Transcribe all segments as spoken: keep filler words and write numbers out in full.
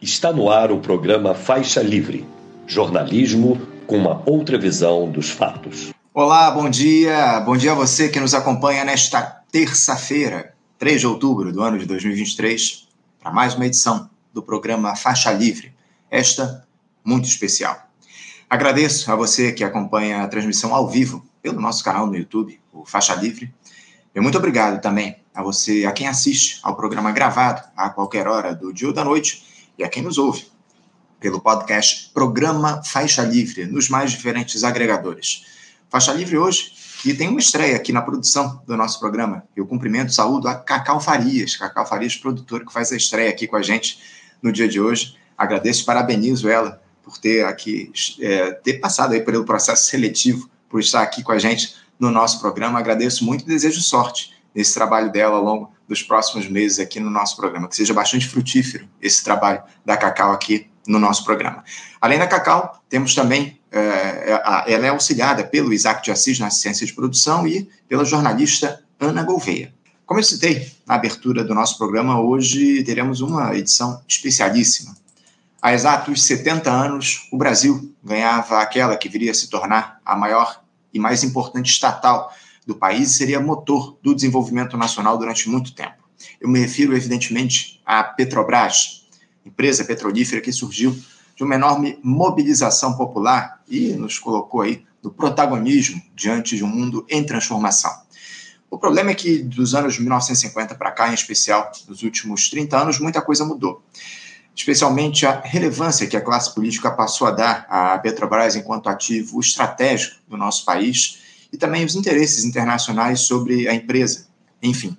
Está no ar o programa Faixa Livre, jornalismo com uma outra visão dos fatos. Olá, bom dia. Bom dia a você que nos acompanha nesta terça-feira, três de outubro do ano de dois mil e vinte e três, para mais uma edição do programa Faixa Livre, esta muito especial. Agradeço a você que acompanha a transmissão ao vivo pelo nosso canal no YouTube, o Faixa Livre. E muito obrigado também a você, a quem assiste ao programa gravado a qualquer hora do dia ou da noite e a quem nos ouve pelo podcast Programa Faixa Livre, nos mais diferentes agregadores. Faixa Livre hoje, que tem uma estreia aqui na produção do nosso programa. Eu cumprimento, saúdo a Cacau Farias, Cacau Farias, produtora, que faz a estreia aqui com a gente no dia de hoje. Agradeço e parabenizo ela por ter aqui, é, ter passado aí pelo processo seletivo, por estar aqui com a gente no nosso programa. Agradeço muito e desejo sorte nesse trabalho dela ao longo dos próximos meses aqui no nosso programa. Que seja bastante frutífero esse trabalho da Cacau aqui no nosso programa. Além da Cacau, temos também, é, a, ela é auxiliada pelo Isaac de Assis na assistência de produção e pela jornalista Ana Gouveia. Como eu citei na abertura do nosso programa, hoje teremos uma edição especialíssima. Há exatos setenta anos, o Brasil ganhava aquela que viria a se tornar a maior e mais importante estatal do país e seria motor do desenvolvimento nacional durante muito tempo. Eu me refiro, evidentemente, à Petrobras, empresa petrolífera que surgiu de uma enorme mobilização popular e nos colocou aí no protagonismo diante de um mundo em transformação. O problema é que dos anos mil novecentos e cinquenta para cá, em especial nos últimos trinta anos, muita coisa mudou. Especialmente a relevância que a classe política passou a dar à Petrobras enquanto ativo estratégico do nosso país e também os interesses internacionais sobre a empresa, enfim,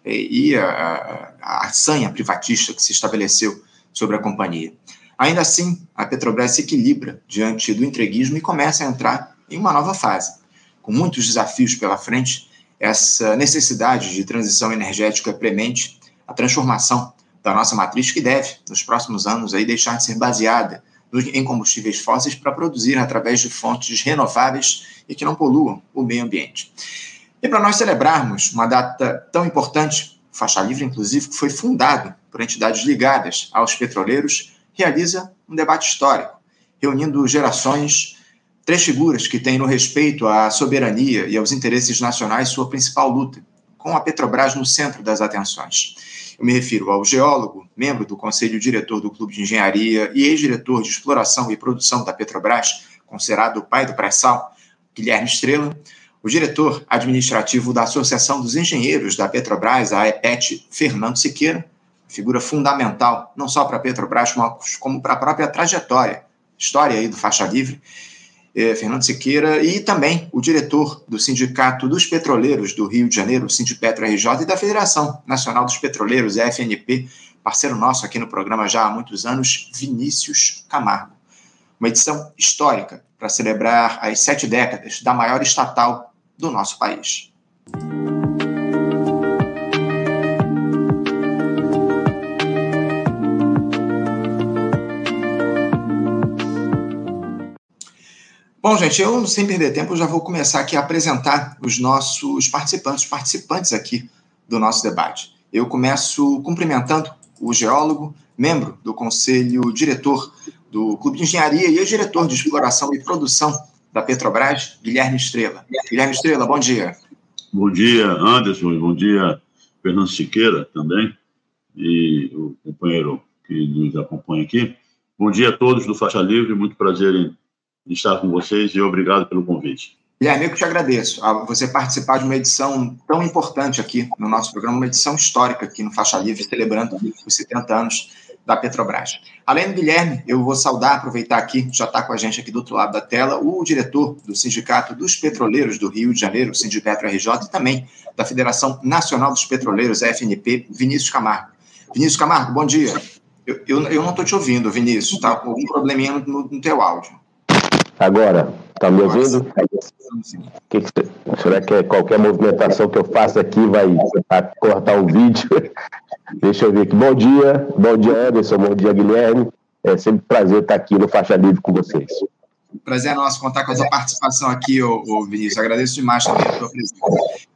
e a, a, a sanha privatista que se estabeleceu sobre a companhia. Ainda assim, a Petrobras se equilibra diante do entreguismo e começa a entrar em uma nova fase. Com muitos desafios pela frente, essa necessidade de transição energética premente, a transformação da nossa matriz que deve, nos próximos anos, aí, deixar de ser baseada em combustíveis fósseis para produzir através de fontes renováveis e que não poluam o meio ambiente. E para nós celebrarmos uma data tão importante, Faixa Livre, inclusive, que foi fundado por entidades ligadas aos petroleiros, realiza um debate histórico, reunindo gerações, três figuras que têm no respeito à soberania e aos interesses nacionais sua principal luta, com a Petrobras no centro das atenções. Eu me refiro ao geólogo, membro do Conselho Diretor do Clube de Engenharia e ex-diretor de Exploração e Produção da Petrobras, considerado o pai do pré-sal, Guilherme Estrela, o diretor administrativo da Associação dos Engenheiros da Petrobras, a AEPET, Fernando Siqueira, figura fundamental não só para a Petrobras, como para a própria trajetória, história aí do Faixa Livre, eh, Fernando Siqueira, e também o diretor do Sindicato dos Petroleiros do Rio de Janeiro, o Sindipetro R J, e da Federação Nacional dos Petroleiros, F N P, parceiro nosso aqui no programa já há muitos anos, Vinícius Camargo. Uma edição histórica para celebrar as sete décadas da maior estatal do nosso país. Bom, gente, eu, sem perder tempo, já vou começar aqui a apresentar os nossos participantes, os participantes aqui do nosso debate. Eu começo cumprimentando o geólogo, membro do Conselho Diretor do Clube de Engenharia e ex-diretor de Exploração e Produção da Petrobras, Guilherme Estrela. Guilherme Estrela, bom dia. Bom dia, Anderson, bom dia, Fernando Siqueira também, e o companheiro que nos acompanha aqui. Bom dia a todos do Faixa Livre, muito prazer em estar com vocês e obrigado pelo convite. Guilherme, eu que te agradeço a você participar de uma edição tão importante aqui no nosso programa, uma edição histórica aqui no Faixa Livre, celebrando os setenta anos da Petrobras. Além do Guilherme, eu vou saudar, aproveitar aqui, já está com a gente aqui do outro lado da tela, o diretor do Sindicato dos Petroleiros do Rio de Janeiro, o Sindipetro R J, e também da Federação Nacional dos Petroleiros, F N P, Vinícius Camargo. Vinícius Camargo, bom dia. Eu, eu, eu não estou te ouvindo, Vinícius, está com algum probleminha no, no teu áudio. Agora, está me ouvindo? Que que, será que qualquer movimentação que eu faça aqui vai cortar o vídeo? Deixa eu ver aqui. Bom dia, bom dia, Anderson, bom dia, Guilherme. É sempre um prazer estar aqui no Faixa Livre com vocês. Prazer é nosso contar com a sua participação aqui, ô, ô Vinícius. Agradeço demais também a tua presença.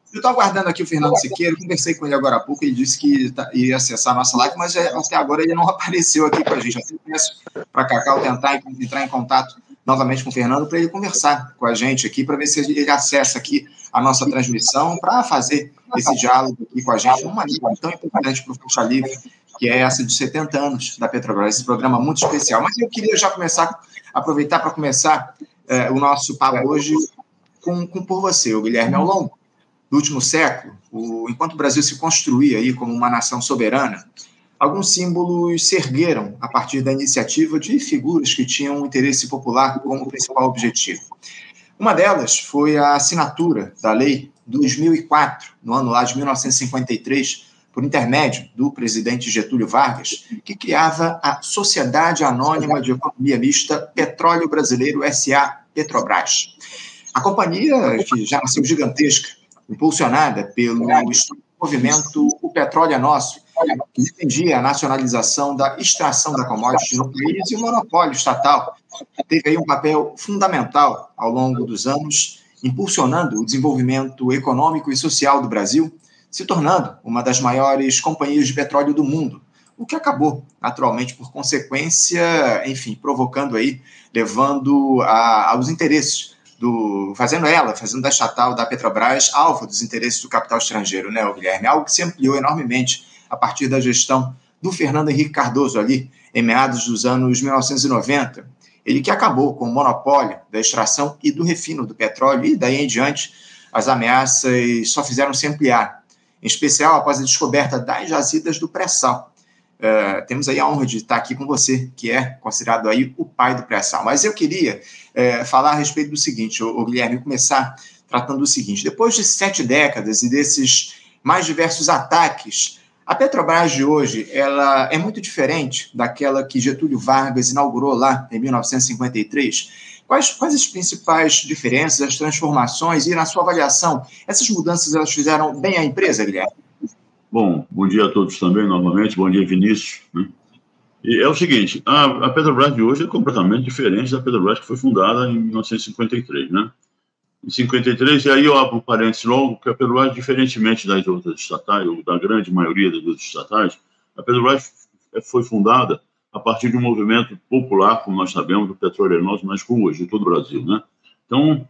Eu estou aguardando aqui o Fernando Siqueira, conversei com ele agora há pouco, ele disse que ia acessar a nossa live, mas até agora ele não apareceu aqui com a gente. Eu peço para a Cacau tentar entrar em contato novamente com o Fernando para ele conversar com a gente aqui, para ver se ele acessa aqui a nossa transmissão para fazer esse diálogo aqui com a gente, numa língua tão importante para o Faixa Livre, que é essa de setenta anos da Petrobras, esse programa muito especial. Mas eu queria já começar, aproveitar para começar eh, o nosso papo hoje com, com por você, o Guilherme, ao longo do último século, o, enquanto o Brasil se construía aí como uma nação soberana, alguns símbolos se ergueram a partir da iniciativa de figuras que tinham um interesse popular como principal objetivo. Uma delas foi a assinatura da Lei dois mil e quatro, no ano lá de mil novecentos e cinquenta e três, por intermédio do presidente Getúlio Vargas, que criava a Sociedade Anônima de Economia Mista Petróleo Brasileiro S A Petrobras. A companhia, que já nasceu gigantesca, impulsionada pelo movimento O Petróleo é Nosso, que defendia a nacionalização da extração da commodity no país, e o monopólio estatal teve aí um papel fundamental ao longo dos anos, impulsionando o desenvolvimento econômico e social do Brasil, se tornando uma das maiores companhias de petróleo do mundo, o que acabou, naturalmente, por consequência, enfim, provocando aí, levando a, aos interesses Do, fazendo ela, fazendo da estatal da Petrobras alvo dos interesses do capital estrangeiro, né, Guilherme? Algo que se ampliou enormemente a partir da gestão do Fernando Henrique Cardoso ali, em meados dos anos mil novecentos e noventa. Ele que acabou com o monopólio da extração e do refino do petróleo, e daí em diante as ameaças só fizeram se ampliar, em especial após a descoberta das jazidas do pré-sal. Uh, temos aí a honra de estar aqui com você, que é considerado aí o pai do pré-sal. Mas eu queria uh, falar a respeito do seguinte, o, o Guilherme, começar tratando do seguinte: depois de sete décadas e desses mais diversos ataques, a Petrobras de hoje ela é muito diferente daquela que Getúlio Vargas inaugurou lá em mil novecentos e cinquenta e três. Quais, quais as principais diferenças, as transformações e, na sua avaliação, essas mudanças elas fizeram bem à empresa, Guilherme? Bom, bom dia a todos também, novamente. Bom dia, Vinícius. E é o seguinte, a, a Petrobras de hoje é completamente diferente da Petrobras que foi fundada em mil novecentos e cinquenta e três, né? Em cinquenta e três, e aí eu abro um parênteses longo, que a Petrobras, diferentemente das outras estatais, ou da grande maioria das outras estatais, a Petrobras foi fundada a partir de um movimento popular, como nós sabemos, do petróleo nosso nas ruas de todo o Brasil, né? Então,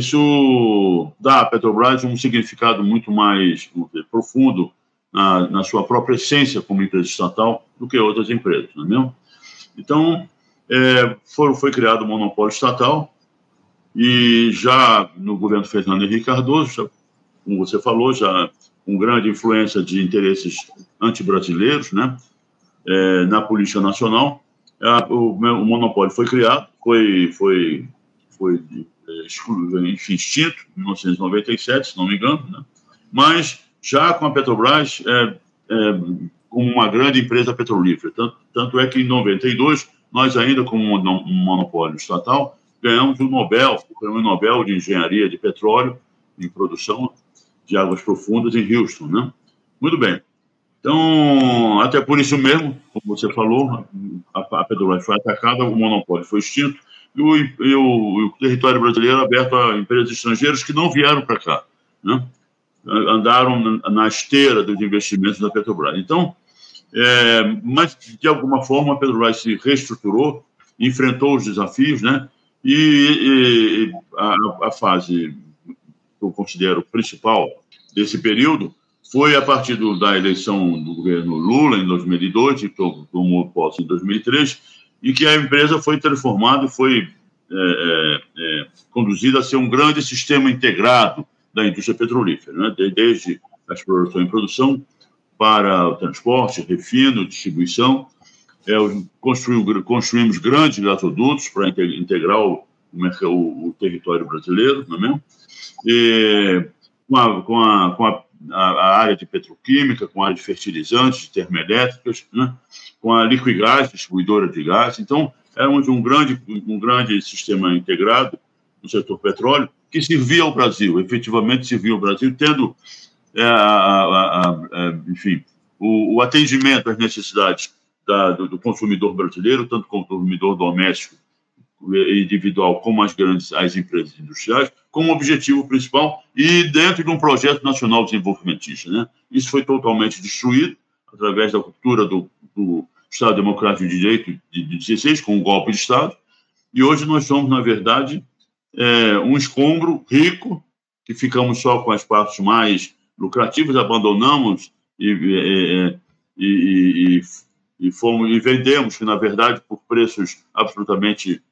isso dá à Petrobras um significado muito mais, vamos dizer, profundo Na, na sua própria essência como empresa estatal do que outras empresas, não é mesmo? Então, é, foi, foi criado o monopólio estatal e já no governo Fernando Henrique Cardoso, já, como você falou, já com grande influência de interesses anti-brasileiros, né, é, na política nacional, a, o, o monopólio foi criado, foi, foi, foi é, exclu, enfim, extinto em mil novecentos e noventa e sete, se não me engano, né, mas já com a Petrobras é, é, como uma grande empresa petrolífera. Tanto, tanto é que em noventa e dois, nós ainda como um monopólio estatal, ganhamos o Nobel, o Prêmio Nobel de Engenharia de Petróleo em produção de águas profundas em Houston, né? Muito bem. Então, até por isso mesmo, como você falou, a, a Petrobras foi atacada, o monopólio foi extinto e o, e o, o território brasileiro aberto a empresas estrangeiras que não vieram para cá, né? Andaram na esteira dos investimentos da Petrobras. Então, é, mas, de alguma forma, a Petrobras se reestruturou, enfrentou os desafios, né? E, e a, a fase que eu considero principal desse período foi a partir do, da eleição do governo Lula, em dois mil e dois, que tomou posse em dois mil e três, e que a empresa foi transformada e foi é, é, conduzida a ser um grande sistema integrado da indústria petrolífera, né? Desde a exploração e produção para o transporte, refino, distribuição. É, construímos, construímos grandes gasodutos para integrar o, o, o território brasileiro, não é mesmo? E, com, a, com, a, com a, a área de petroquímica, com a área de fertilizantes, de termoelétricas, né? Com a Liquigás, distribuidora de gás. Então, éramos um grande, um grande sistema integrado no setor petróleo, que servia ao Brasil, efetivamente servia ao Brasil, tendo, é, a, a, a, enfim, o, o atendimento às necessidades da, do, do consumidor brasileiro, tanto consumidor doméstico individual como as grandes as empresas industriais, como objetivo principal e dentro de um projeto nacional desenvolvimentista, né? Isso foi totalmente destruído através da ruptura do, do Estado Democrático de Direito de, de dezesseis, com um golpe de Estado, e hoje nós somos, na verdade, é, um escombro rico, que ficamos só com as partes mais lucrativas, abandonamos e, e, e, e, e, fomos, e vendemos, que, na verdade, por preços absolutamente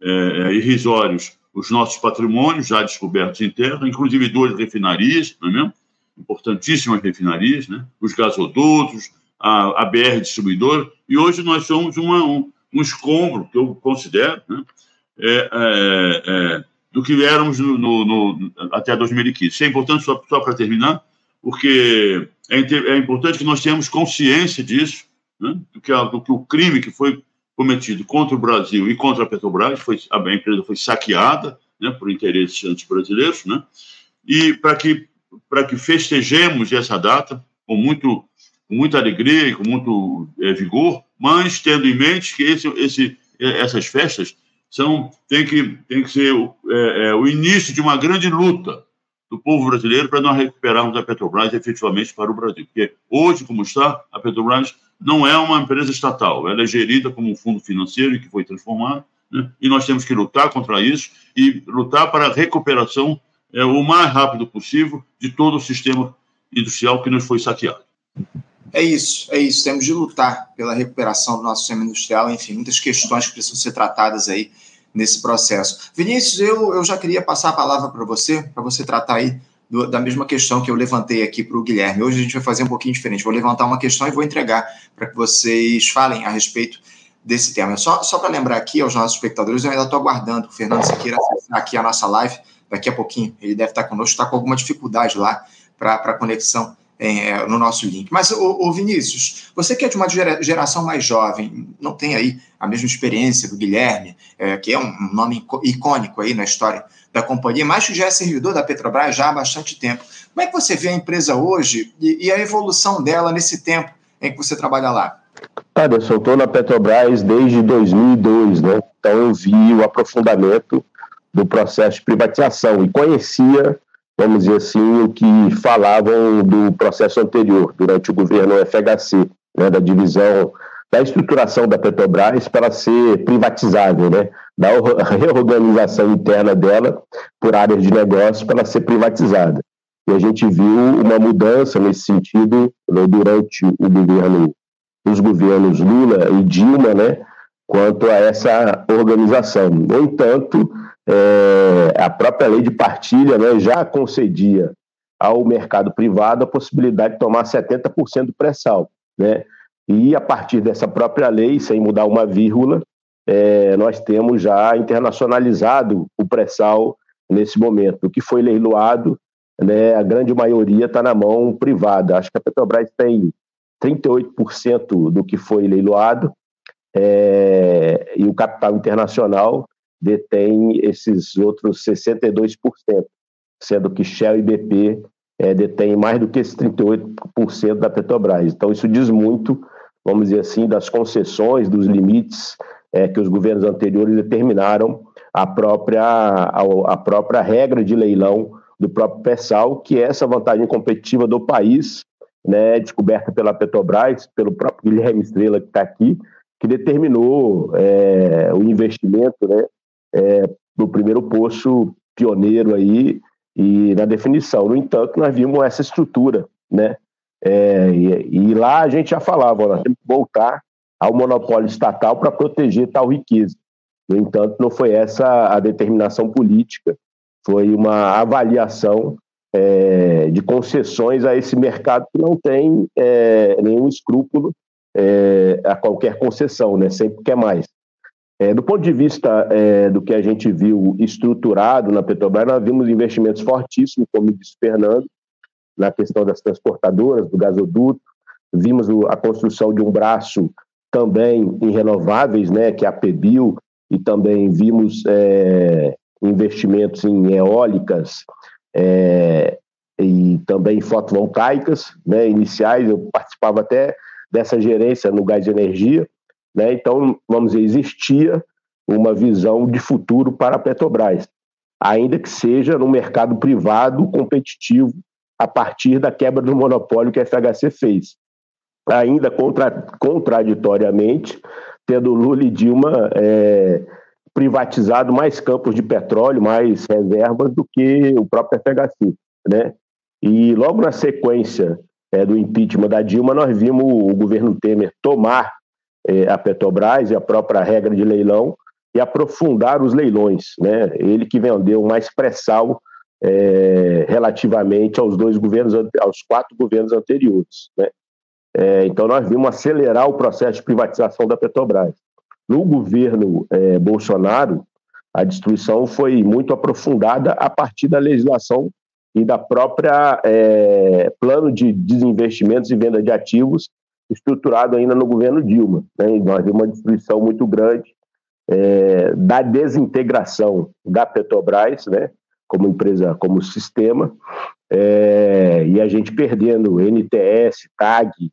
é, irrisórios, os nossos patrimônios já descobertos em terra, inclusive duas refinarias, não é mesmo? Importantíssimas refinarias, né? Os gasodutos, a, a B R Distribuidora, e hoje nós somos uma, um, um escombro, que eu considero, né? é, é, é, do que éramos no, no, no, até dois mil e quinze. Isso é importante, só, só para terminar, porque é, é importante que nós tenhamos consciência disso, né? do, que a, do que o crime que foi cometido contra o Brasil e contra a Petrobras, foi, a empresa foi saqueada, né, por interesses anti-brasileiros, né? E para que, para que festejemos essa data com, muito, com muita alegria e com muito é, vigor, mas tendo em mente que esse, esse, essas festas são, tem, que, tem que ser o, é, é, o início de uma grande luta do povo brasileiro para nós recuperarmos a Petrobras efetivamente para o Brasil. Porque hoje, como está, a Petrobras não é uma empresa estatal, ela é gerida como um fundo financeiro que foi transformado, né? E nós temos que lutar contra isso e lutar para a recuperação é, o mais rápido possível de todo o sistema industrial que nos foi saqueado. É isso, é isso. Temos de lutar pela recuperação do nosso sistema industrial, enfim, muitas questões que precisam ser tratadas aí nesse processo. Vinícius, eu, eu já queria passar a palavra para você, para você tratar aí do, da mesma questão que eu levantei aqui para o Guilherme. Hoje a gente vai fazer um pouquinho diferente. Vou levantar uma questão e vou entregar para que vocês falem a respeito desse tema. Só, só para lembrar aqui aos nossos espectadores, eu ainda estou aguardando o Fernando Siqueira acessar aqui a nossa live. Daqui a pouquinho ele deve estar conosco, está com alguma dificuldade lá para a conexão É, no nosso link. Mas, ô, ô Vinícius, você que é de uma geração mais jovem, não tem aí a mesma experiência do Guilherme, é, que é um, um nome icônico aí na história da companhia, mas que já é servidor da Petrobras já há bastante tempo. Como é que você vê a empresa hoje e, e a evolução dela nesse tempo em que você trabalha lá? Anderson, eu estou na Petrobras desde dois mil e dois, né? Então eu vi o aprofundamento do processo de privatização e conhecia, vamos dizer assim, o que falavam do processo anterior, durante o governo F H C, né, da divisão, da estruturação da Petrobras para ser privatizável, né, da reorganização interna dela por áreas de negócio para ser privatizada. E a gente viu uma mudança nesse sentido, né, durante o governo, os governos Lula e Dilma, né, quanto a essa organização. No entanto, É, a própria lei de partilha, né, já concedia ao mercado privado a possibilidade de tomar setenta por cento do pré-sal, né? E a partir dessa própria lei, sem mudar uma vírgula, é, nós temos já internacionalizado o pré-sal nesse momento. O que foi leiloado, né, a grande maioria está na mão privada. Acho que a Petrobras tem trinta e oito por cento do que foi leiloado, é, e o capital internacional detém esses outros sessenta e dois por cento, sendo que Shell e B P é, detêm mais do que esses trinta e oito por cento da Petrobras. Então, isso diz muito, vamos dizer assim, das concessões, dos limites é, que os governos anteriores determinaram a própria, a, a própria regra de leilão do próprio pré-sal, que é essa vantagem competitiva do país, né, descoberta pela Petrobras, pelo próprio Guilherme Estrela, que está aqui, que determinou é, o investimento, né, É, no primeiro poço pioneiro aí e na definição. No entanto, nós vimos essa estrutura, né? É, e, e lá a gente já falava, ó, nós temos que voltar ao monopólio estatal para proteger tal riqueza. No entanto, não foi essa a determinação política, foi uma avaliação é, de concessões a esse mercado que não tem é, nenhum escrúpulo é, a qualquer concessão, né? Sempre quer mais. É, do ponto de vista é, do que a gente viu estruturado na Petrobras, nós vimos investimentos fortíssimos, como disse o Fernando, na questão das transportadoras, do gasoduto, vimos o, a construção de um braço também em renováveis, né, que é a Pebio, e também vimos é, investimentos em eólicas é, e também fotovoltaicas, né, iniciais. Eu participava até dessa gerência no Gás de Energia. Né? Então, vamos dizer, existia uma visão de futuro para a Petrobras, ainda que seja no mercado privado competitivo a partir da quebra do monopólio que a F H C fez. Ainda contra, contraditoriamente, tendo Lula e Dilma é, privatizado mais campos de petróleo, mais reservas do que o próprio F H C, né? E logo na sequência é, do impeachment da Dilma, nós vimos o governo Temer tomar é, a Petrobras e a própria regra de leilão e aprofundar os leilões, né? Ele que vendeu mais pré-sal é, relativamente aos dois governos, aos quatro governos anteriores, né? É, então nós vimos acelerar o processo de privatização da Petrobras. No governo é, Bolsonaro, a destruição foi muito aprofundada a partir da legislação e da própria é, plano de desinvestimentos e venda de ativos estruturado ainda no governo Dilma, né? E nós vimos uma destruição muito grande é, da desintegração da Petrobras, né, como empresa, como sistema, é, e a gente perdendo N T S, T A G,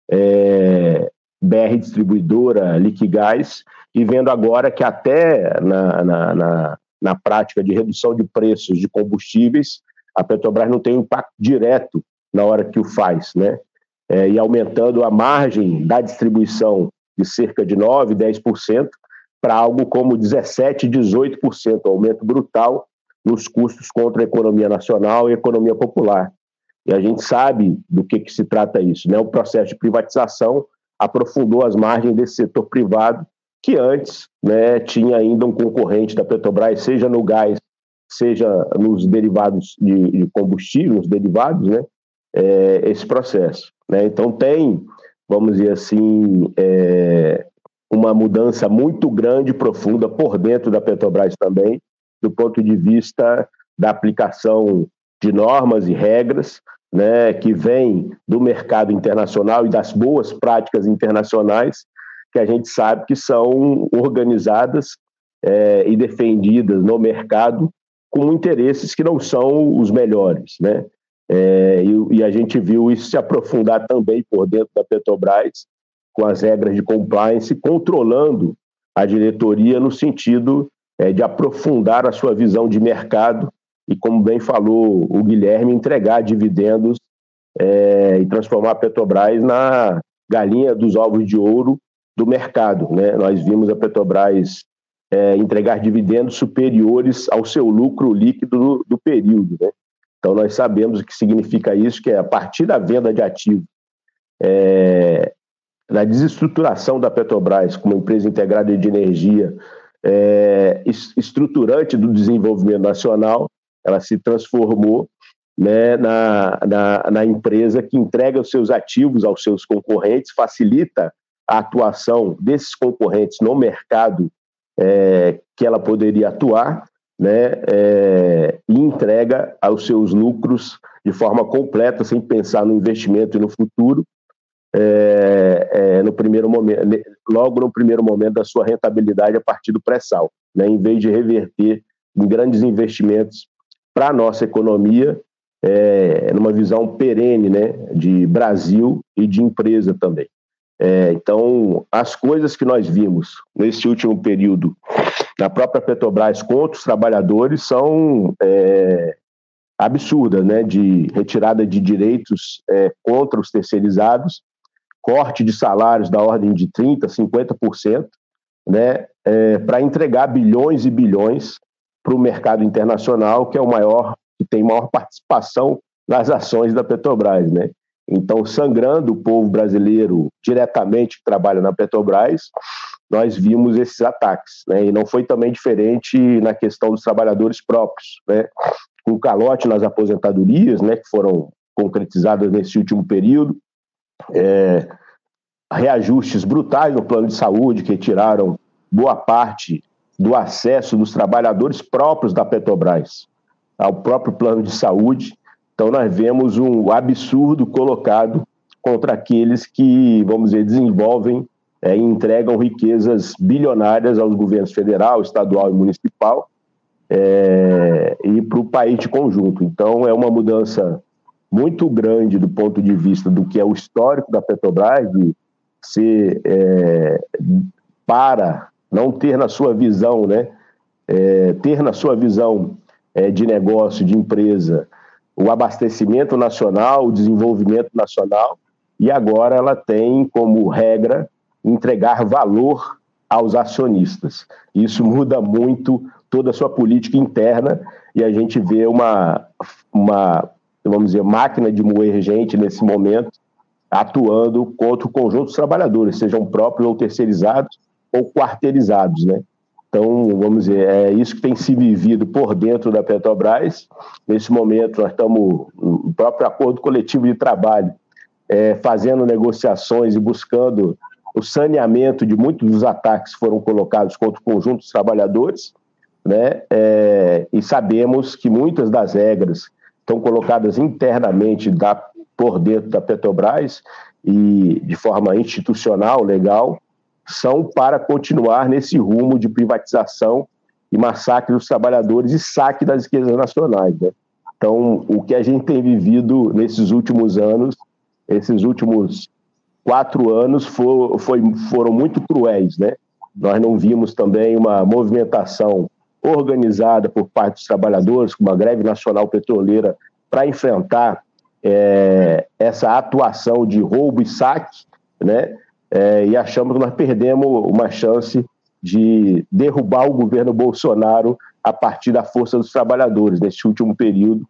é, B R Distribuidora, Liquigás, e vendo agora que até na, na, na, na prática de redução de preços de combustíveis, a Petrobras não tem um impacto direto na hora que o faz, né? É, e aumentando a margem da distribuição de cerca de nove por cento, dez por cento, para algo como dezessete por cento, dezoito por cento, aumento brutal nos custos contra a economia nacional e a economia popular. E a gente sabe do que, que se trata isso, né? O processo de privatização aprofundou as margens desse setor privado, que antes, né, tinha ainda um concorrente da Petrobras, seja no gás, seja nos derivados de, de combustível, nos derivados, né, é, esse processo, né? Então tem, vamos dizer assim, é, uma mudança muito grande, profunda, por dentro da Petrobras também, do ponto de vista da aplicação de normas e regras, né, que vem do mercado internacional e das boas práticas internacionais, que a gente sabe que são organizadas é, e defendidas no mercado com interesses que não são os melhores, né? É, e, e a gente viu isso se aprofundar também por dentro da Petrobras, com as regras de compliance, controlando a diretoria no sentido é, de aprofundar a sua visão de mercado e, como bem falou o Guilherme, entregar dividendos é, e transformar a Petrobras na galinha dos ovos de ouro do mercado, né? Nós vimos a Petrobras é, entregar dividendos superiores ao seu lucro líquido do, do período, né? Então nós sabemos o que significa isso, que é a partir da venda de ativos, é, da desestruturação da Petrobras como empresa integrada de energia, é, estruturante do desenvolvimento nacional, ela se transformou, né, na, na, na empresa que entrega os seus ativos aos seus concorrentes, facilita a atuação desses concorrentes no mercado é, que ela poderia atuar, né, é, e entrega aos seus lucros de forma completa, sem pensar no investimento e no futuro, é, é, no primeiro momento, logo no primeiro momento da sua rentabilidade a partir do pré-sal, né, em vez de reverter em grandes investimentos para a nossa economia, é, numa visão perene, né, de Brasil e de empresa também. É, então, as coisas que nós vimos nesse último período na própria Petrobras contra os trabalhadores são é, absurdas, né, de retirada de direitos é, contra os terceirizados, corte de salários da ordem de trinta por cento, cinquenta por cento, né, é, para entregar bilhões e bilhões para o mercado internacional, que é o maior, que tem maior participação nas ações da Petrobras, né? Então, sangrando o povo brasileiro diretamente que trabalha na Petrobras, nós vimos esses ataques, né? E não foi também diferente na questão dos trabalhadores próprios, né? Com o calote nas aposentadorias, né, que foram concretizadas nesse último período, é, reajustes brutais no plano de saúde, que retiraram boa parte do acesso dos trabalhadores próprios da Petrobras ao próprio plano de saúde. Então, nós vemos um absurdo colocado contra aqueles que, vamos dizer, desenvolvem é, e entregam riquezas bilionárias aos governos federal, estadual e municipal é, e para o país de conjunto. Então, é uma mudança muito grande do ponto de vista do que é o histórico da Petrobras, de ser é, para não ter na sua visão, né, é, ter na sua visão é, de negócio, de empresa, o abastecimento nacional, o desenvolvimento nacional, e agora ela tem como regra entregar valor aos acionistas. Isso muda muito toda a sua política interna e a gente vê uma, uma vamos dizer, máquina de moer gente nesse momento atuando contra o conjunto dos trabalhadores, sejam próprios ou terceirizados ou quarteirizados, né? Então, vamos dizer, é isso que tem se vivido por dentro da Petrobras. Nesse momento, nós estamos, no próprio acordo coletivo de trabalho, é, fazendo negociações e buscando o saneamento de muitos dos ataques que foram colocados contra o conjunto dos trabalhadores, né? É, e sabemos que muitas das regras estão colocadas internamente da, por dentro da Petrobras e de forma institucional, legal, são para continuar nesse rumo de privatização e massacre dos trabalhadores e saque das riquezas nacionais, né? Então, o que a gente tem vivido nesses últimos anos, esses últimos quatro anos for, foi, foram muito cruéis, né? Nós não vimos também uma movimentação organizada por parte dos trabalhadores, com uma greve nacional petroleira, para enfrentar é, essa atuação de roubo e saque, né? É, e achamos que nós perdemos uma chance de derrubar o governo Bolsonaro a partir da força dos trabalhadores nesse último período,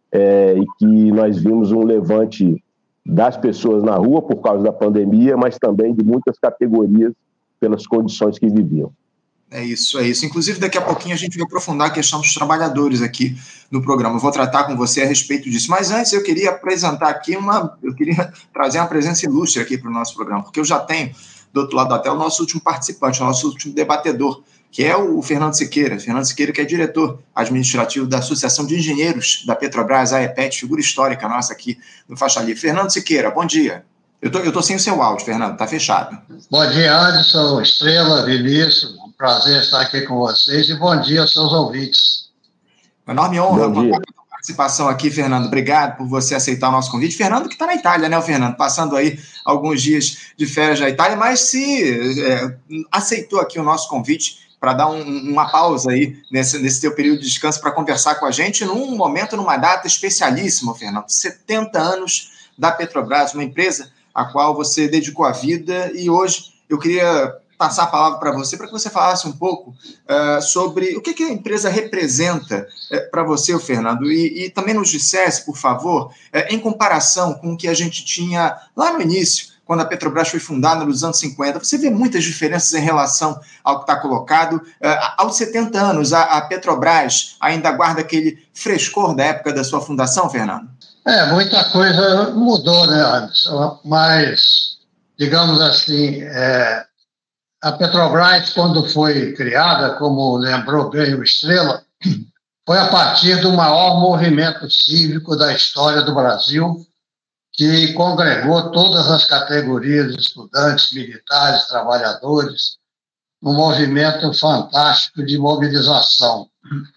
é, e que nós vimos um levante das pessoas na rua por causa da pandemia, mas também de muitas categorias pelas condições que viviam. É isso, é isso. Inclusive, daqui a pouquinho a gente vai aprofundar a questão dos trabalhadores aqui no programa. Eu vou tratar com você a respeito disso. Mas antes eu queria apresentar aqui uma... Eu queria trazer uma presença ilustre aqui para o nosso programa, porque eu já tenho, do outro lado da tela, o nosso último participante, o nosso último debatedor, que é o Fernando Siqueira. Fernando Siqueira, que é diretor administrativo da Associação de Engenheiros da Petrobras, a AEPET, figura histórica nossa aqui no Faixa Livre. Fernando Siqueira, bom dia. Eu tô, eu tô sem o seu áudio, Fernando, tá fechado. Bom dia, Anderson, Estrela, Vinícius, um prazer estar aqui com vocês e bom dia aos seus ouvintes. Uma enorme honra com a participação aqui, Fernando. Obrigado por você aceitar o nosso convite. Fernando, que está na Itália, né, o Fernando? Passando aí alguns dias de férias na Itália, mas se é, aceitou aqui o nosso convite para dar um, uma pausa aí nesse, nesse teu período de descanso para conversar com a gente num momento, numa data especialíssima, Fernando. setenta anos da Petrobras, uma empresa a qual você dedicou a vida, e hoje eu queria passar a palavra para você, para que você falasse um pouco uh, sobre o que, que a empresa representa uh, para você, Fernando, e, e também nos dissesse, por favor, uh, em comparação com o que a gente tinha lá no início, quando a Petrobras foi fundada nos anos cinquenta, você vê muitas diferenças em relação ao que está colocado. Uh, aos setenta anos, a, a Petrobras ainda guarda aquele frescor da época da sua fundação, Fernando? É, muita coisa mudou, né, Anderson? Mas, digamos assim, é, a Petrobras, quando foi criada, como lembrou bem o Estrela, foi a partir do maior movimento cívico da história do Brasil, que congregou todas as categorias de estudantes, militares, trabalhadores, num movimento fantástico de mobilização.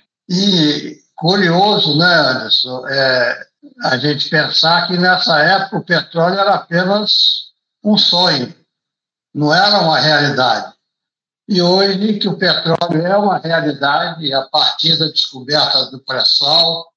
E curioso, né, Anderson, é, a gente pensar que nessa época o petróleo era apenas um sonho, não era uma realidade. E hoje que o petróleo é uma realidade, a partir da descoberta do pré-sal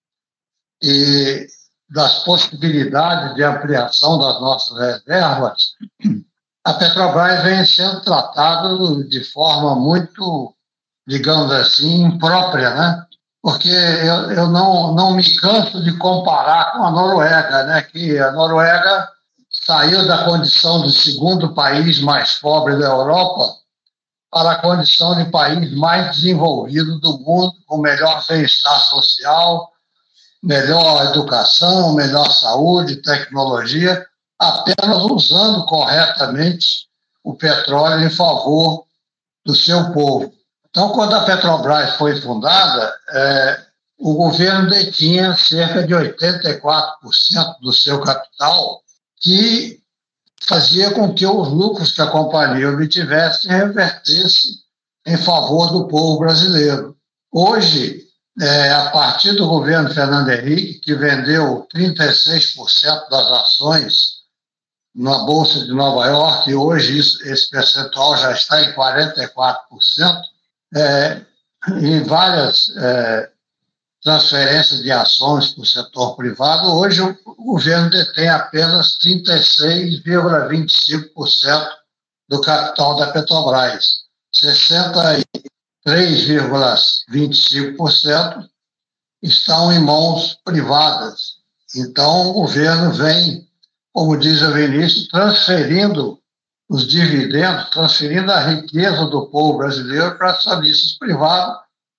e das possibilidades de ampliação das nossas reservas, a Petrobras vem sendo tratada de forma muito, digamos assim, imprópria, né? Porque eu, eu não, não me canso de comparar com a Noruega, né? Que a Noruega saiu da condição de segundo país mais pobre da Europa para a condição de país mais desenvolvido do mundo, com melhor bem-estar social, melhor educação, melhor saúde, tecnologia, apenas usando corretamente o petróleo em favor do seu povo. Então, quando a Petrobras foi fundada, é, o governo detinha cerca de oitenta e quatro por cento do seu capital, que fazia com que os lucros que a companhia obtivesse revertesse em favor do povo brasileiro. Hoje, é, a partir do governo Fernando Henrique, que vendeu trinta e seis por cento das ações na Bolsa de Nova York, e hoje isso, esse percentual já está em quarenta e quatro por cento, é, em várias é, transferências de ações para o setor privado, hoje o, o governo detém apenas trinta e seis vírgula vinte e cinco por cento do capital da Petrobras, sessenta e três vírgula vinte e cinco por cento estão em mãos privadas. Então, o governo vem, como diz o Vinícius, transferindo os dividendos, transferindo a riqueza do povo brasileiro para acionistas privados,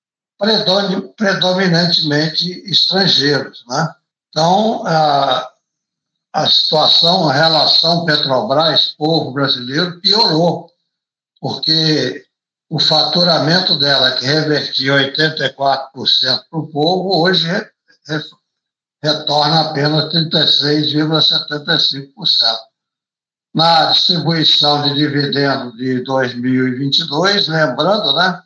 predominantemente estrangeiros, né? Então, a, a situação, a relação Petrobras-povo brasileiro piorou, porque o faturamento dela, que revertia oitenta e quatro por cento para o povo, hoje re, re, retorna apenas trinta e seis vírgula setenta e cinco por cento. Na distribuição de dividendos de dois mil e vinte e dois, lembrando, né,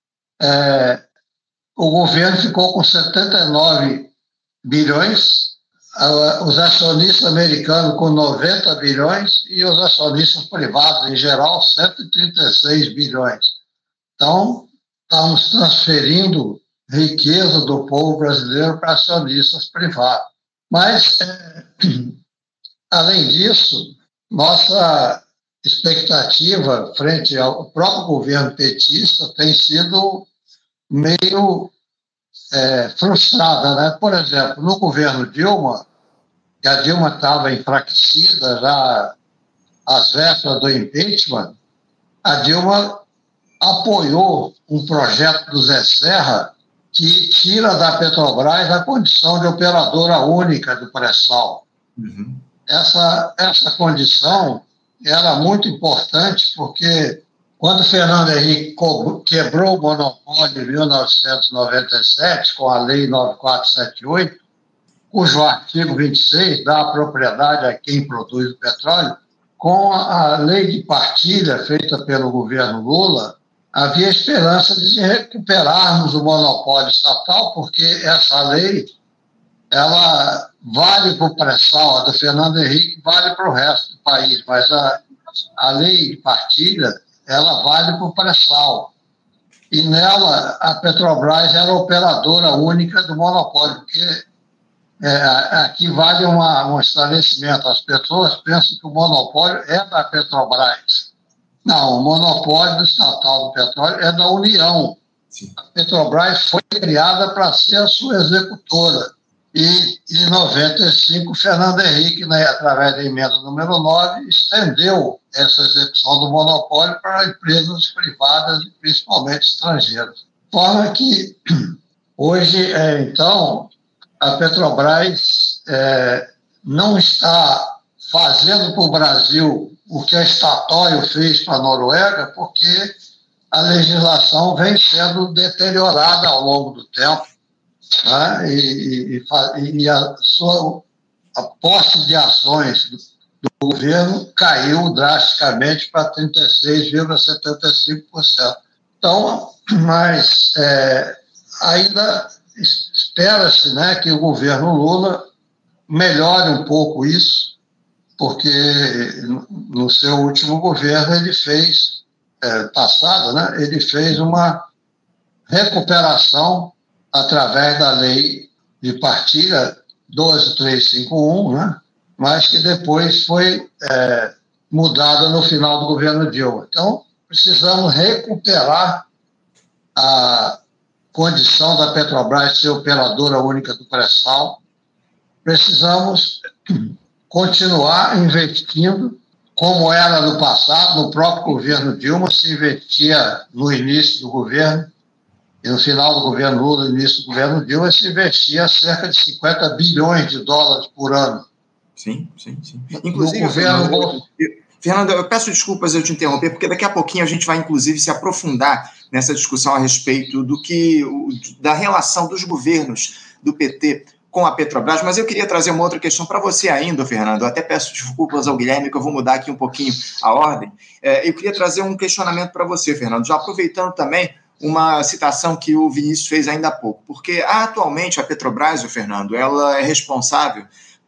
é, o governo ficou com setenta e nove bilhões, os acionistas americanos com noventa bilhões e os acionistas privados, em geral, cento e trinta e seis bilhões. Então, estamos transferindo riqueza do povo brasileiro para acionistas privados. Mas, é, além disso, nossa expectativa frente ao próprio governo petista tem sido meio é, frustrada, né? Por exemplo, no governo Dilma, que a Dilma estava enfraquecida já às vésperas do impeachment, a Dilma apoiou um projeto do Zé Serra que tira da Petrobras a condição de operadora única do pré-sal. Uhum. Essa, essa condição era muito importante porque quando Fernando Henrique quebrou o monopólio em mil novecentos e noventa e sete, com a Lei nove mil quatrocentos e setenta e oito, cujo artigo vinte e seis dá a propriedade a quem produz o petróleo, com a lei de partilha feita pelo governo Lula, havia esperança de recuperarmos o monopólio estatal, porque essa lei ela vale para o pré-sal, a do Fernando Henrique vale para o resto do país, mas a, a lei de partilha ela vale para o pré-sal. E nela, a Petrobras era a operadora única do monopólio, porque é, aqui vale uma, um esclarecimento. As pessoas pensam que o monopólio é da Petrobras. Não, o monopólio do estatal do petróleo é da União. Sim. A Petrobras foi criada para ser a sua executora. E, em noventa e cinco, Fernando Henrique, né, através da emenda número nove, estendeu essa execução do monopólio para empresas privadas e principalmente estrangeiras. De forma que, hoje, é, então, a Petrobras é, não está fazendo para o Brasil o que a Statoil fez para a Noruega, porque a legislação vem sendo deteriorada ao longo do tempo. Né? E, e, e a sua a posse de ações do, do governo caiu drasticamente para trinta e seis vírgula setenta e cinco por cento. Então, mas é, ainda espera-se, né, que o governo Lula melhore um pouco isso, porque no seu último governo ele fez, é, passado, né, ele fez uma recuperação através da lei de partilha doze mil trezentos e cinquenta e um, né? Mas que depois foi é, mudada no final do governo Dilma. Então, precisamos recuperar a condição da Petrobras ser operadora única do pré-sal. Precisamos continuar investindo, como era no passado, no próprio governo Dilma, se investia no início do governo, e no final do governo Lula, no início do governo Dilma, se investia cerca de cinquenta bilhões de dólares por ano. Sim, sim, sim. Inclusive, no governo Fernando, eu, Fernando, eu peço desculpas eu te interromper, porque daqui a pouquinho a gente vai, inclusive, se aprofundar nessa discussão a respeito do que, da relação dos governos do P T com a Petrobras, mas eu queria trazer uma outra questão para você ainda, Fernando. Eu até peço desculpas ao Guilherme, que eu vou mudar aqui um pouquinho a ordem. É, eu queria trazer um questionamento para você, Fernando, já aproveitando também uma citação que o Vinícius fez ainda há pouco, porque atualmente a Petrobras, o Fernando, ela é responsável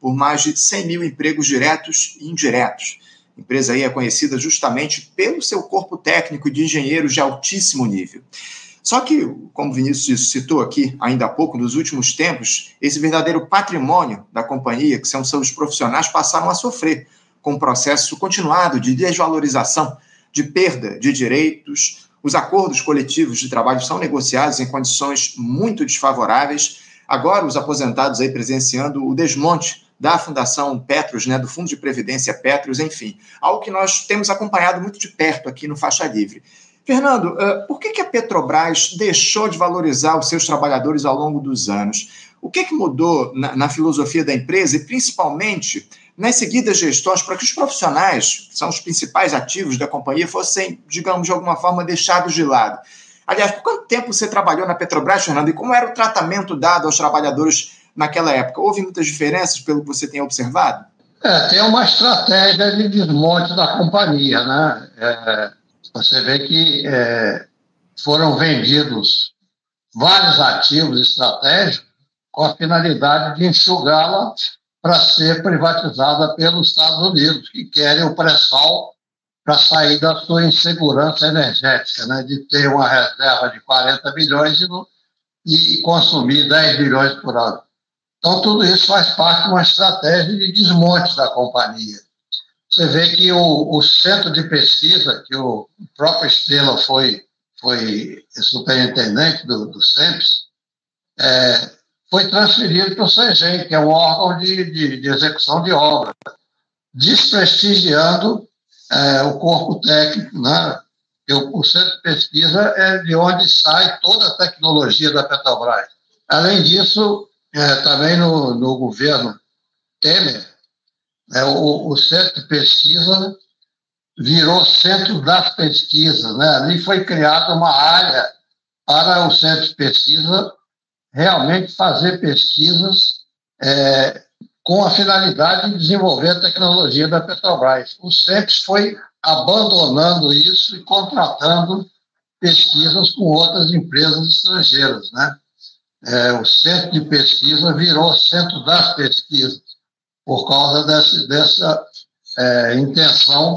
por mais de cem mil empregos diretos e indiretos. A empresa aí é conhecida justamente pelo seu corpo técnico de engenheiros de altíssimo nível. Só que, como o Vinícius citou aqui ainda há pouco, nos últimos tempos, esse verdadeiro patrimônio da companhia, que são seus profissionais, passaram a sofrer com um processo continuado de desvalorização, de perda de direitos. Os acordos coletivos de trabalho são negociados em condições muito desfavoráveis. Agora, os aposentados aí presenciando o desmonte da Fundação Petros, né, do Fundo de Previdência Petros, enfim, algo que nós temos acompanhado muito de perto aqui no Faixa Livre. Fernando, uh, por que, que a Petrobras deixou de valorizar os seus trabalhadores ao longo dos anos? O que, que mudou na, na filosofia da empresa e, principalmente, nas seguidas gestões para que os profissionais, que são os principais ativos da companhia, fossem, digamos, de alguma forma, deixados de lado? Aliás, por quanto tempo você trabalhou na Petrobras, Fernando, e como era o tratamento dado aos trabalhadores naquela época? Houve muitas diferenças, pelo que você tem observado? É, tem uma estratégia de desmonte da companhia, né? É, você vê que é, foram vendidos vários ativos estratégicos com a finalidade de enxugá-la para ser privatizada pelos Estados Unidos, que querem o pré-sal para sair da sua insegurança energética, né? De ter uma reserva de quarenta bilhões e, no, e consumir dez bilhões por ano. Então, tudo isso faz parte de uma estratégia de desmonte da companhia. Você vê que o, o centro de pesquisa, que o próprio Estrela foi, foi superintendente do, do SEMPES, é, foi transferido para o CEGEM, que é um órgão de, de, de execução de obra, desprestigiando é, o corpo técnico, né? O, o centro de pesquisa é de onde sai toda a tecnologia da Petrobras. Além disso, é, também no, no governo Temer, é, o, o centro de pesquisa virou centro das pesquisas, né? Ali foi criada uma área para o centro de pesquisa realmente fazer pesquisas é, com a finalidade de desenvolver a tecnologia da Petrobras. O CEPES foi abandonando isso e contratando pesquisas com outras empresas estrangeiras, né? É, o centro de pesquisa virou centro das pesquisas, por causa desse, dessa é, intenção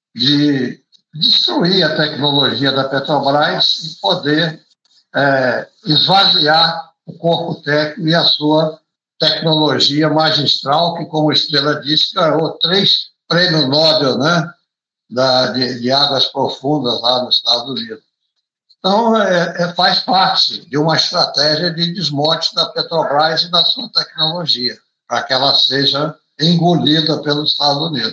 de destruir a tecnologia da Petrobras e poder é, esvaziar o corpo técnico e a sua tecnologia magistral, que, como a Estrela disse, ganhou três prêmios Nobel, né, da, de, de águas profundas lá nos Estados Unidos. Então, é, é, faz parte de uma estratégia de desmonte da Petrobras e da sua tecnologia, para que ela seja engolida pelos Estados Unidos.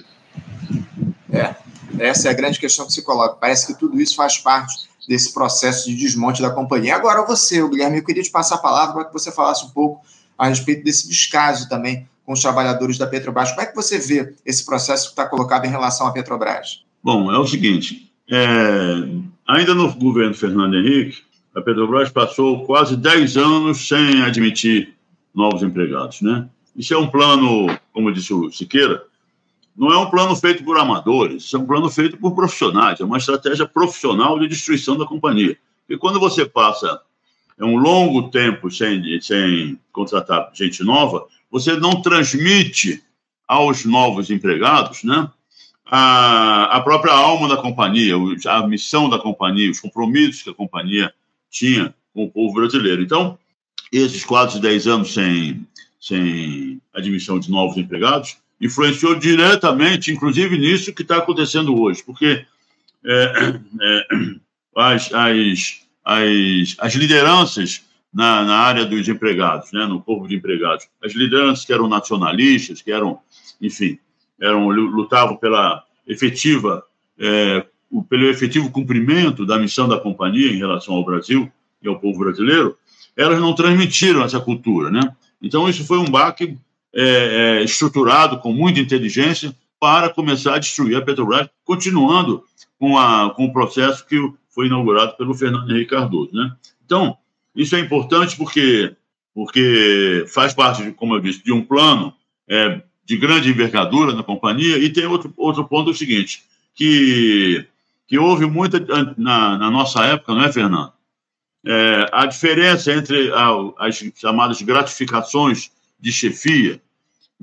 É, essa é a grande questão que se coloca. Parece que tudo isso faz parte desse processo de desmonte da companhia. Agora, você, Guilherme, eu queria te passar a palavra para que você falasse um pouco a respeito desse descaso também com os trabalhadores da Petrobras. Como é que você vê esse processo que está colocado em relação à Petrobras? Bom, é o seguinte, é, ainda no governo Fernando Henrique, a Petrobras passou quase dez anos sem admitir novos empregados, né? Isso é um plano, como disse o Siqueira, não é um plano feito por amadores, isso é um plano feito por profissionais, é uma estratégia profissional de destruição da companhia. E quando você passa é um longo tempo sem, sem contratar gente nova, você não transmite aos novos empregados, né, a, a própria alma da companhia, a missão da companhia, os compromissos que a companhia tinha com o povo brasileiro. Então, esses quase dez anos sem, sem admissão de novos empregados influenciou diretamente, inclusive, nisso que está acontecendo hoje, porque é, é, as, as, as, as lideranças na, na área dos empregados, né, no corpo de empregados, as lideranças que eram nacionalistas, que eram, enfim, eram, lutavam pela efetiva, é, pelo efetivo cumprimento da missão da companhia em relação ao Brasil e ao povo brasileiro, elas não transmitiram essa cultura, né? Então, isso foi um baque É, é, estruturado com muita inteligência para começar a destruir a Petrobras, continuando com, a, com o processo que foi inaugurado pelo Fernando Henrique Cardoso, né? Então, isso é importante porque, porque faz parte, como eu disse, de um plano é, de grande envergadura na companhia. E tem outro, outro ponto, é o seguinte, que, que houve muita, na, na nossa época, não é, Fernando? É, a diferença entre a, as chamadas gratificações de chefia, né,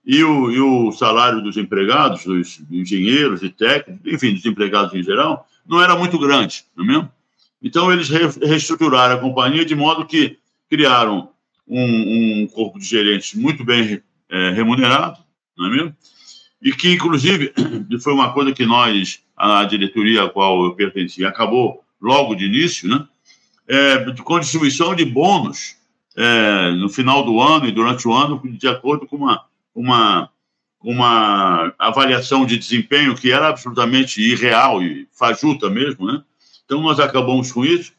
e o, e o salário dos empregados, dos engenheiros e técnicos, enfim, dos empregados em geral, não era muito grande, não é mesmo? Então, eles reestruturaram a companhia de modo que criaram um, um corpo de gerentes muito bem é, remunerado, não é mesmo? E que, inclusive, foi uma coisa que nós, a diretoria a qual eu pertenci, acabou logo de início, né? É, com distribuição de bônus é, no final do ano e durante o ano, de acordo com uma, uma, uma avaliação de desempenho que era absolutamente irreal e fajuta mesmo, né? Então, nós acabamos com isso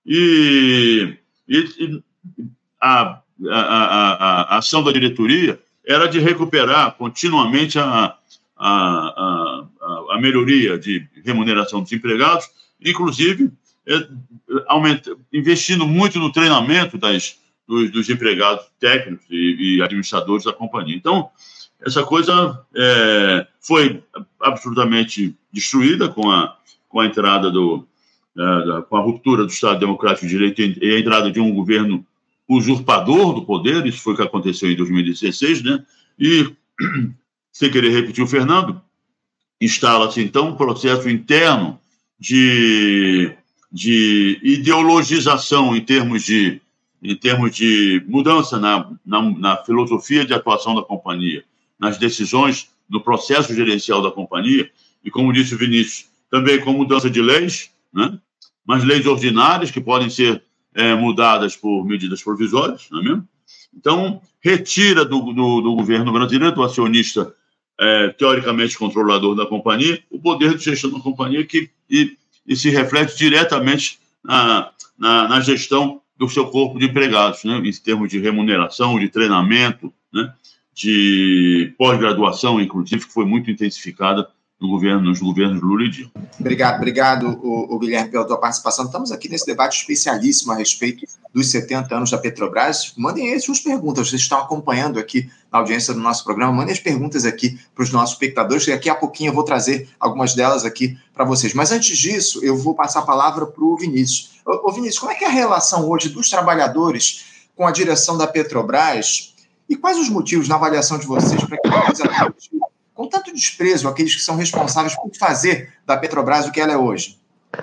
e, e, e a, a, a, a ação da diretoria era de recuperar continuamente a, a, a, a melhoria de remuneração dos empregados, inclusive é, aumenta, investindo muito no treinamento das, dos, dos empregados técnicos e, e administradores da companhia. Então, essa coisa é, foi absolutamente destruída com a, com a entrada do... com a ruptura do Estado Democrático de Direito e a entrada de um governo usurpador do poder, isso foi o que aconteceu em dois mil e dezesseis, né? E, sem querer repetir o Fernando, instala-se, então, um processo interno de, de ideologização em termos de, em termos de mudança na, na, na filosofia de atuação da companhia, nas decisões, no processo gerencial da companhia, e, como disse o Vinícius, também com mudança de leis, né? Mas leis ordinárias que podem ser é, mudadas por medidas provisórias, não é mesmo? Então, retira do, do, do governo brasileiro, do acionista é, teoricamente controlador da companhia, o poder de gestão da companhia que, e, e se reflete diretamente na, na, na gestão do seu corpo de empregados, né? Em termos de remuneração, de treinamento, né? De pós-graduação, inclusive, que foi muito intensificada no governo, nos governos Lula e Dilma. Obrigado, obrigado, o, o Guilherme, pela tua participação. Estamos aqui nesse debate especialíssimo a respeito dos setenta anos da Petrobras. Mandem aí suas perguntas, vocês estão acompanhando aqui na audiência do nosso programa, mandem as perguntas aqui para os nossos espectadores, e daqui a pouquinho eu vou trazer algumas delas aqui para vocês. Mas antes disso, eu vou passar a palavra para o Vinícius. Ô, ô Vinícius, como é que é a relação hoje dos trabalhadores com a direção da Petrobras e quais os motivos, na avaliação de vocês, para que eles com tanto desprezo aqueles que são responsáveis por fazer da Petrobras o que ela é hoje?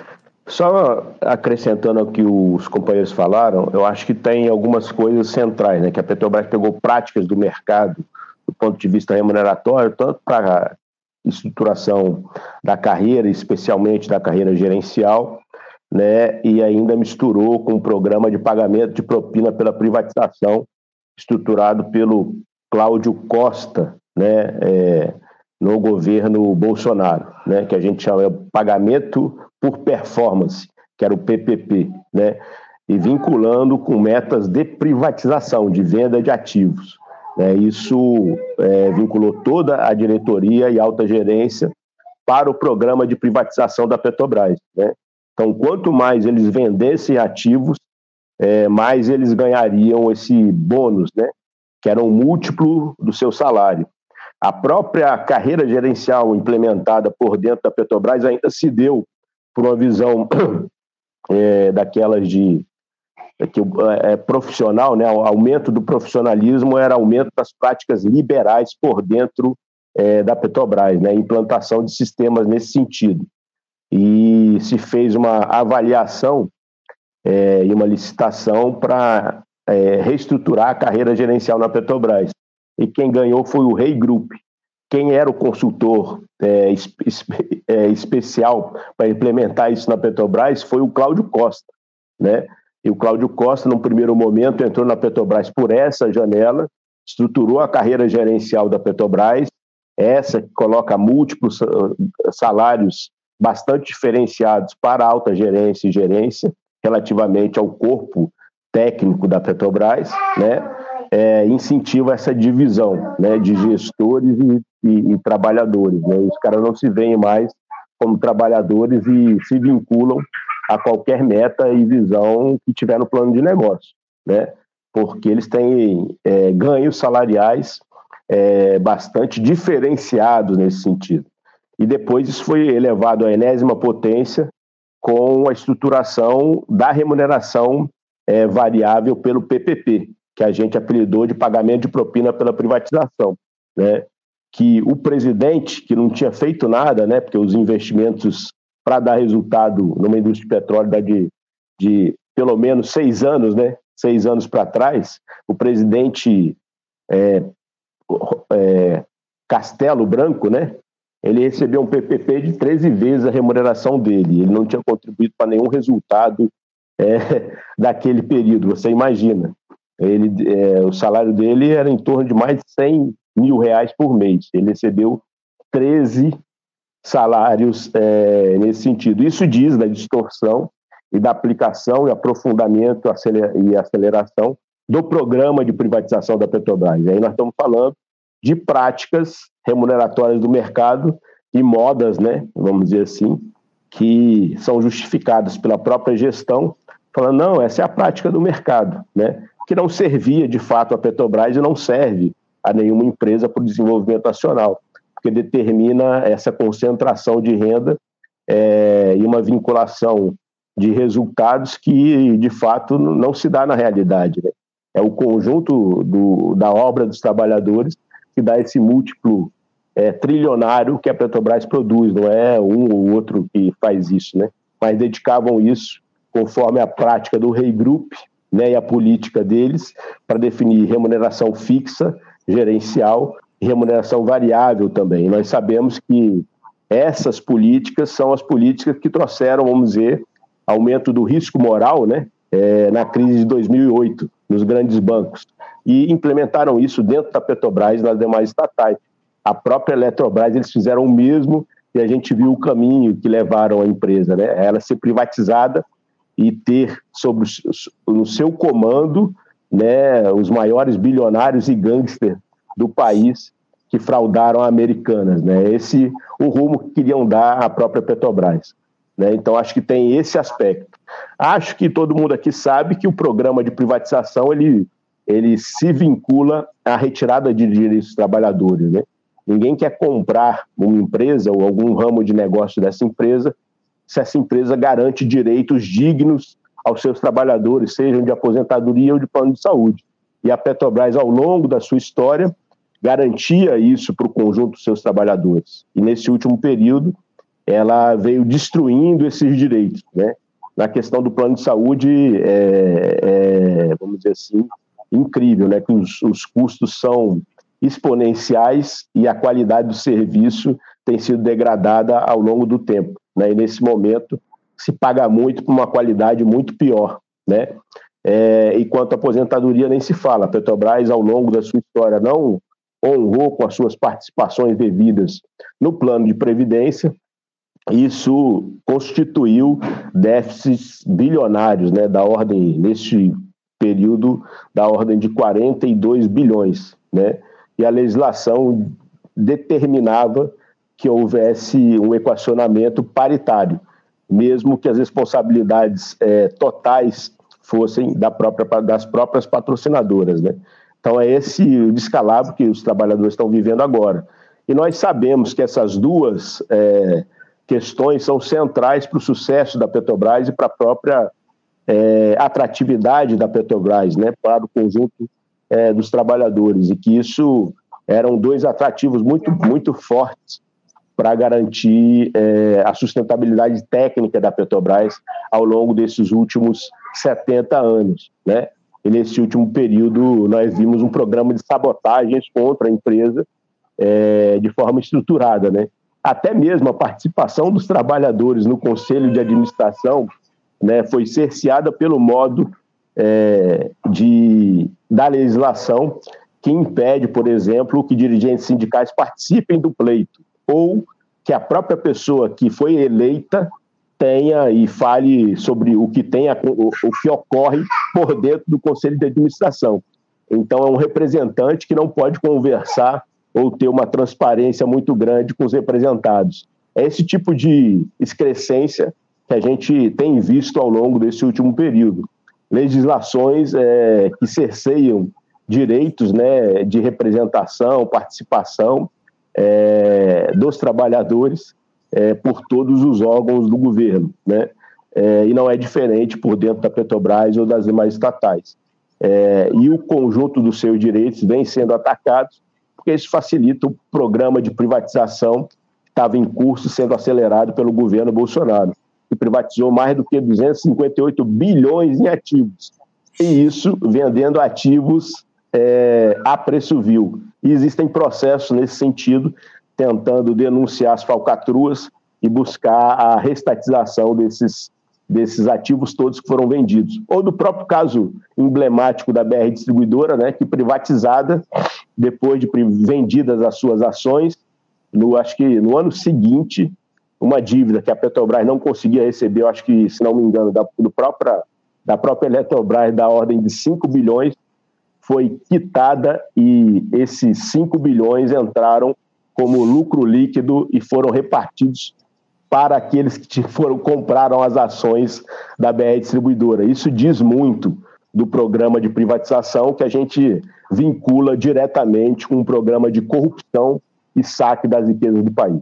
Só acrescentando ao que os companheiros falaram, eu acho que tem algumas coisas centrais, né? Que a Petrobras pegou práticas do mercado do ponto de vista remuneratório, tanto para a estruturação da carreira, especialmente da carreira gerencial, né? E ainda misturou com um programa de pagamento de propina pela privatização, estruturado pelo Cláudio Costa, né? É, no governo Bolsonaro, né, que a gente chama de pagamento por performance, que era o P P P, né, e vinculando com metas de privatização, de venda de ativos. Né, isso é, vinculou toda a diretoria e alta gerência para o programa de privatização da Petrobras. Né. Então, quanto mais eles vendessem ativos, é, mais eles ganhariam esse bônus, né, que era um múltiplo do seu salário. A própria carreira gerencial implementada por dentro da Petrobras ainda se deu por uma visão é, daquelas de que, é, profissional, né? O aumento do profissionalismo era aumento das práticas liberais por dentro é, da Petrobras, né? Implantação de sistemas nesse sentido. E se fez uma avaliação é, e uma licitação para é, reestruturar a carreira gerencial na Petrobras. E quem ganhou foi o Rei Group. Quem era o consultor é, espe- é, especial para implementar isso na Petrobras foi o Cláudio Costa, né? E o Cláudio Costa, num primeiro momento, entrou na Petrobras por essa janela, estruturou a carreira gerencial da Petrobras, essa que coloca múltiplos salários bastante diferenciados para a alta gerência e gerência, relativamente ao corpo técnico da Petrobras, né? É, incentiva essa divisão, né, de gestores e, e, e trabalhadores. Né? Os caras não se veem mais como trabalhadores e se vinculam a qualquer meta e visão que tiver no plano de negócio, né? Porque eles têm é, ganhos salariais é, bastante diferenciados nesse sentido. E depois isso foi elevado à enésima potência com a estruturação da remuneração é, variável pelo P P P, que a gente apelidou de pagamento de propina pela privatização. né, que o presidente, que não tinha feito nada, né, porque os investimentos para dar resultado numa indústria de petróleo dá de, de pelo menos seis anos, né, seis anos para trás, o presidente é, é, Castelo Branco, né, ele recebeu um P P P de treze vezes a remuneração dele. Ele não tinha contribuído para nenhum resultado é, daquele período, você imagina. Ele, é, o salário dele era em torno de mais de cem mil reais por mês. Ele recebeu treze salários é, nesse sentido. Isso diz da distorção e da aplicação e aprofundamento e aceleração do programa de privatização da Petrobras. E aí nós estamos falando de práticas remuneratórias do mercado e modas, né, vamos dizer assim, que são justificadas pela própria gestão, falando, não, essa é a prática do mercado, né, que não servia de fato a Petrobras e não serve a nenhuma empresa para o desenvolvimento nacional, porque determina essa concentração de renda é, e uma vinculação de resultados que, de fato, não se dá na realidade, né? É o conjunto do, da obra dos trabalhadores que dá esse múltiplo é, trilionário que a Petrobras produz, não é um ou outro que faz isso, né? Mas dedicavam isso, conforme a prática do Rei Group, né, e a política deles, para definir remuneração fixa, gerencial e remuneração variável também. Nós sabemos que essas políticas são as políticas que trouxeram, vamos dizer, aumento do risco moral, né, é, na crise de dois mil e oito, nos grandes bancos, e implementaram isso dentro da Petrobras e nas demais estatais. A própria Eletrobras, eles fizeram o mesmo e a gente viu o caminho que levaram a empresa, né, ela ser privatizada e ter sobre no seu comando, né, os maiores bilionários e gangsters do país que fraudaram a Americanas, né? Esse o rumo que queriam dar à própria Petrobras, né? Então acho que tem esse aspecto. Acho que todo mundo aqui sabe que o programa de privatização ele, ele se vincula à retirada de direitos dos trabalhadores, né? Ninguém quer comprar uma empresa ou algum ramo de negócio dessa empresa se essa empresa garante direitos dignos aos seus trabalhadores, sejam de aposentadoria ou de plano de saúde. E a Petrobras, ao longo da sua história, garantia isso para o conjunto dos seus trabalhadores. E nesse último período, ela veio destruindo esses direitos, né? Na questão do plano de saúde, é, é, vamos dizer assim, incrível, né? Que os, os custos são exponenciais e a qualidade do serviço tem sido degradada ao longo do tempo, né? E nesse momento se paga muito por uma qualidade muito pior, né? É, e quanto à aposentadoria nem se fala. A Petrobras, ao longo da sua história, não honrou com as suas participações devidas no plano de previdência. Isso constituiu déficits bilionários, né, da ordem, neste período, da ordem de quarenta e dois bilhões, né? E a legislação determinava que houvesse um equacionamento paritário, mesmo que as responsabilidades é, totais fossem da própria, das próprias patrocinadoras, né? Então é esse o descalabro que os trabalhadores estão vivendo agora. E nós sabemos que essas duas é, questões são centrais para o sucesso da Petrobras e para a própria é, atratividade da Petrobras, né, para o conjunto é, dos trabalhadores, e que isso eram dois atrativos muito, muito fortes para garantir é, a sustentabilidade técnica da Petrobras ao longo desses últimos setenta anos, né? E nesse último período nós vimos um programa de sabotagens contra a empresa é, de forma estruturada, né? Até mesmo a participação dos trabalhadores no conselho de administração, né, foi cerceada pelo modo é, de, da legislação que impede, por exemplo, que dirigentes sindicais participem do pleito, ou que a própria pessoa que foi eleita tenha e fale sobre o que, tem, o, o que ocorre por dentro do Conselho de Administração. Então, é um representante que não pode conversar ou ter uma transparência muito grande com os representados. É esse tipo de excrescência que a gente tem visto ao longo desse último período. Legislações é, que cerceiam direitos, né, de representação, participação é, dos trabalhadores é, por todos os órgãos do governo, né? É, e não é diferente por dentro da Petrobras ou das demais estatais. É, e o conjunto dos seus direitos vem sendo atacados porque isso facilita o programa de privatização que estava em curso, sendo acelerado pelo governo Bolsonaro, que privatizou mais do que duzentos e cinquenta e oito bilhões em ativos, e isso vendendo ativos é, a preço vil. E existem processos nesse sentido, tentando denunciar as falcatruas e buscar a restatização desses, desses ativos todos que foram vendidos. Ou do próprio caso emblemático da B R Distribuidora, né, que privatizada, depois de vendidas as suas ações, no, acho que no ano seguinte, uma dívida que a Petrobras não conseguia receber, eu acho que, se não me engano, da, do própria, da própria Eletrobras, da ordem de cinco bilhões, foi quitada e esses cinco bilhões entraram como lucro líquido e foram repartidos para aqueles que foram, compraram as ações da B R Distribuidora. Isso diz muito do programa de privatização que a gente vincula diretamente com um programa de corrupção e saque das riquezas do país.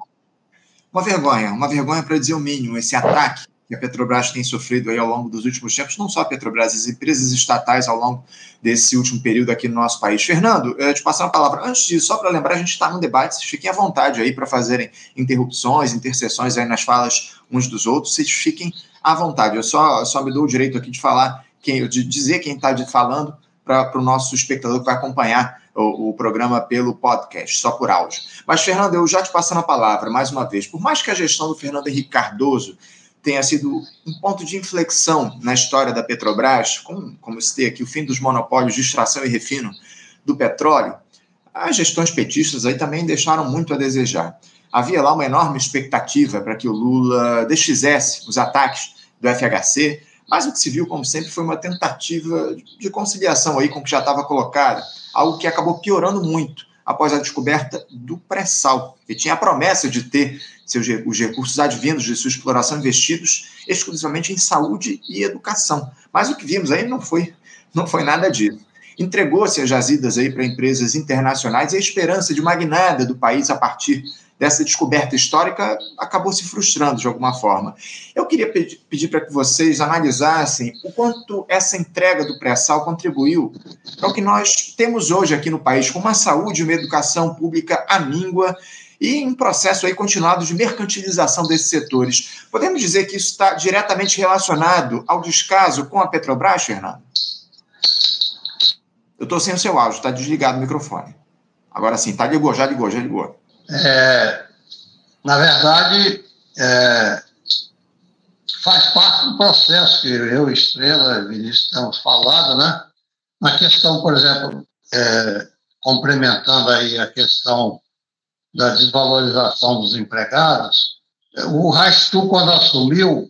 Uma vergonha, uma vergonha para dizer o mínimo, esse ataque que a Petrobras tem sofrido aí ao longo dos últimos tempos, não só a Petrobras, as empresas estatais ao longo desse último período aqui no nosso país. Fernando, eu te passar a palavra. Antes disso, só para lembrar, a gente está no debate, vocês fiquem à vontade aí para fazerem interrupções, interseções aí nas falas uns dos outros, vocês fiquem à vontade. Eu só, só me dou o direito aqui de falar, quem, de dizer quem está falando para o nosso espectador que vai acompanhar o, o programa pelo podcast, só por áudio. Mas, Fernando, eu já te passando a palavra, mais uma vez, por mais que a gestão do Fernando Henrique Cardoso tenha sido um ponto de inflexão na história da Petrobras, como, como citei aqui, o fim dos monopólios de extração e refino do petróleo, as gestões petistas aí também deixaram muito a desejar. Havia lá uma enorme expectativa para que o Lula desfizesse os ataques do F H C, mas o que se viu, como sempre, foi uma tentativa de conciliação aí com o que já estava colocado, algo que acabou piorando muito após a descoberta do pré-sal, que tinha a promessa de ter seus, os recursos advindos de sua exploração investidos exclusivamente em saúde e educação. Mas o que vimos aí não foi, não foi nada disso. Entregou-se as jazidas aí para empresas internacionais e a esperança de uma guinada do país a partir dessa descoberta histórica acabou se frustrando de alguma forma. Eu queria pedir, pedir para que vocês analisassem o quanto essa entrega do pré-sal contribuiu para o que nós temos hoje aqui no país, com uma saúde e uma educação pública à míngua e um processo aí continuado de mercantilização desses setores. Podemos dizer que isso está diretamente relacionado ao descaso com a Petrobras, Fernando? Eu estou sem o seu áudio, está desligado o microfone. Agora sim, tá, ligou, já ligou, já ligou. É, na verdade, é, faz parte do processo que eu e Estrela e Vinícius temos falado, né? Na questão, por exemplo, é, complementando aí a questão da desvalorização dos empregados, o Raistu, quando assumiu,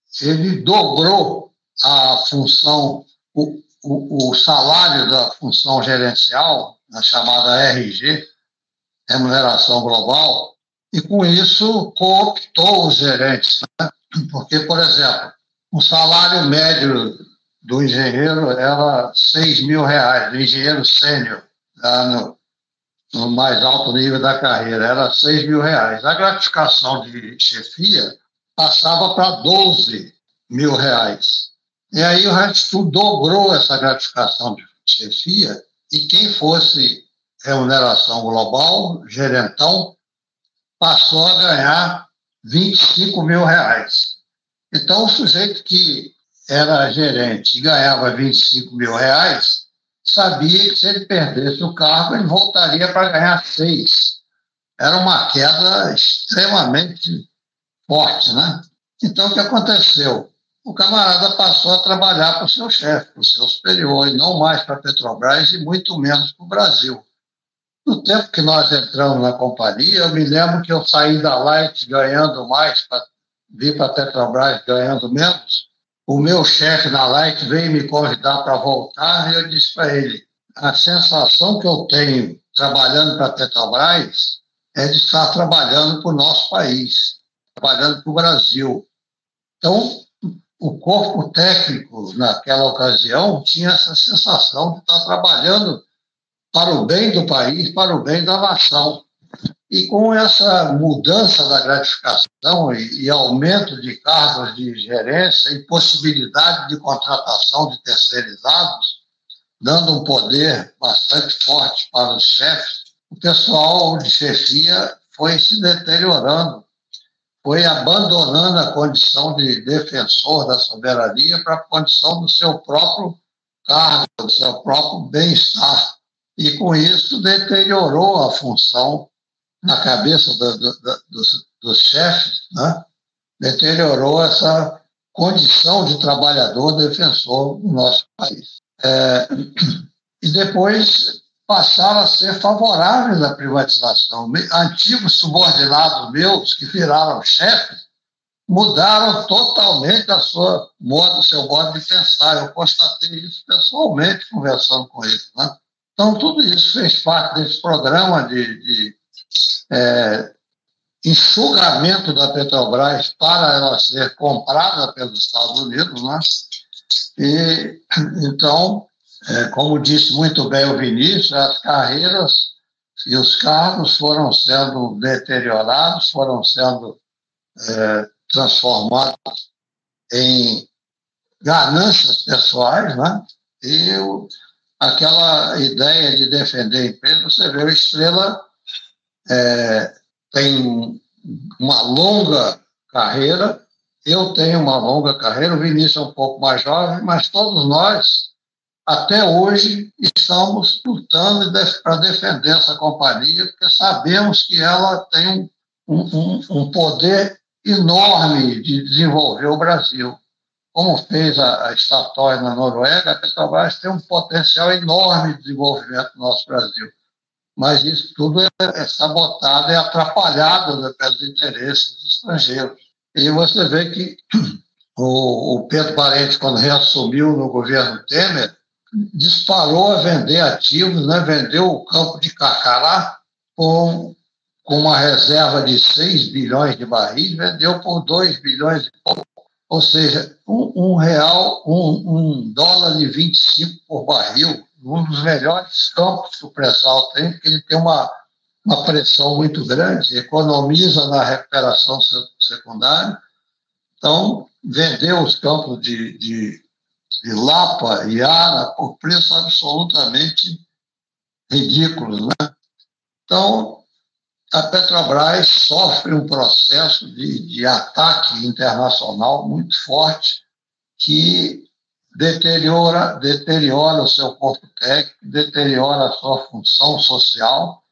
ele dobrou a função, o, o, o salário da função gerencial, na chamada R G, remuneração global, e com isso cooptou os gerentes, né? Porque, por exemplo, o salário médio do engenheiro era seis mil reais, do engenheiro sênior, tá? no, no mais alto nível da carreira, era seis mil reais. A gratificação de chefia passava para doze mil reais. E aí o Raistu dobrou essa gratificação de chefia, e quem fosse remuneração global, gerentão, passou a ganhar vinte e cinco mil reais. Então, o sujeito que era gerente e ganhava vinte e cinco mil reais, sabia que se ele perdesse o cargo, ele voltaria para ganhar seis. Era uma queda extremamente forte, né? Então, o que aconteceu? O camarada passou a trabalhar para o seu chefe, para o seu superior, e não mais para a Petrobras e muito menos para o Brasil. No tempo que nós entramos na companhia, eu me lembro que eu saí da Light ganhando mais, para vir para a Petrobras ganhando menos. O meu chefe na Light veio me convidar para voltar e eu disse para ele, a sensação que eu tenho trabalhando para a Petrobras é de estar trabalhando para o nosso país, trabalhando para o Brasil. Então, o corpo técnico, naquela ocasião, tinha essa sensação de estar trabalhando para o bem do país, para o bem da nação. E com essa mudança da gratificação e, e aumento de cargos de gerência e possibilidade de contratação de terceirizados, dando um poder bastante forte para os chefes, o pessoal de chefia foi se deteriorando, foi abandonando a condição de defensor da soberania para a condição do seu próprio cargo, do seu próprio bem-estar. E, com isso, deteriorou a função na cabeça do, do, do, dos, dos chefes, né? Deteriorou essa condição de trabalhador defensor do nosso país. É, e depois passaram a ser favoráveis à privatização. Antigos subordinados meus, que viraram chefes, mudaram totalmente a sua modo, seu modo de pensar. Eu constatei isso pessoalmente, conversando com eles, né? Então, tudo isso fez parte desse programa de, de é, enxugamento da Petrobras para ela ser comprada pelos Estados Unidos, né? E, então, é, como disse muito bem o Vinícius, as carreiras e os cargos foram sendo deteriorados, foram sendo é, transformados em ganâncias pessoais, né? E o, aquela ideia de defender a empresa, você vê, o Estrela é, tem uma longa carreira, eu tenho uma longa carreira, o Vinícius é um pouco mais jovem, mas todos nós, até hoje, estamos lutando para defender essa companhia, porque sabemos que ela tem um, um, um poder enorme de desenvolver o Brasil. Como fez a, a Statoil na Noruega, a Petrobras tem um potencial enorme de desenvolvimento no nosso Brasil. Mas isso tudo é, é sabotado, é atrapalhado, né, pelos interesses estrangeiros. E você vê que o, o Pedro Parente, quando reassumiu no governo Temer, disparou a vender ativos, né, vendeu o campo de Carcará com, com uma reserva de seis bilhões de barris, vendeu por dois bilhões e pouco. Ou seja, um, um real, um, um dólar e vinte e cinco por barril, um dos melhores campos que o pré-sal tem, porque ele tem uma, uma pressão muito grande, economiza na recuperação secundária. Então, vendeu os campos de, de, de Lapa e Ara por preço absolutamente ridículos, né? Então, a Petrobras sofre um processo de, de ataque internacional muito forte que deteriora, deteriora o seu corpo técnico, deteriora a sua função social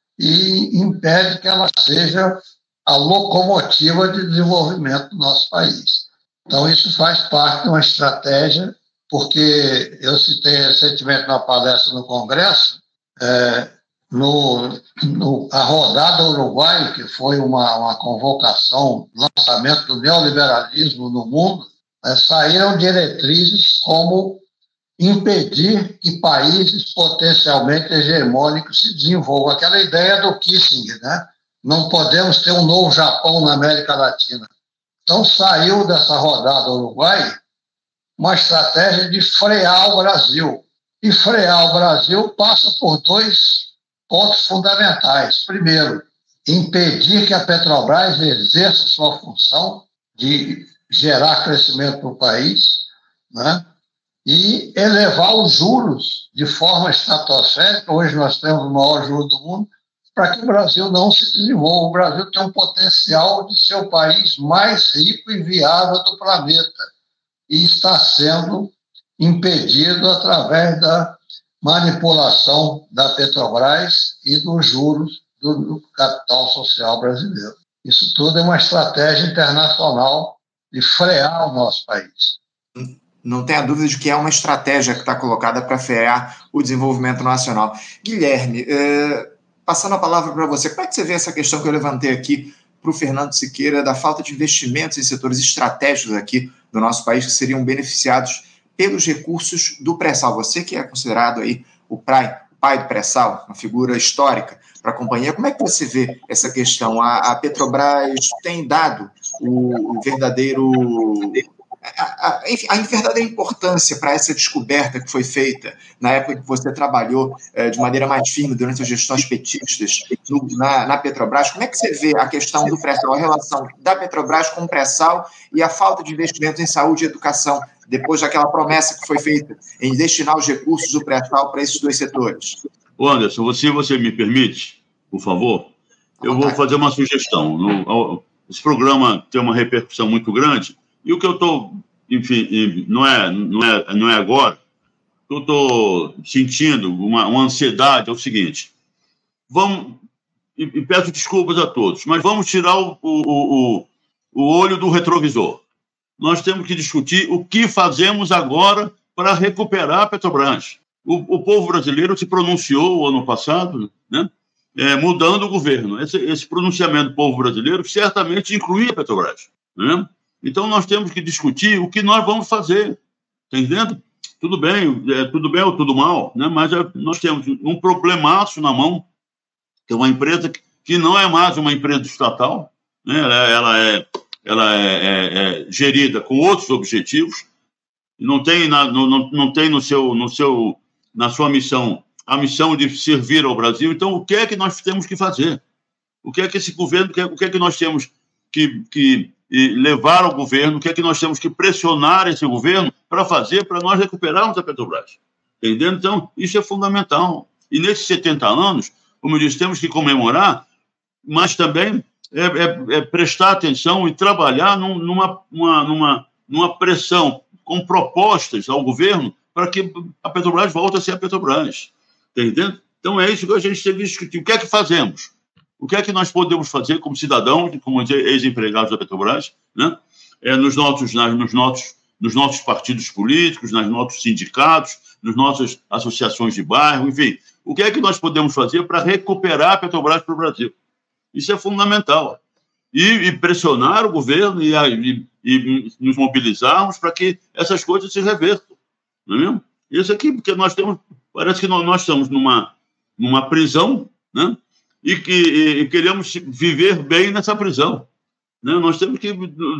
e impede que ela seja a locomotiva de desenvolvimento do nosso país. Então, isso faz parte de uma estratégia, porque eu citei recentemente na palestra no Congresso, é, No, no, a rodada Uruguai, que foi uma, uma convocação, lançamento do neoliberalismo no mundo, né, saíram diretrizes como impedir que países potencialmente hegemônicos se desenvolvam. Aquela ideia do Kissinger, né? Não podemos ter um novo Japão na América Latina. Então, saiu dessa rodada Uruguai uma estratégia de frear o Brasil. E frear o Brasil passa por dois pontos fundamentais. Primeiro, impedir que a Petrobras exerça sua função de gerar crescimento para o país, né? E elevar os juros de forma estratosférica. Hoje nós temos o maior juro do mundo, para que o Brasil não se desenvolva. O Brasil tem um potencial de ser o país mais rico e viável do planeta e está sendo impedido através da manipulação da Petrobras e dos juros do, do capital social brasileiro. Isso tudo é uma estratégia internacional de frear o nosso país. Não tenha dúvida de que é uma estratégia que está colocada para frear o desenvolvimento nacional. Guilherme, eh, passando a palavra para você, como é que você vê essa questão que eu levantei aqui para o Fernando Siqueira, da falta de investimentos em setores estratégicos aqui do nosso país que seriam beneficiados pelos recursos do pré-sal? Você que é considerado aí o pai, pai do pré-sal, uma figura histórica para a companhia, como é que você vê essa questão? A, a Petrobras tem dado o, o verdadeiro... A, a, enfim, a verdadeira importância para essa descoberta que foi feita na época que você trabalhou eh, de maneira mais firme durante as gestões petistas no, na, na Petrobras. Como é que você vê a questão do pré-sal, a relação da Petrobras com o pré-sal e a falta de investimento em saúde e educação, depois daquela promessa que foi feita em destinar os recursos do pré-sal para esses dois setores? Ô Anderson, se você me permite, por favor, eu vou fazer uma sugestão. No, esse programa tem uma repercussão muito grande, e o que eu estou, enfim, não é, não, é, não é agora, eu estou sentindo uma, uma ansiedade, é o seguinte, vamos, e, e peço desculpas a todos, mas vamos tirar o, o, o, o olho do retrovisor. Nós temos que discutir o que fazemos agora para recuperar a Petrobras. O, o povo brasileiro se pronunciou ano passado, né, é, mudando o governo. Esse, esse pronunciamento do povo brasileiro certamente incluía a Petrobras. Né? Então, nós temos que discutir o que nós vamos fazer. Está entendendo? Tudo bem, é, tudo bem ou tudo mal, né? Mas é, nós temos um problemaço na mão, que é uma empresa que, que não é mais uma empresa estatal, né? ela, ela, é, ela é, é, é gerida com outros objetivos, não tem, na, não, não tem no seu, no seu, na sua missão a missão de servir ao Brasil. Então, o que é que nós temos que fazer? O que é que esse governo, o que é que nós temos que, que levar ao governo, o que é que nós temos que pressionar esse governo para fazer, para nós recuperarmos a Petrobras? Entendendo? Então, isso é fundamental. E nesses setenta anos, como eu disse, temos que comemorar, mas também é, é, é prestar atenção e trabalhar num, numa, uma, numa, numa pressão com propostas ao governo para que a Petrobras volte a ser a Petrobras. Entendendo? Então, é isso que a gente tem que discutir. O que é que fazemos? O que é que nós podemos fazer como cidadãos, como ex-empregados da Petrobras, né? é, nos, nossos, nos, nossos, nos nossos partidos políticos, nos nossos sindicatos, nas nossas associações de bairro, enfim. O que é que nós podemos fazer para recuperar a Petrobras para o Brasil? Isso é fundamental. E, e pressionar o governo e, e, e nos mobilizarmos para que essas coisas se revertam. Não é mesmo? Isso aqui, porque nós temos... Parece que nós estamos numa, numa prisão, né? E que e queremos viver bem nessa prisão. Né? Nós temos que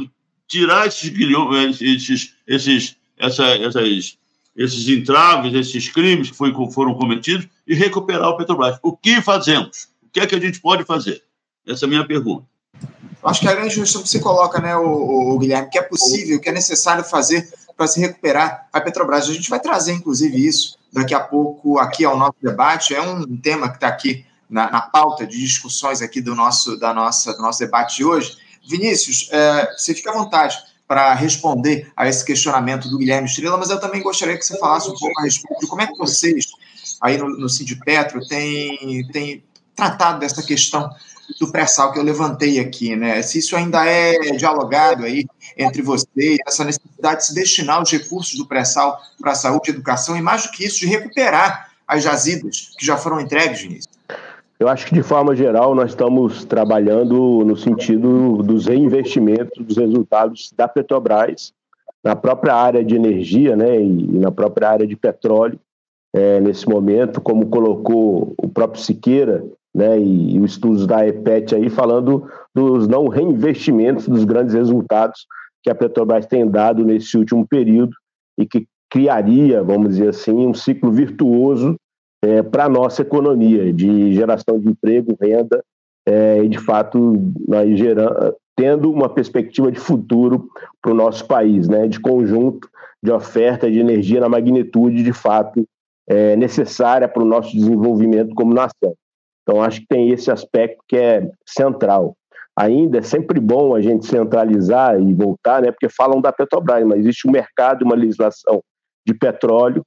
tirar esses, esses, esses, essa, essas, esses entraves, esses crimes que foi, foram cometidos e recuperar o Petrobras. O que fazemos? O que é que a gente pode fazer? Essa é a minha pergunta. Acho que a grande questão que você coloca, né, o, o Guilherme, que é possível, que é necessário fazer para se recuperar a Petrobras. A gente vai trazer, inclusive, isso daqui a pouco aqui ao nosso debate. É um tema que está aqui na, na pauta de discussões aqui do nosso, da nossa, do nosso debate de hoje. Vinícius, é, você fica à vontade para responder a esse questionamento do Guilherme Estrela, mas eu também gostaria que você falasse um pouco a respeito de como é que vocês, aí no, no Sindipetro, têm, têm tratado dessa questão do pré-sal que eu levantei aqui, né? Se isso ainda é dialogado aí entre vocês, essa necessidade de se destinar os recursos do pré-sal para a saúde e educação, e mais do que isso, de recuperar as jazidas que já foram entregues, Vinícius. Eu acho que, de forma geral, nós estamos trabalhando no sentido dos reinvestimentos, dos resultados da Petrobras, na própria área de energia, né, e na própria área de petróleo, é, nesse momento, como colocou o próprio Siqueira, né, e, e os estudos da EPET aí, falando dos não reinvestimentos, dos grandes resultados que a Petrobras tem dado nesse último período e que criaria, vamos dizer assim, um ciclo virtuoso é, para a nossa economia, de geração de emprego, renda, é, e, de fato, nós gerando, tendo uma perspectiva de futuro para o nosso país, né, de conjunto de oferta de energia na magnitude, de fato, é, necessária para o nosso desenvolvimento como nação. Então, acho que tem esse aspecto que é central. Ainda é sempre bom a gente centralizar e voltar, né, porque falam da Petrobras, mas existe um mercado, uma legislação de petróleo,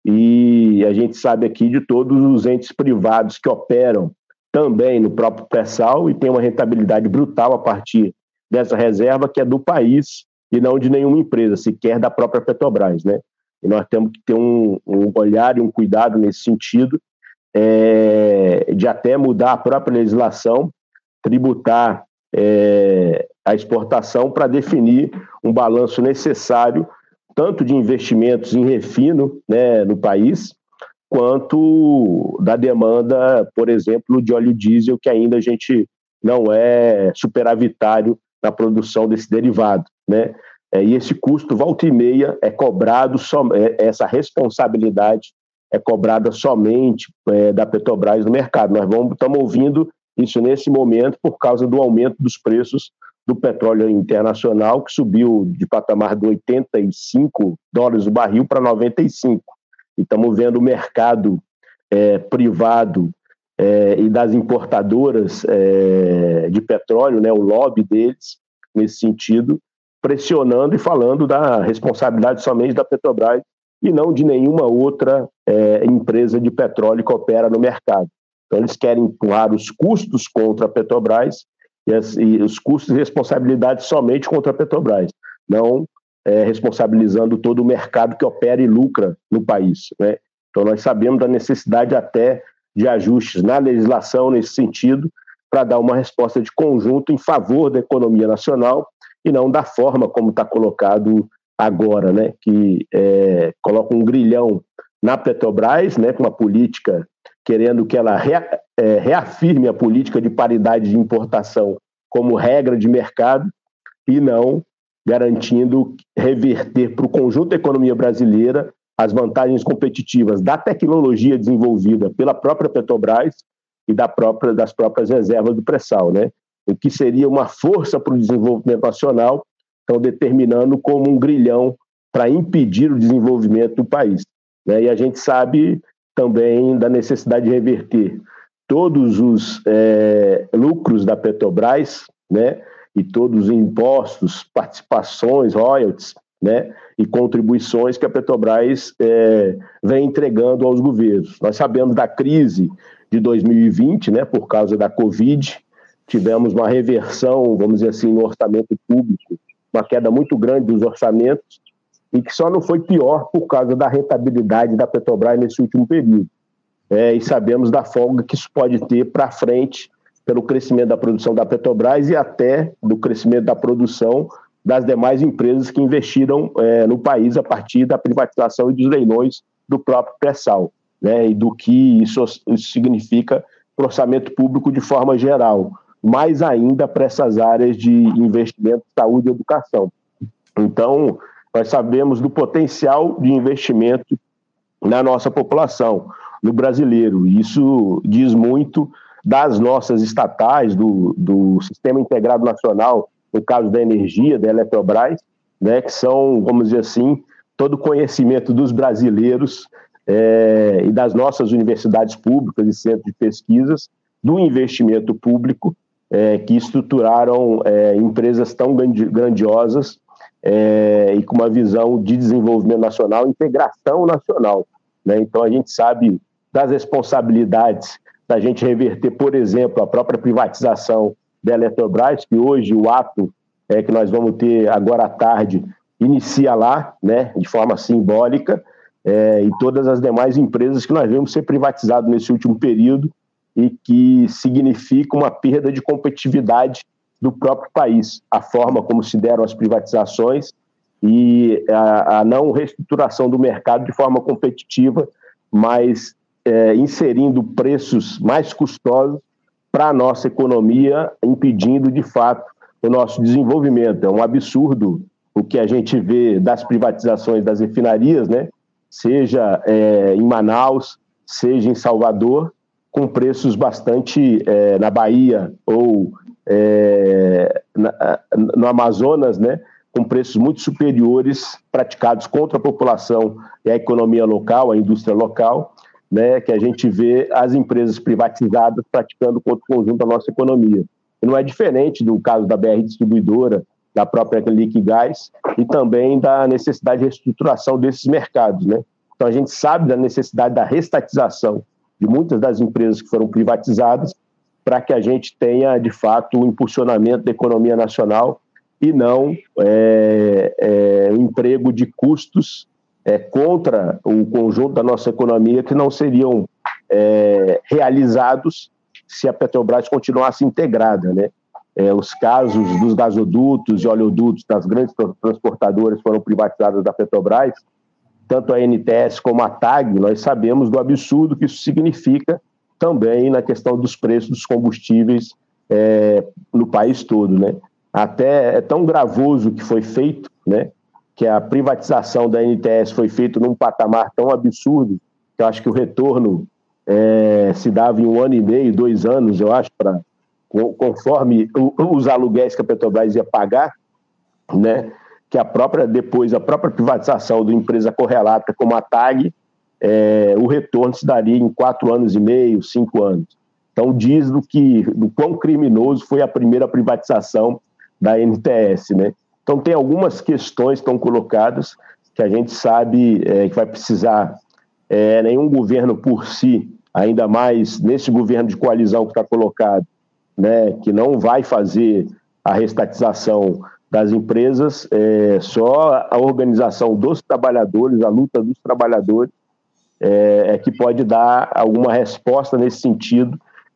e a gente sabe aqui de todos os entes privados que operam também no próprio pré-sal e tem uma rentabilidade brutal a partir dessa reserva, que é do país e não de nenhuma empresa, sequer da própria Petrobras, né? E nós temos que ter um, um olhar e um cuidado nesse sentido, É, de até mudar a própria legislação, tributar é, a exportação para definir um balanço necessário, tanto de investimentos em refino, né, no país, quanto da demanda, por exemplo, de óleo diesel, que ainda a gente não é superavitário na produção desse derivado, né? É, e esse custo, volta e meia, é cobrado, só, é, essa responsabilidade é cobrada somente é, da Petrobras no mercado. Nós vamos, estamos ouvindo isso nesse momento por causa do aumento dos preços do petróleo internacional, que subiu de patamar de oitenta e cinco dólares o barril para noventa e cinco. E estamos vendo o mercado é, privado é, e das importadoras é, de petróleo, né, o lobby deles, nesse sentido, pressionando e falando da responsabilidade somente da Petrobras e não de nenhuma outra é, empresa de petróleo que opera no mercado. Então, eles querem empurrar os custos contra a Petrobras e, as, e os custos e responsabilidades somente contra a Petrobras, não é, responsabilizando todo o mercado que opera e lucra no país, né? Então, nós sabemos da necessidade até de ajustes na legislação nesse sentido para dar uma resposta de conjunto em favor da economia nacional e não da forma como está colocado agora, né? Que é, coloca um grilhão na Petrobras, né, com uma política querendo que ela rea, é, reafirme a política de paridade de importação como regra de mercado e não garantindo reverter para o conjunto da economia brasileira as vantagens competitivas da tecnologia desenvolvida pela própria Petrobras e da própria, das próprias reservas do pré-sal, né? O que seria uma força para o desenvolvimento nacional, estão determinando como um grilhão para impedir o desenvolvimento do país, né? E a gente sabe também da necessidade de reverter todos os é, lucros da Petrobras, né? E todos os impostos, participações, royalties, né, e contribuições que a Petrobras é, vem entregando aos governos. Nós sabemos da crise de dois mil e vinte, né, por causa da Covid, tivemos uma reversão, vamos dizer assim, no orçamento público, uma queda muito grande dos orçamentos, e que só não foi pior por causa da rentabilidade da Petrobras nesse último período. É, e sabemos da folga que isso pode ter para frente pelo crescimento da produção da Petrobras e até do crescimento da produção das demais empresas que investiram é, no país a partir da privatização e dos leilões do próprio pré-sal, né, e do que isso, isso significa para o orçamento público de forma geral, mais ainda para essas áreas de investimento, saúde e educação. Então, nós sabemos do potencial de investimento na nossa população, no brasileiro, e isso diz muito das nossas estatais, do, do Sistema Integrado Nacional, no caso da energia, da Eletrobras, né, que são, vamos dizer assim, todo o conhecimento dos brasileiros é, e das nossas universidades públicas e centros de pesquisas, do investimento público, é, que estruturaram é, empresas tão grandiosas é, e com uma visão de desenvolvimento nacional, integração nacional, né? Então, a gente sabe das responsabilidades da gente reverter, por exemplo, a própria privatização da Eletrobras, que hoje o ato é, que nós vamos ter agora à tarde inicia lá, né, de forma simbólica, é, e todas as demais empresas que nós vemos ser privatizadas nesse último período e que significa uma perda de competitividade do próprio país, a forma como se deram as privatizações e a, a não reestruturação do mercado de forma competitiva, mas é, inserindo preços mais custosos para a nossa economia, impedindo, de fato, o nosso desenvolvimento. É um absurdo o que a gente vê das privatizações das refinarias, né? Seja é, em Manaus, seja em Salvador, com preços bastante, é, na Bahia ou é, na, no Amazonas, né? Com preços muito superiores praticados contra a população e a economia local, a indústria local, né, que a gente vê as empresas privatizadas praticando contra o conjunto da nossa economia. E não é diferente do caso da B R Distribuidora, da própria Liquigás, e também da necessidade de reestruturação desses mercados, né? Então, a gente sabe da necessidade da restatização de muitas das empresas que foram privatizadas para que a gente tenha, de fato, o impulsionamento da economia nacional e não é, é, um emprego de custos É, contra o conjunto da nossa economia que não seriam é, realizados se a Petrobras continuasse integrada, né? É, os casos dos gasodutos e oleodutos das grandes transportadoras foram privatizadas da Petrobras, tanto a N T S como a TAG, nós sabemos do absurdo que isso significa também na questão dos preços dos combustíveis é, no país todo, né? Até é tão gravoso o que foi feito, né, que a privatização da N T S foi feita num patamar tão absurdo, que eu acho que o retorno é, se dava em um ano e meio, dois anos, eu acho, pra, conforme os aluguéis que a Petrobras ia pagar, né, que a própria, depois a própria privatização da empresa correlata como a TAG é, o retorno se daria em quatro anos e meio, cinco anos. Então, diz do, que, do quão criminoso foi a primeira privatização da N T S, né? Então, tem algumas questões que estão colocadas que a gente sabe é, que vai precisar, é, nenhum governo por si, ainda mais nesse governo de coalizão que está colocado, né, que não vai fazer a restatização das empresas, é, só a organização dos trabalhadores, a luta dos trabalhadores, é, é que pode dar alguma resposta nesse sentido,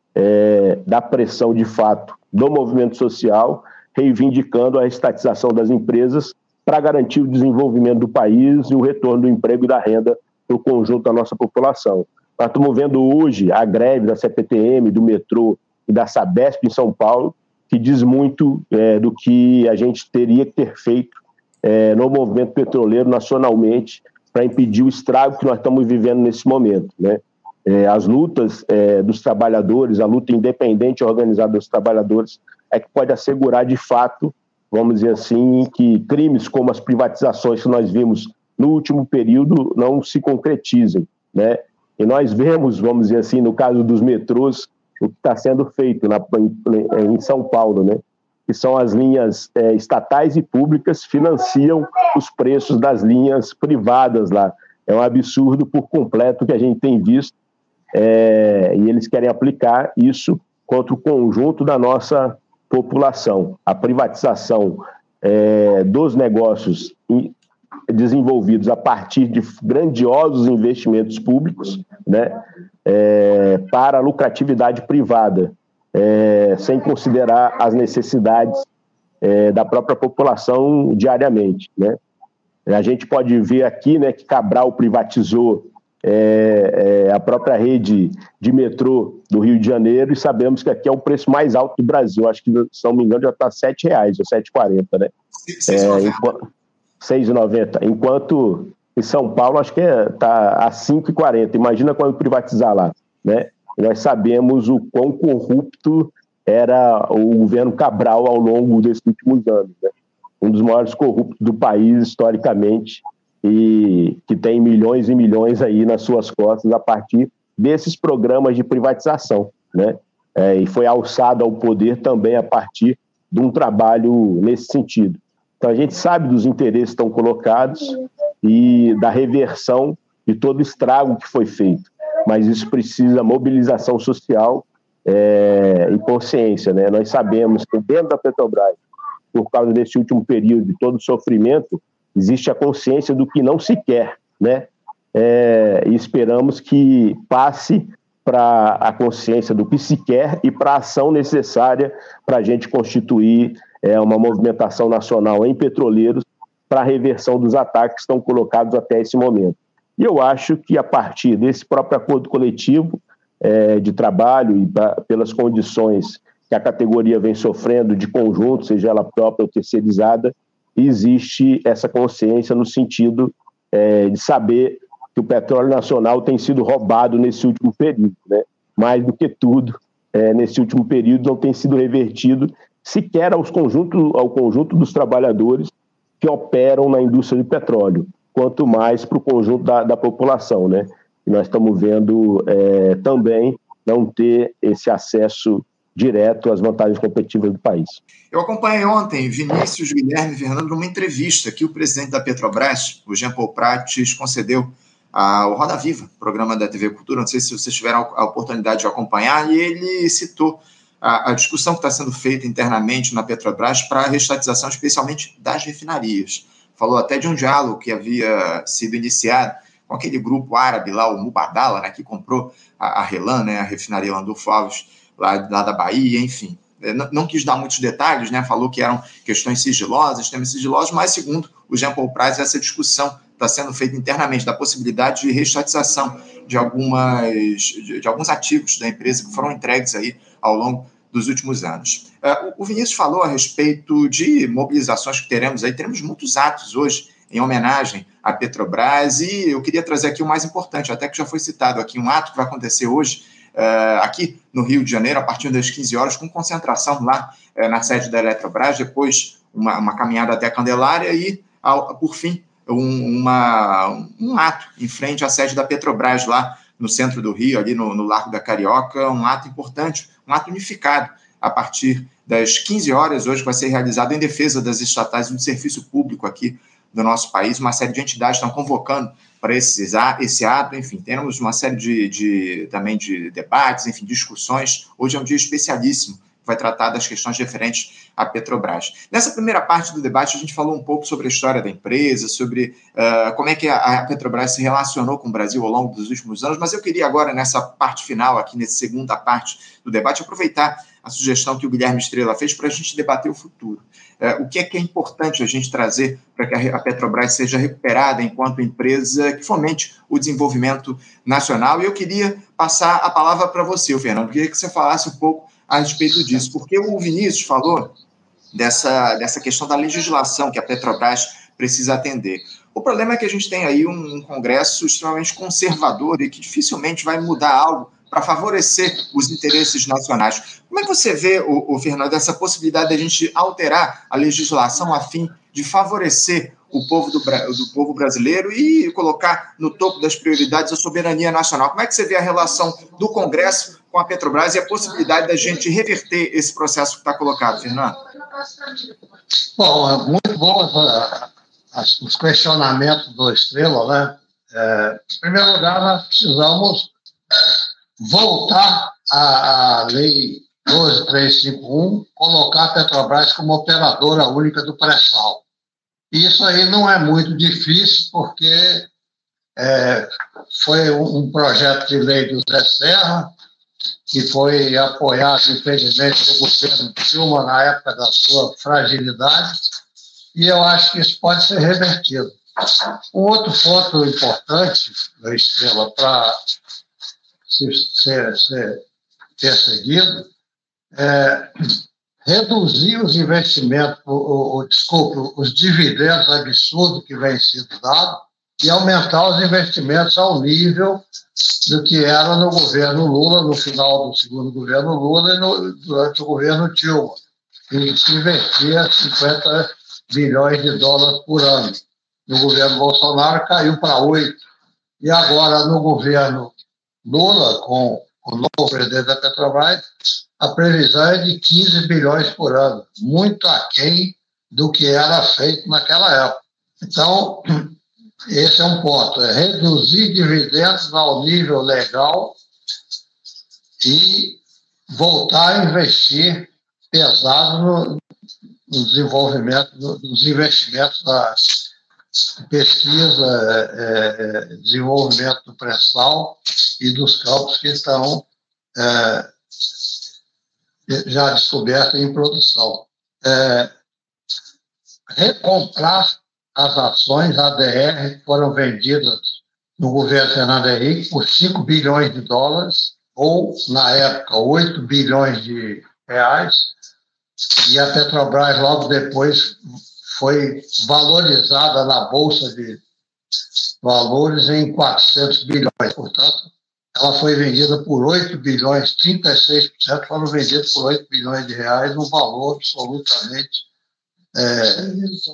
é, da pressão de fato do movimento social, reivindicando a restatização das empresas para garantir o desenvolvimento do país e o retorno do emprego e da renda para o conjunto da nossa população. Nós estamos vendo hoje a greve da C P T M, do metrô e da Sabesp em São Paulo, que diz muito é, do que a gente teria que ter feito é, no movimento petroleiro nacionalmente para impedir o estrago que nós estamos vivendo nesse momento, né? É, as lutas é, dos trabalhadores, a luta independente e organizada dos trabalhadores é que pode assegurar de fato, vamos dizer assim, que crimes como as privatizações que nós vimos no último período não se concretizem, né? E nós vemos, vamos dizer assim, no caso dos metrôs, o que está sendo feito na, em, em São Paulo, né? Que são as linhas é, estatais e públicas financiam os preços das linhas privadas lá. É um absurdo por completo que a gente tem visto, é, e eles querem aplicar isso contra o conjunto da nossa população. A privatização é, dos negócios desenvolvidos a partir de grandiosos investimentos públicos, né, é, para a lucratividade privada, é, sem considerar as necessidades é, da própria população diariamente, né. A gente pode ver aqui, né, que Cabral privatizou é, é, a própria rede de metrô do Rio de Janeiro e sabemos que aqui é o preço mais alto do Brasil. Acho que, se não me engano, já está sete reais ou sete e quarenta, né? seis reais e noventa. É, seis reais e noventa. Enquanto em São Paulo, acho que está a cinco reais e quarenta. Imagina quando privatizar lá, né? Nós sabemos o quão corrupto era o governo Cabral ao longo desses últimos anos, né? Um dos maiores corruptos do país, historicamente, e que tem milhões e milhões aí nas suas costas a partir desses programas de privatização, né? É, e foi alçado ao poder também a partir de um trabalho nesse sentido. Então, a gente sabe dos interesses que estão colocados e da reversão de todo o estrago que foi feito, mas isso precisa mobilização social é, e consciência, né? Nós sabemos que dentro da Petrobras, por causa desse último período de todo o sofrimento, existe a consciência do que não se quer, né? É, e esperamos que passe para a consciência do que se quer e para a ação necessária para a gente constituir é, uma movimentação nacional em petroleiros para a reversão dos ataques que estão colocados até esse momento. E eu acho que a partir desse próprio acordo coletivo é, de trabalho e pra, pelas condições que a categoria vem sofrendo de conjunto, seja ela própria ou terceirizada, existe essa consciência no sentido é, de saber que o petróleo nacional tem sido roubado nesse último período, né? Mais do que tudo, é, nesse último período não tem sido revertido sequer aos conjunto, ao conjunto dos trabalhadores que operam na indústria de petróleo, quanto mais para o conjunto da, da população, né? E nós estamos vendo é, também não ter esse acesso direto às vantagens competitivas do país. Eu acompanhei ontem Vinícius, Guilherme e Fernando numa entrevista que o presidente da Petrobras, o Jean Paul Prates, concedeu ao Roda Viva, programa da T V Cultura, não sei se vocês tiveram a oportunidade de acompanhar, e ele citou a, a discussão que está sendo feita internamente na Petrobras para a restatização, especialmente das refinarias. Falou até de um diálogo que havia sido iniciado com aquele grupo árabe lá, o Mubadala, né, que comprou a, a Relan, né, a refinaria Landulfo Alves, lá, lá da Bahia, enfim. Não, não quis dar muitos detalhes, né, falou que eram questões sigilosas, temas sigilosos, mas, segundo o Jean Paul Prates, essa discussão está sendo feita internamente, da possibilidade de restatização de, algumas, de, de alguns ativos da empresa que foram entregues aí ao longo dos últimos anos. Uh, o Vinícius falou a respeito de mobilizações que teremos aí, teremos muitos atos hoje em homenagem à Petrobras, e eu queria trazer aqui o mais importante, até que já foi citado aqui, um ato que vai acontecer hoje, uh, aqui no Rio de Janeiro, a partir das quinze horas, com concentração lá uh, na sede da Eletrobras, depois uma, uma caminhada até a Candelária e, ao, por fim, um, uma, um ato em frente à sede da Petrobras, lá no centro do Rio, ali no, no Largo da Carioca, um ato importante, um ato unificado, a partir das quinze horas, hoje vai ser realizado em defesa das estatais e do serviço público aqui do nosso país. Uma série de entidades estão convocando para esse, esse ato, enfim, temos uma série de, de, também de debates, enfim, discussões. Hoje é um dia especialíssimo, vai tratar das questões referentes à Petrobras. Nessa primeira parte do debate, a gente falou um pouco sobre a história da empresa, sobre uh, como é que a, a Petrobras se relacionou com o Brasil ao longo dos últimos anos, mas eu queria agora, nessa parte final, aqui nessa segunda parte do debate, aproveitar a sugestão que o Guilherme Estrela fez para a gente debater o futuro. Uh, o que é que é importante a gente trazer para que a Petrobras seja recuperada enquanto empresa que fomente o desenvolvimento nacional? E eu queria passar a palavra para você, Fernando, eu queria que você falasse um pouco a respeito disso, porque o Vinícius falou dessa, dessa questão da legislação que a Petrobras precisa atender. O problema é que a gente tem aí um, um Congresso extremamente conservador e que dificilmente vai mudar algo para favorecer os interesses nacionais. Como é que você vê, o, o Fernando, essa possibilidade de a gente alterar a legislação a fim de favorecer o povo, do, do povo brasileiro e colocar no topo das prioridades a soberania nacional? Como é que você vê a relação do Congresso com a Petrobras e a possibilidade da gente reverter esse processo que está colocado, Fernando? Bom, é muito bom os questionamentos do Estrela, né? É, em primeiro lugar, nós precisamos voltar à, à lei doze mil trezentos e cinquenta e um, colocar a Petrobras como operadora única do pré-sal. Isso aí não é muito difícil, porque é, foi um, um projeto de lei do Zé Serra, que foi apoiado, infelizmente, pelo governo Dilma na época da sua fragilidade, e eu acho que isso pode ser revertido. Um outro ponto importante, Estrela, para ser, ser perseguido, é reduzir os investimentos, o, o, desculpe, os dividendos absurdos que vêm sendo dados e aumentar os investimentos ao nível do que era no governo Lula, no final do segundo governo Lula e no, durante o governo Dilma, que se investia cinquenta bilhões de dólares por ano. No governo Bolsonaro caiu para oito. E agora, no governo Lula, com o novo presidente da Petrobras, a previsão é de quinze bilhões por ano, muito aquém do que era feito naquela época. Então, esse é um ponto, é reduzir dividendos ao nível legal e voltar a investir pesado no, no desenvolvimento, no, nos investimentos da pesquisa, é, é, desenvolvimento do pré-sal e dos campos que estão é, já descobertos em produção. É, recomprar as ações A D R que foram vendidas no governo Fernando Henrique por cinco bilhões de dólares, ou, na época, oito bilhões de reais, e a Petrobras, logo depois, foi valorizada na Bolsa de Valores em quatrocentos bilhões. Portanto, ela foi vendida por oito bilhões, trinta e seis por cento foram vendidos por oito bilhões de reais, um valor absolutamente é,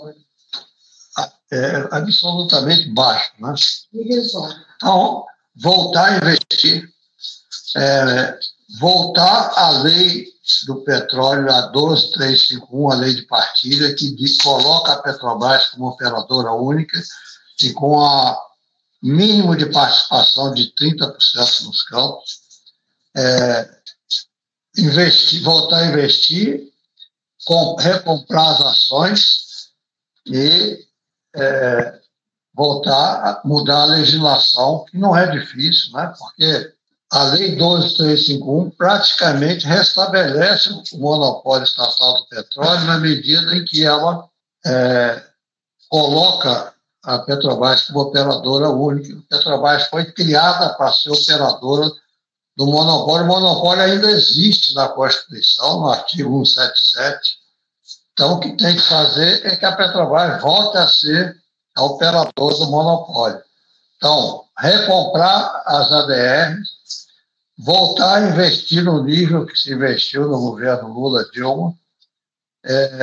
é, absolutamente baixo. Né? Então, voltar a investir, é, voltar à lei do petróleo, a doze mil trezentos e cinquenta e um, a lei de partilha, que diz, coloca a Petrobras como operadora única e com a mínimo de participação de trinta por cento nos campos, é, investir, voltar a investir, com, recomprar as ações e é, voltar a mudar a legislação, que não é difícil, né? Porque a Lei doze mil trezentos e cinquenta e um praticamente restabelece o monopólio estatal do petróleo na medida em que ela é, coloca a Petrobras como operadora única. A Petrobras foi criada para ser operadora do monopólio. O monopólio ainda existe na Constituição, no artigo cento e setenta e sete. Então, o que tem que fazer é que a Petrobras volte a ser a operadora do monopólio. Então, recomprar as A D Rs, voltar a investir no nível que se investiu no governo Lula-Dilma, é,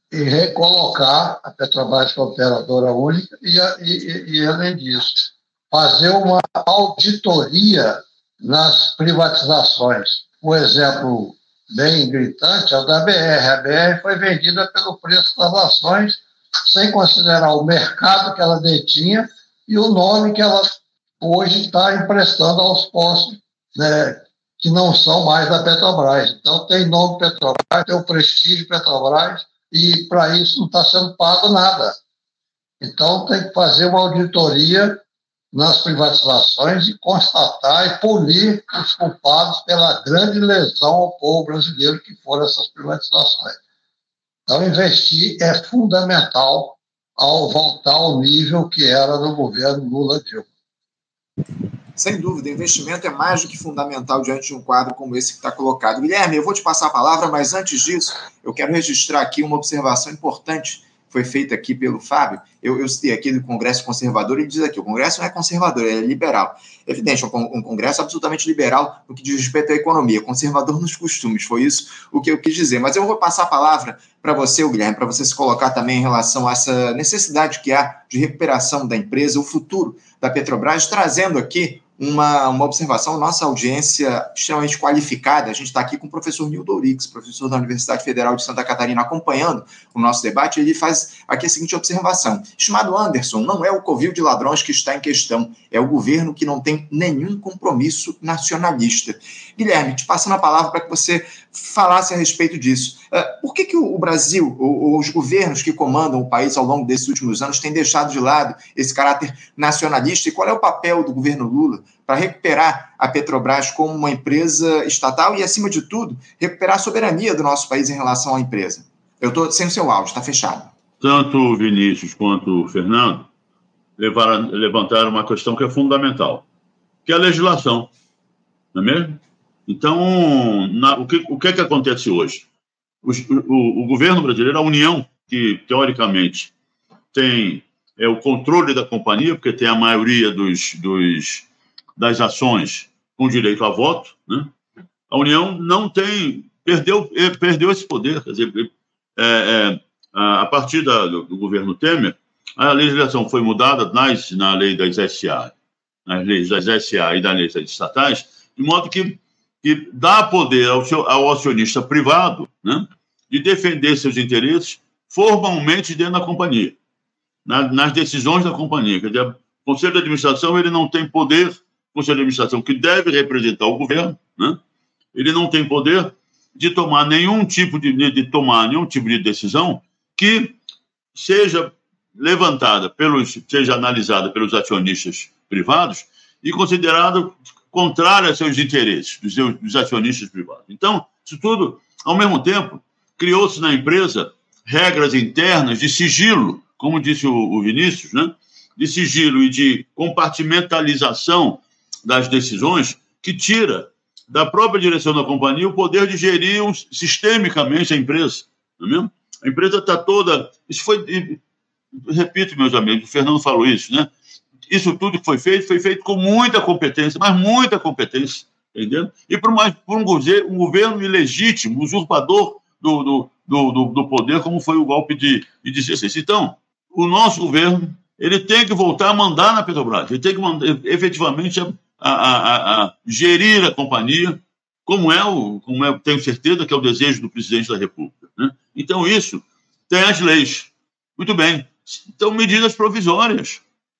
e recolocar a Petrobras como operadora única e, e, e, além disso, fazer uma auditoria nas privatizações. Um exemplo bem gritante é o da B R. A B R foi vendida pelo preço das ações, sem considerar o mercado que ela detinha e o nome que ela hoje está emprestando aos postos, né, que não são mais da Petrobras. Então, tem nome Petrobras, tem o prestígio Petrobras, e para isso não está sendo pago nada. Então, tem que fazer uma auditoria nas privatizações e constatar e punir os culpados pela grande lesão ao povo brasileiro que foram essas privatizações. Então, investir é fundamental ao voltar ao nível que era no governo Lula-Dilma. Sem dúvida, investimento é mais do que fundamental diante de um quadro como esse que está colocado. Guilherme, eu vou te passar a palavra, mas antes disso, eu quero registrar aqui uma observação importante que foi feita aqui pelo Fábio. Eu, eu citei aqui do Congresso Conservador, ele diz aqui, o Congresso não é conservador, ele é liberal. É evidente, é um, um Congresso absolutamente liberal no que diz respeito à economia, conservador nos costumes, foi isso o que eu quis dizer. Mas eu vou passar a palavra para você, Guilherme, para você se colocar também em relação a essa necessidade que há de recuperação da empresa, o futuro da Petrobras, trazendo aqui Uma, uma observação, nossa audiência extremamente qualificada. A gente está aqui com o professor Nildo Ourix, professor da Universidade Federal de Santa Catarina, acompanhando o nosso debate. Ele faz aqui a seguinte observação: estimado Anderson, não é o covil de ladrões que está em questão, é o governo que não tem nenhum compromisso nacionalista. Guilherme, te passando a palavra para que você falasse a respeito disso. Uh, por que, que o, o Brasil, o, os governos que comandam o país ao longo desses últimos anos têm deixado de lado esse caráter nacionalista, e qual é o papel do governo Lula para recuperar a Petrobras como uma empresa estatal e, acima de tudo, recuperar a soberania do nosso país em relação à empresa? Eu estou sem o seu áudio, está fechado. Tanto o Vinícius quanto o Fernando levaram, levantaram uma questão que é fundamental, que é a legislação, não é mesmo? Então, na, o, que, o que é que acontece hoje? O, o, o governo brasileiro, a União, que teoricamente tem é, o controle da companhia, porque tem a maioria dos, dos, das ações com direito a voto, né? A União não tem, perdeu, perdeu esse poder. Quer dizer, é, é, a partir da, do, do governo Temer, a legislação foi mudada nas, na lei das S A, nas leis das S A e das leis das estatais, de modo que que dá poder ao, seu, ao acionista privado, né, de defender seus interesses formalmente dentro da companhia, na, nas decisões da companhia. Quer dizer, o Conselho de Administração ele não tem poder, o Conselho de Administração que deve representar o governo, né, ele não tem poder de tomar nenhum tipo de, de tomar nenhum tipo de decisão que seja levantada pelos, seja analisada pelos acionistas privados e considerada contrária a seus interesses, dos, seus, dos acionistas privados. Então, isso tudo, ao mesmo tempo, criou-se na empresa regras internas de sigilo, como disse o, o Vinícius, né? De sigilo e de compartimentalização das decisões, que tira da própria direção da companhia o poder de gerir um, sistemicamente a empresa. Não é mesmo? A empresa está toda... Isso foi... Repito, meus amigos, o Fernando falou isso, né? Isso tudo que foi feito, foi feito com muita competência, mas muita competência, entendeu? E por, mais, por um, governo, um governo ilegítimo, usurpador do, do, do, do poder, como foi o golpe de, de dezesseis. Então, o nosso governo ele tem que voltar a mandar na Petrobras, ele tem que mandar, efetivamente a, a, a, a gerir a companhia, como é, o, como é, tenho certeza que é o desejo do presidente da República, né? Então, isso tem as leis. Muito bem. Então, medidas provisórias.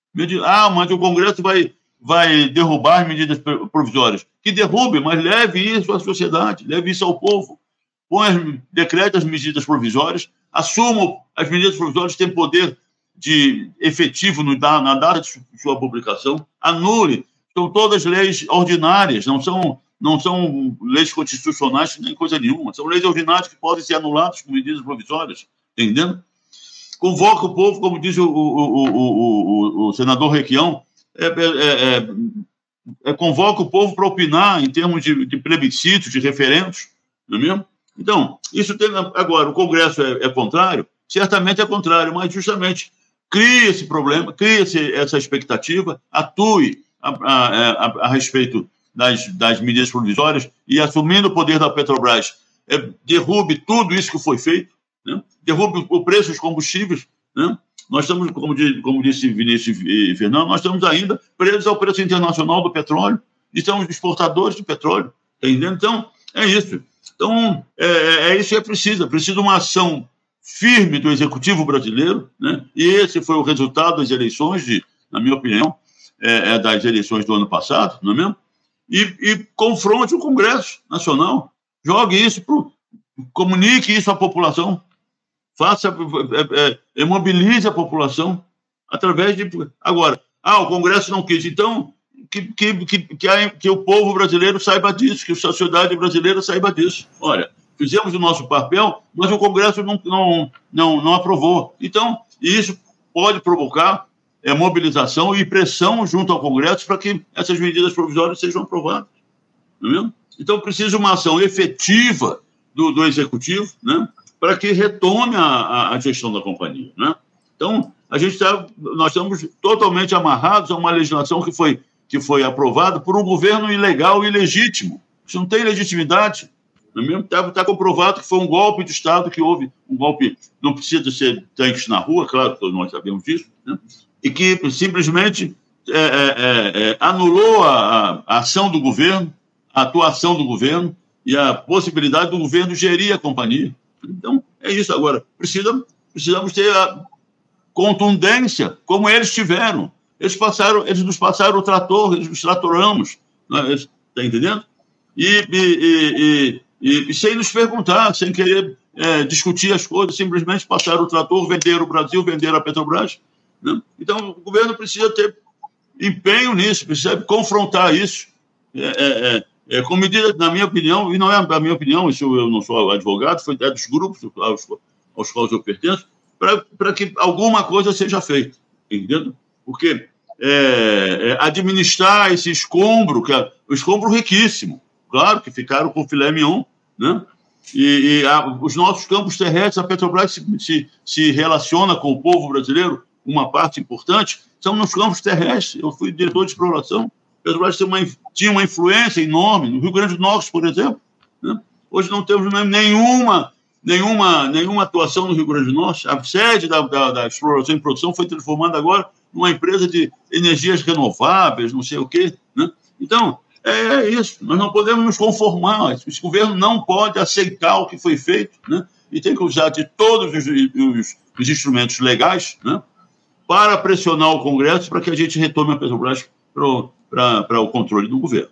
Ah, mas o Congresso vai, vai derrubar as medidas provisórias. Que derrube, mas leve isso à sociedade, leve isso ao povo. Põe, decrete as medidas provisórias, assuma as medidas provisórias, tem poder de efetivo no, na data de sua publicação, anule. São todas leis ordinárias, não são, não são leis constitucionais nem coisa nenhuma. São leis ordinárias que podem ser anuladas com medidas provisórias, entendendo? Convoca o povo, como diz o, o, o, o, o senador Requião, é, é, é, é, convoca o povo para opinar em termos de, de plebiscitos, de referendos, não é mesmo? Então, isso tem, agora, o Congresso é, é contrário? Certamente é contrário, mas justamente cria esse problema, cria esse, essa expectativa, atue a, a, a, a respeito das, das medidas provisórias e, assumindo o poder da Petrobras, é, derrube tudo isso que foi feito, né? Derrube o preço dos combustíveis, né? Nós estamos, como, de, como disse Vinícius e Fernando, nós estamos ainda presos ao preço internacional do petróleo e somos exportadores de petróleo, tá entendendo? Então, é isso. Então, é, é isso que é preciso. É preciso uma ação firme do Executivo brasileiro, né? E esse foi o resultado das eleições, de, na minha opinião, é, é das eleições do ano passado, não é mesmo? E, e confronte o Congresso Nacional, jogue isso, pro, comunique isso à população, faça, é, é, mobilize a população através de... Agora, ah, o Congresso não quis, então que, que, que, que, a, que o povo brasileiro saiba disso, que a sociedade brasileira saiba disso. Olha, fizemos o nosso papel, mas o Congresso não, não, não, não aprovou. Então, isso pode provocar é, mobilização e pressão junto ao Congresso para que essas medidas provisórias sejam aprovadas. Não é mesmo? Então, precisa uma ação efetiva do, do Executivo, né, para que retome a, a, a gestão da companhia. Né? Então, a gente tá, nós estamos totalmente amarrados a uma legislação que foi, que foi aprovada por um governo ilegal e ilegítimo. Isso não tem legitimidade. Está tá comprovado que foi um golpe de Estado, que houve um golpe, não precisa ser tanques na rua, claro, todos nós sabemos disso, né? E que simplesmente é, é, é, anulou a, a ação do governo, a atuação do governo e a possibilidade do governo gerir a companhia. Então, é isso. Agora, precisa, precisamos ter a contundência, como eles tiveram. Eles, passaram, eles nos passaram o trator, eles nos tratoramos. Está entendendo? E, e, e, e sem nos perguntar, sem querer é, discutir as coisas, simplesmente passaram o trator, venderam o Brasil, venderam a Petrobras. Né? Então, o governo precisa ter empenho nisso, precisa confrontar isso. É, é, é, com medida, na minha opinião, e não é a minha opinião, isso eu não sou advogado, foi é dos grupos aos, aos quais eu pertenço, para que alguma coisa seja feita, entendeu? Porque é, é, administrar esse escombro, que é um escombro riquíssimo, claro que ficaram com filé mignon, né? E, e a, os nossos campos terrestres, a Petrobras se, se, se relaciona com o povo brasileiro, uma parte importante, são nos campos terrestres. Eu fui diretor de exploração, a Petrobras tinha uma, tinha uma influência enorme, no Rio Grande do Norte, por exemplo, né? Hoje não temos nenhuma, nenhuma, nenhuma atuação no Rio Grande do Norte. A sede da, da, da exploração e produção foi transformada agora numa empresa de energias renováveis, não sei o quê, né? Então, é isso. Nós não podemos nos conformar. Esse governo não pode aceitar o que foi feito, né? E tem que usar de todos os, os, os instrumentos legais, né, para pressionar o Congresso para que a gente retome a Petrobras para o controle do governo.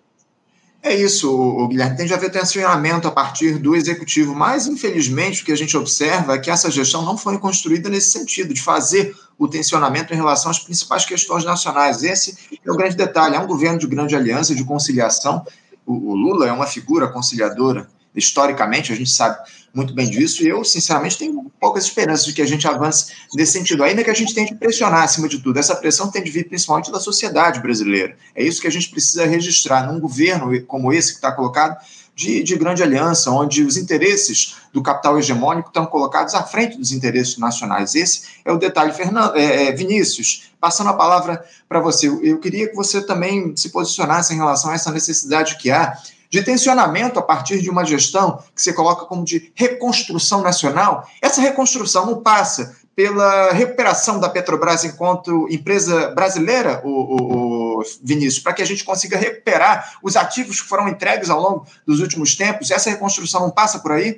É isso, o Guilherme. Tem de haver tensionamento a partir do Executivo, mas, infelizmente, o que a gente observa é que essa gestão não foi construída nesse sentido, de fazer o tensionamento em relação às principais questões nacionais. Esse é o grande detalhe. É um governo de grande aliança, de conciliação. O, o Lula é uma figura conciliadora, historicamente, a gente sabe muito bem disso, e eu, sinceramente, tenho poucas esperanças de que a gente avance nesse sentido, ainda que a gente tente pressionar acima de tudo. Essa pressão tem de vir principalmente da sociedade brasileira. É isso que a gente precisa registrar num governo como esse que está colocado, de, de grande aliança, onde os interesses do capital hegemônico estão colocados à frente dos interesses nacionais. Esse é o detalhe. Fernando, é, é, Vinícius, passando a palavra para você, eu queria que você também se posicionasse em relação a essa necessidade que há de tensionamento a partir de uma gestão que você coloca como de reconstrução nacional. Essa reconstrução não passa pela recuperação da Petrobras enquanto empresa brasileira, o, o, o Vinícius, para que a gente consiga recuperar os ativos que foram entregues ao longo dos últimos tempos. Essa reconstrução não passa por aí?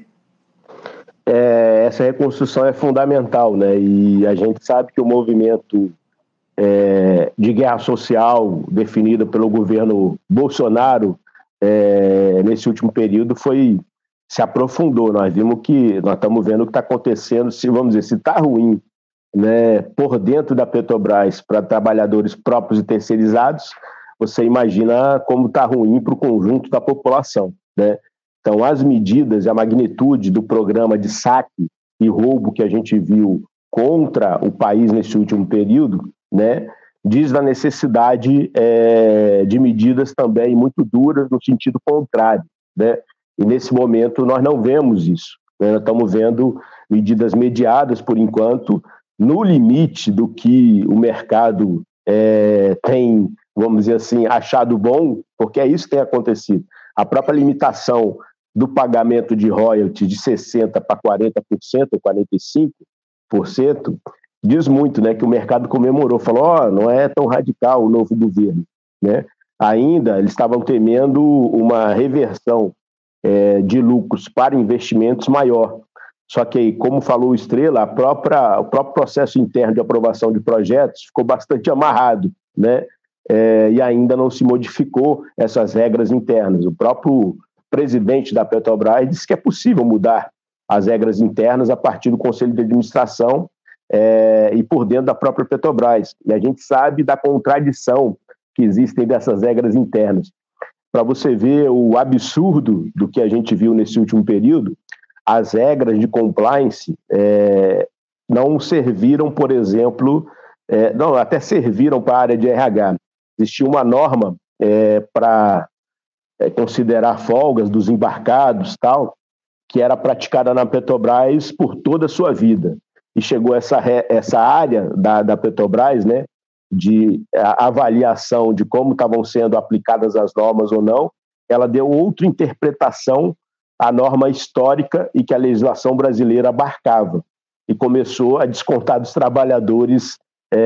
É, essa reconstrução é fundamental, né? E a gente sabe que o movimento é, de guerra social definido pelo governo Bolsonaro É, nesse último período foi, se aprofundou. Nós vimos que, nós estamos vendo o que está acontecendo, se vamos dizer, se está ruim, né, por dentro da Petrobras para trabalhadores próprios e terceirizados, você imagina como está ruim para o conjunto da população, né? Então, as medidas, a magnitude do programa de saque e roubo que a gente viu contra o país nesse último período, né, diz da necessidade é, de medidas também muito duras no sentido contrário, né? E nesse momento nós não vemos isso, né? Nós estamos vendo medidas mediadas, por enquanto, no limite do que o mercado é, tem, vamos dizer assim, achado bom, porque é isso que tem acontecido. A própria limitação do pagamento de royalties de sessenta por cento para quarenta por cento ou quarenta e cinco por cento, diz muito, né, que o mercado comemorou, falou, ó, oh, não é tão radical o novo governo, né? Ainda eles estavam temendo uma reversão é, de lucros para investimentos maior. Só que, como falou o Estrela, a própria, o próprio processo interno de aprovação de projetos ficou bastante amarrado, né? É, e ainda não se modificou essas regras internas. O próprio presidente da Petrobras disse que é possível mudar as regras internas a partir do Conselho de Administração é, e por dentro da própria Petrobras. E a gente sabe da contradição que existem dessas regras internas. Para você ver o absurdo do que a gente viu nesse último período, as regras de compliance é, não serviram, por exemplo, é, não, até serviram para a área de R H. Existia uma norma é, para é, considerar folgas dos embarcados, tal, que era praticada na Petrobras por toda a sua vida. E chegou essa, essa área da, da Petrobras, né, de avaliação de como estavam sendo aplicadas as normas ou não, ela deu outra interpretação à norma histórica e que a legislação brasileira abarcava. E começou a descontar dos trabalhadores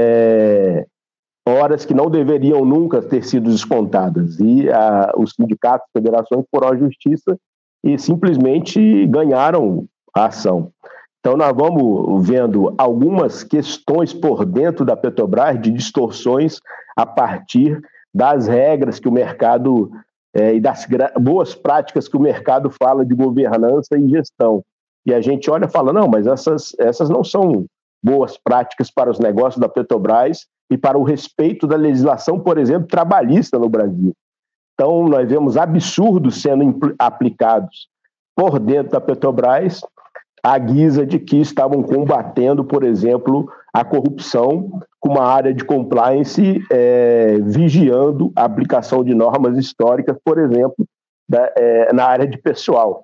é, horas que não deveriam nunca ter sido descontadas. E a, os sindicatos, federações foram à justiça e simplesmente ganharam a ação. Então, nós vamos vendo algumas questões por dentro da Petrobras de distorções a partir das regras que o mercado é, e das boas práticas que o mercado fala de governança e gestão. E a gente olha e fala, não, mas essas, essas não são boas práticas para os negócios da Petrobras e para o respeito da legislação, por exemplo, trabalhista no Brasil. Então, nós vemos absurdos sendo aplicados por dentro da Petrobras, à guisa de que estavam combatendo, por exemplo, a corrupção com uma área de compliance é, vigiando a aplicação de normas históricas, por exemplo, da, é, na área de pessoal,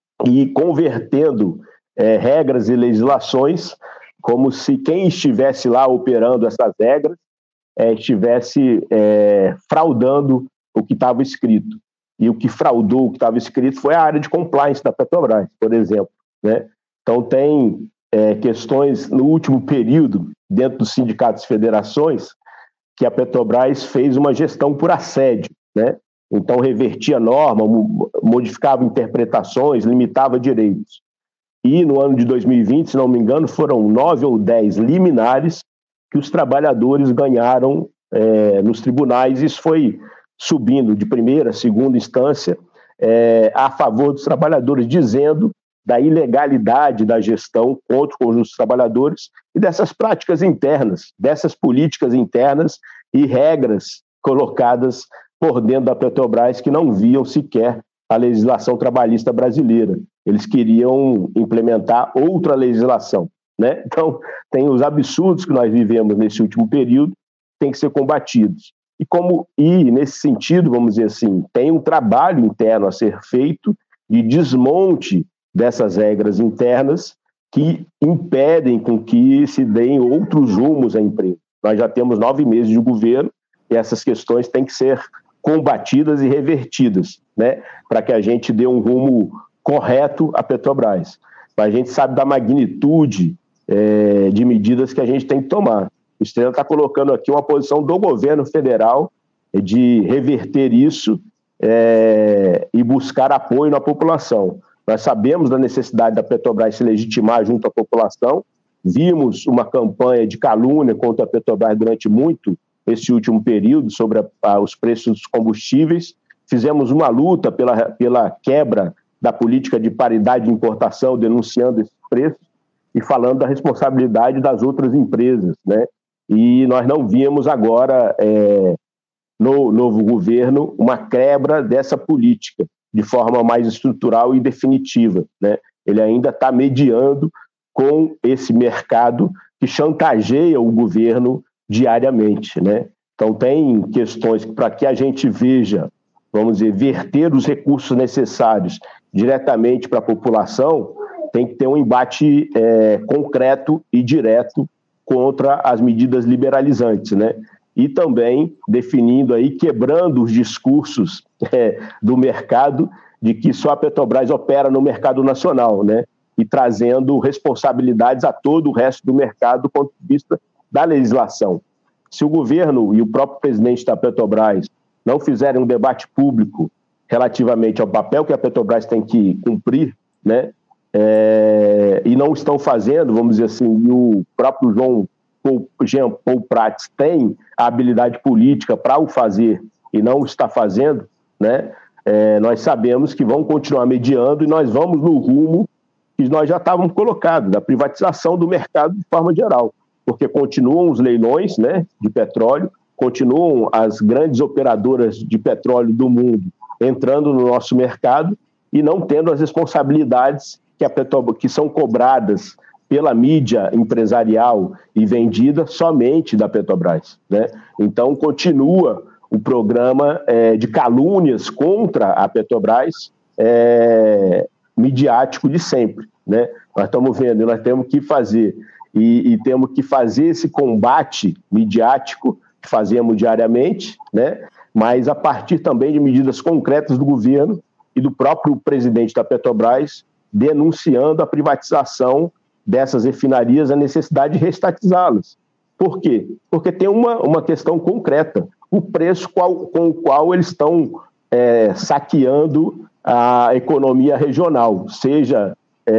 e convertendo é, regras e legislações como se quem estivesse lá operando essas regras é, estivesse é, fraudando o que estava escrito. E o que fraudou o que estava escrito foi a área de compliance da Petrobras, por exemplo, né? Então, tem é, questões no último período, dentro dos sindicatos e federações, que a Petrobras fez uma gestão por assédio, né? Então, revertia a norma, modificava interpretações, limitava direitos. E no ano de dois mil e vinte, se não me engano, foram nove ou dez liminares que os trabalhadores ganharam é, nos tribunais. Isso foi subindo de primeira, segunda instância é, a favor dos trabalhadores, dizendo da ilegalidade da gestão contra o conjunto dos trabalhadores e dessas práticas internas, dessas políticas internas e regras colocadas por dentro da Petrobras que não viam sequer a legislação trabalhista brasileira. Eles queriam implementar outra legislação, né? Então, tem os absurdos que nós vivemos nesse último período, que têm que ser combatidos. E, como, e, nesse sentido, vamos dizer assim, tem um trabalho interno a ser feito de desmonte dessas regras internas que impedem com que se deem outros rumos à empresa. Nós já temos nove meses de governo e essas questões têm que ser combatidas e revertidas, né, para que a gente dê um rumo correto à Petrobras. Mas a gente sabe da magnitude é, de medidas que a gente tem que tomar. O Estrela está colocando aqui uma posição do governo federal de reverter isso é, e buscar apoio na população. Nós sabemos da necessidade da Petrobras se legitimar junto à população, vimos uma campanha de calúnia contra a Petrobras durante muito esse último período sobre a, a, os preços dos combustíveis, fizemos uma luta pela, pela quebra da política de paridade de importação, denunciando esses preços e falando da responsabilidade das outras empresas, né? E nós não vimos agora, é, no novo governo, uma quebra dessa política de forma mais estrutural e definitiva, né? Ele ainda está mediando com esse mercado que chantageia o governo diariamente, né? Então, tem questões que, para que a gente veja, vamos dizer, verter os recursos necessários diretamente para a população, tem que ter um embate é, concreto e direto contra as medidas liberalizantes, né? E também definindo aí, quebrando os discursos é, do mercado de que só a Petrobras opera no mercado nacional, né? E trazendo responsabilidades a todo o resto do mercado do ponto de vista da legislação. Se o governo e o próprio presidente da Petrobras não fizerem um debate público relativamente ao papel que a Petrobras tem que cumprir, né? É, e não estão fazendo, vamos dizer assim, e o próprio João Paul, Jean Paul Prats tem a habilidade política para o fazer e não está fazendo, né? É, nós sabemos que vão continuar mediando e nós vamos no rumo que nós já estávamos colocados, da privatização do mercado de forma geral, porque continuam os leilões, né, de petróleo, continuam as grandes operadoras de petróleo do mundo entrando no nosso mercado e não tendo as responsabilidades que, a Petrobras, que são cobradas pela mídia empresarial e vendida somente da Petrobras, né? Então, continua o programa é, de calúnias contra a Petrobras, é, midiático de sempre, né? Nós estamos vendo, nós temos que fazer, e, e temos que fazer esse combate midiático que fazemos diariamente, né? Mas a partir também de medidas concretas do governo e do próprio presidente da Petrobras denunciando a privatização dessas refinarias, a necessidade de reestatizá-las. Por quê? Porque tem uma, uma questão concreta, o preço qual, com o qual eles estão é, saqueando a economia regional, seja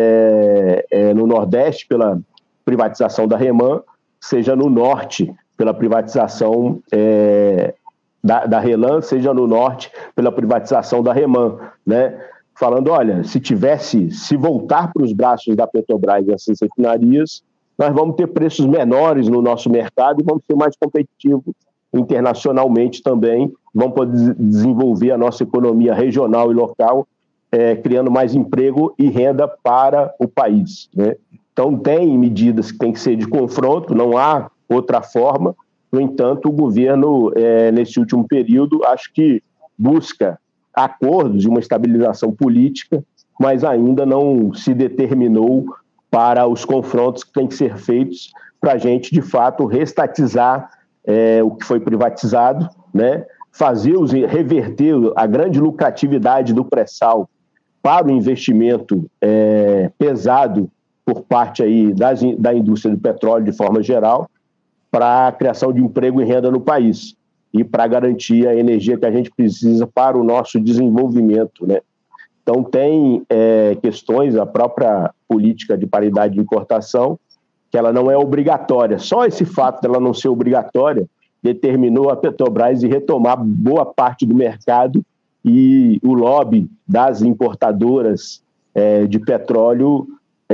é, é, no Nordeste pela privatização da Reman, seja no Norte pela privatização é, da, da Relan, seja no Norte pela privatização da Reman, né? Falando, olha, se tivesse, se voltar para os braços da Petrobras essas refinarias, nós vamos ter preços menores no nosso mercado e vamos ser mais competitivos internacionalmente também, vamos poder desenvolver a nossa economia regional e local, é, criando mais emprego e renda para o país, né? Então, tem medidas que têm que ser de confronto, não há outra forma. No entanto, o governo, é, nesse último período, acho que busca acordos de uma estabilização política, mas ainda não se determinou para os confrontos que têm que ser feitos para a gente, de fato, reestatizar é, o que foi privatizado, né? Fazer os, reverter a grande lucratividade do pré-sal para o investimento é, pesado por parte aí das, da indústria do petróleo de forma geral, para a criação de emprego e renda no país e para garantir a energia que a gente precisa para o nosso desenvolvimento, né? Então, tem é, questões, a própria política de paridade de importação, que ela não é obrigatória. Só esse fato dela não ser obrigatória determinou a Petrobras de retomar boa parte do mercado e o lobby das importadoras é, de petróleo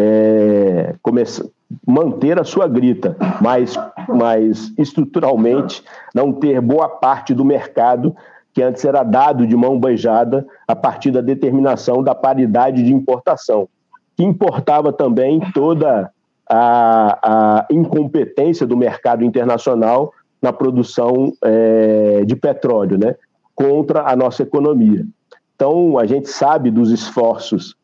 é, começa, manter a sua grita, mas, mas estruturalmente não ter boa parte do mercado que antes era dado de mão beijada a partir da determinação da paridade de importação, que importava também toda a, a incompetência do mercado internacional na produção é, de petróleo, né, contra a nossa economia. Então, a gente sabe dos esforços,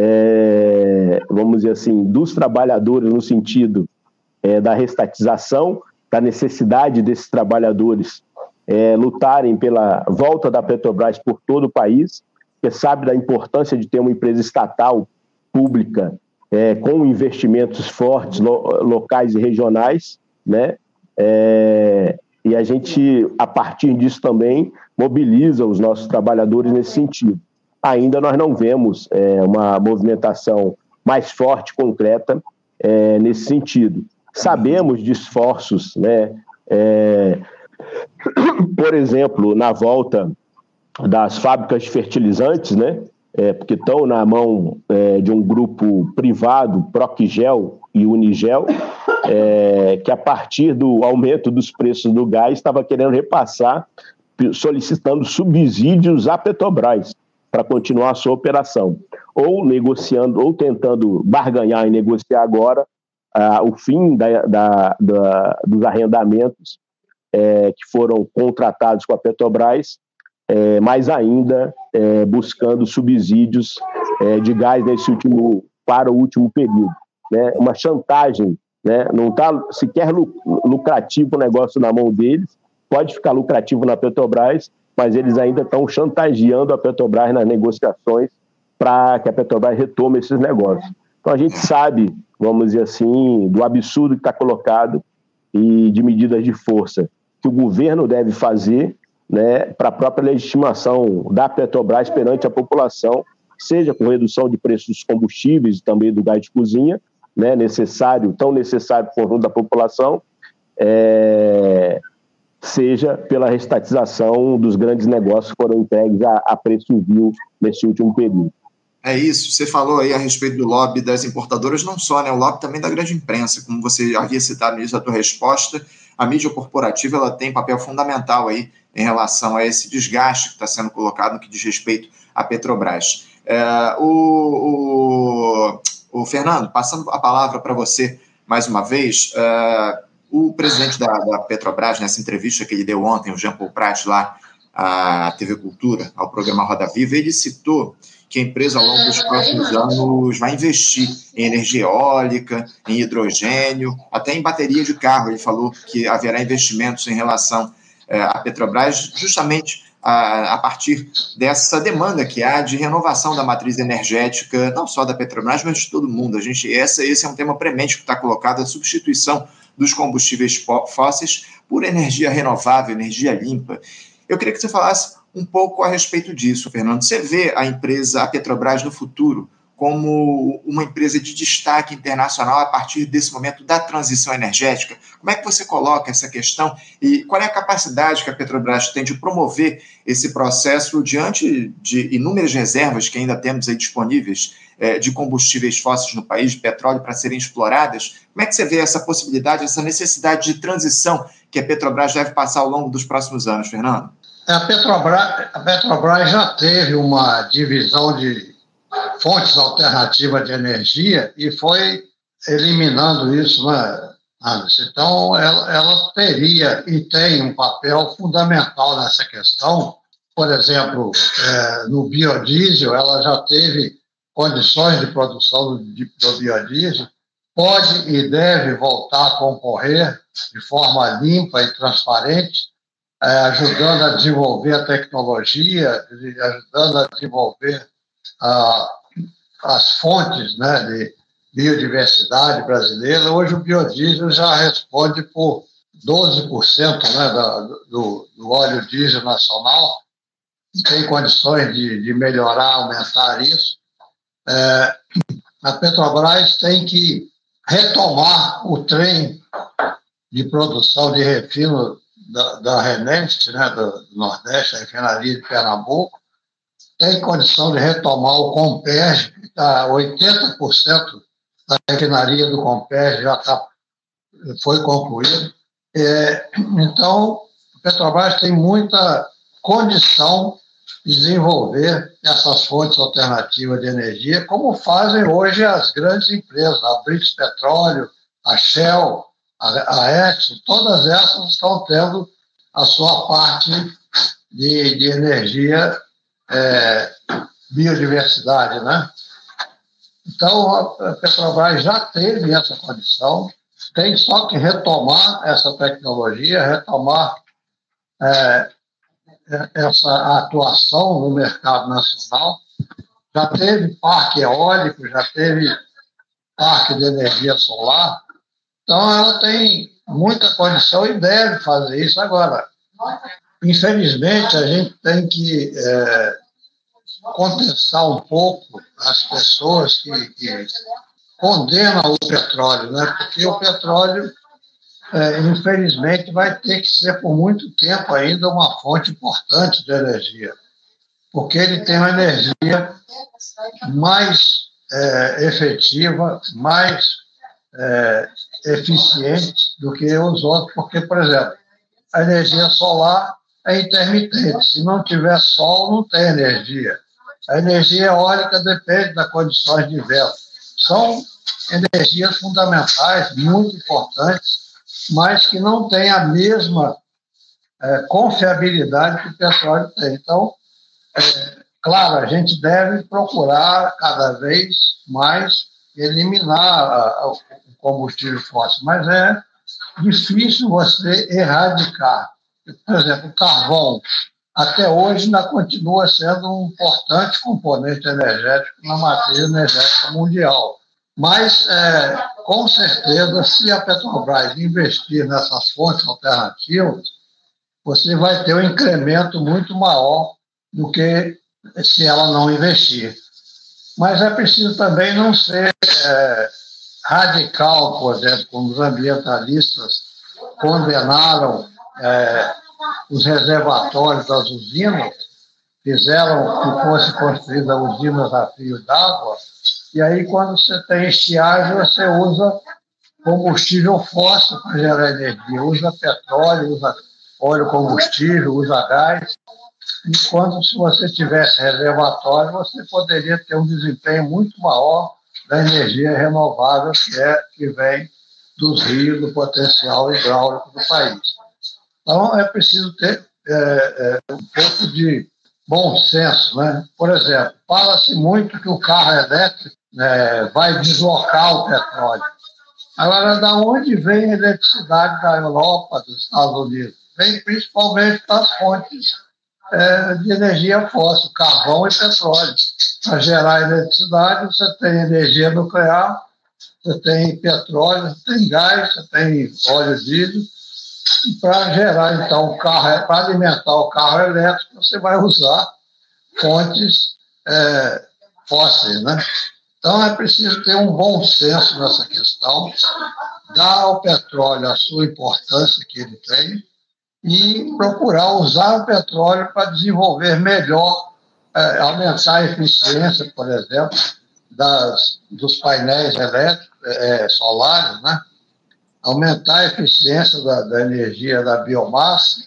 é, vamos dizer assim, dos trabalhadores no sentido é, da reestatização, da necessidade desses trabalhadores é, lutarem pela volta da Petrobras por todo o país, porque sabe da importância de ter uma empresa estatal pública é, com investimentos fortes, lo, locais e regionais, né? É, e a gente, a partir disso também, mobiliza os nossos trabalhadores nesse sentido. Ainda nós não vemos é, uma movimentação mais forte, concreta, é, nesse sentido. Sabemos de esforços, né, é, por exemplo, na volta das fábricas de fertilizantes, né, é, porque estão na mão é, de um grupo privado, Procgel e Unigel, é, que a partir do aumento dos preços do gás estava querendo repassar, solicitando subsídios à Petrobras para continuar a sua operação, ou negociando, ou tentando barganhar e negociar agora ah, o fim da, da, da, dos arrendamentos é, que foram contratados com a Petrobras, é, mas ainda é, buscando subsídios é, de gás nesse último, para o último período, né? Uma chantagem, né? Não está sequer lucrativo o negócio na mão deles, pode ficar lucrativo na Petrobras, mas eles ainda estão chantageando a Petrobras nas negociações para que a Petrobras retome esses negócios. Então, a gente sabe, vamos dizer assim, do absurdo que está colocado e de medidas de força que o governo deve fazer, né, para a própria legitimação da Petrobras perante a população, seja com redução de preços dos combustíveis e também do gás de cozinha, né, necessário, tão necessário para o conjunto da população, é, seja pela restatização dos grandes negócios que foram entregues a, a preço vil nesse último período. É isso, você falou aí a respeito do lobby das importadoras, não só, né, o lobby também da grande imprensa, como você havia citado nisso na tua resposta, a mídia corporativa ela tem papel fundamental aí em relação a esse desgaste que está sendo colocado no que diz respeito à Petrobras. É, o, o, o Fernando, passando a palavra para você mais uma vez, é, o presidente da, da Petrobras, nessa entrevista que ele deu ontem, o Jean Paul Prat, lá à T V Cultura, ao programa Roda Viva, ele citou que a empresa, ao longo dos próximos anos, vai investir em energia eólica, em hidrogênio, até em bateria de carro. Ele falou que haverá investimentos em relação é, à Petrobras, justamente a, a partir dessa demanda que há de renovação da matriz energética, não só da Petrobras, mas de todo mundo. A gente, essa, esse é um tema premente que está colocado, a substituição dos combustíveis fósseis por energia renovável, energia limpa. Eu queria que você falasse um pouco a respeito disso, Fernando. Você vê a empresa, a Petrobras, no futuro como uma empresa de destaque internacional a partir desse momento da transição energética? Como é que você coloca essa questão e qual é a capacidade que a Petrobras tem de promover esse processo diante de inúmeras reservas que ainda temos aí disponíveis eh, de combustíveis fósseis no país, de petróleo para serem exploradas? Como é que você vê essa possibilidade, essa necessidade de transição que a Petrobras deve passar ao longo dos próximos anos, Fernando? A Petrobras, a Petrobras já teve uma divisão de fontes alternativas de energia e foi eliminando isso, né, Anderson? Então, ela, ela teria e tem um papel fundamental nessa questão. Por exemplo, é, no biodiesel, ela já teve condições de produção do, do biodiesel, pode e deve voltar a concorrer de forma limpa e transparente, é, ajudando a desenvolver a tecnologia, ajudando a desenvolver a, as fontes, né, de biodiversidade brasileira. Hoje o biodiesel já responde por doze por cento, né, da, do, do óleo diesel nacional, e tem condições de, de melhorar, aumentar isso. É, a Petrobras tem que retomar o trem de produção de refino da, da Reneste, né, do Nordeste, a refinaria de Pernambuco, tem condição de retomar o Comperj, que está oitenta por cento da refinaria do Comperj já tá, foi concluído. É, então, a Petrobras tem muita condição de desenvolver essas fontes alternativas de energia, como fazem hoje as grandes empresas, a Brix Petróleo, a Shell, a, a Exxon, todas essas estão tendo a sua parte de, de energia, é, biodiversidade, né? Então, a Petrobras já teve essa condição, tem só que retomar essa tecnologia, retomar é, essa atuação no mercado nacional. Já teve parque eólico, já teve parque de energia solar, então ela tem muita condição e deve fazer isso. Agora, infelizmente, a gente tem que é, compensar um pouco as pessoas que, que condenam o petróleo, né? Porque o petróleo, é, infelizmente, vai ter que ser por muito tempo ainda uma fonte importante de energia, porque ele tem uma energia mais é, efetiva, mais é, eficiente do que os outros, porque, por exemplo, a energia solar é intermitente. Se não tiver sol, não tem energia. A energia eólica depende das condições de vento. São energias fundamentais, muito importantes, mas que não têm a mesma é, confiabilidade que o petróleo tem. Então, é, claro, a gente deve procurar cada vez mais eliminar a, a, o combustível fóssil, mas é difícil você erradicar. Por exemplo, o carvão. até hoje ainda continua sendo um importante componente energético na matriz energética mundial. Mas, é, com certeza, se a Petrobras investir nessas fontes alternativas, você vai ter um incremento muito maior do que se ela não investir. Mas é preciso também não ser é, radical, por exemplo, como os ambientalistas condenaram é, os reservatórios das usinas, fizeram que fosse construída usinas a fio d'água, e aí quando você tem estiagem, você usa combustível fóssil para gerar energia, usa petróleo, usa óleo combustível, usa gás, enquanto se você tivesse reservatório, você poderia ter um desempenho muito maior da energia renovável que, é, que vem dos rios, do potencial hidráulico do país. Então, é preciso ter é, é, um pouco de bom senso, né? Por exemplo, fala-se muito que o carro elétrico é, vai deslocar o petróleo. Agora, da onde vem a eletricidade da Europa, dos Estados Unidos? Vem principalmente das fontes é, de energia fóssil, carvão e petróleo. Para gerar eletricidade, você tem energia nuclear, você tem petróleo, você tem gás, você tem óleo diesel. E para gerar, então, o carro, para alimentar o carro elétrico, você vai usar fontes é, fósseis, né? Então, é preciso ter um bom senso nessa questão, dar ao petróleo a sua importância que ele tem e procurar usar o petróleo para desenvolver melhor, é, aumentar a eficiência, por exemplo, das, dos painéis elétricos, é, solares, né? Aumentar a eficiência da, da energia da biomassa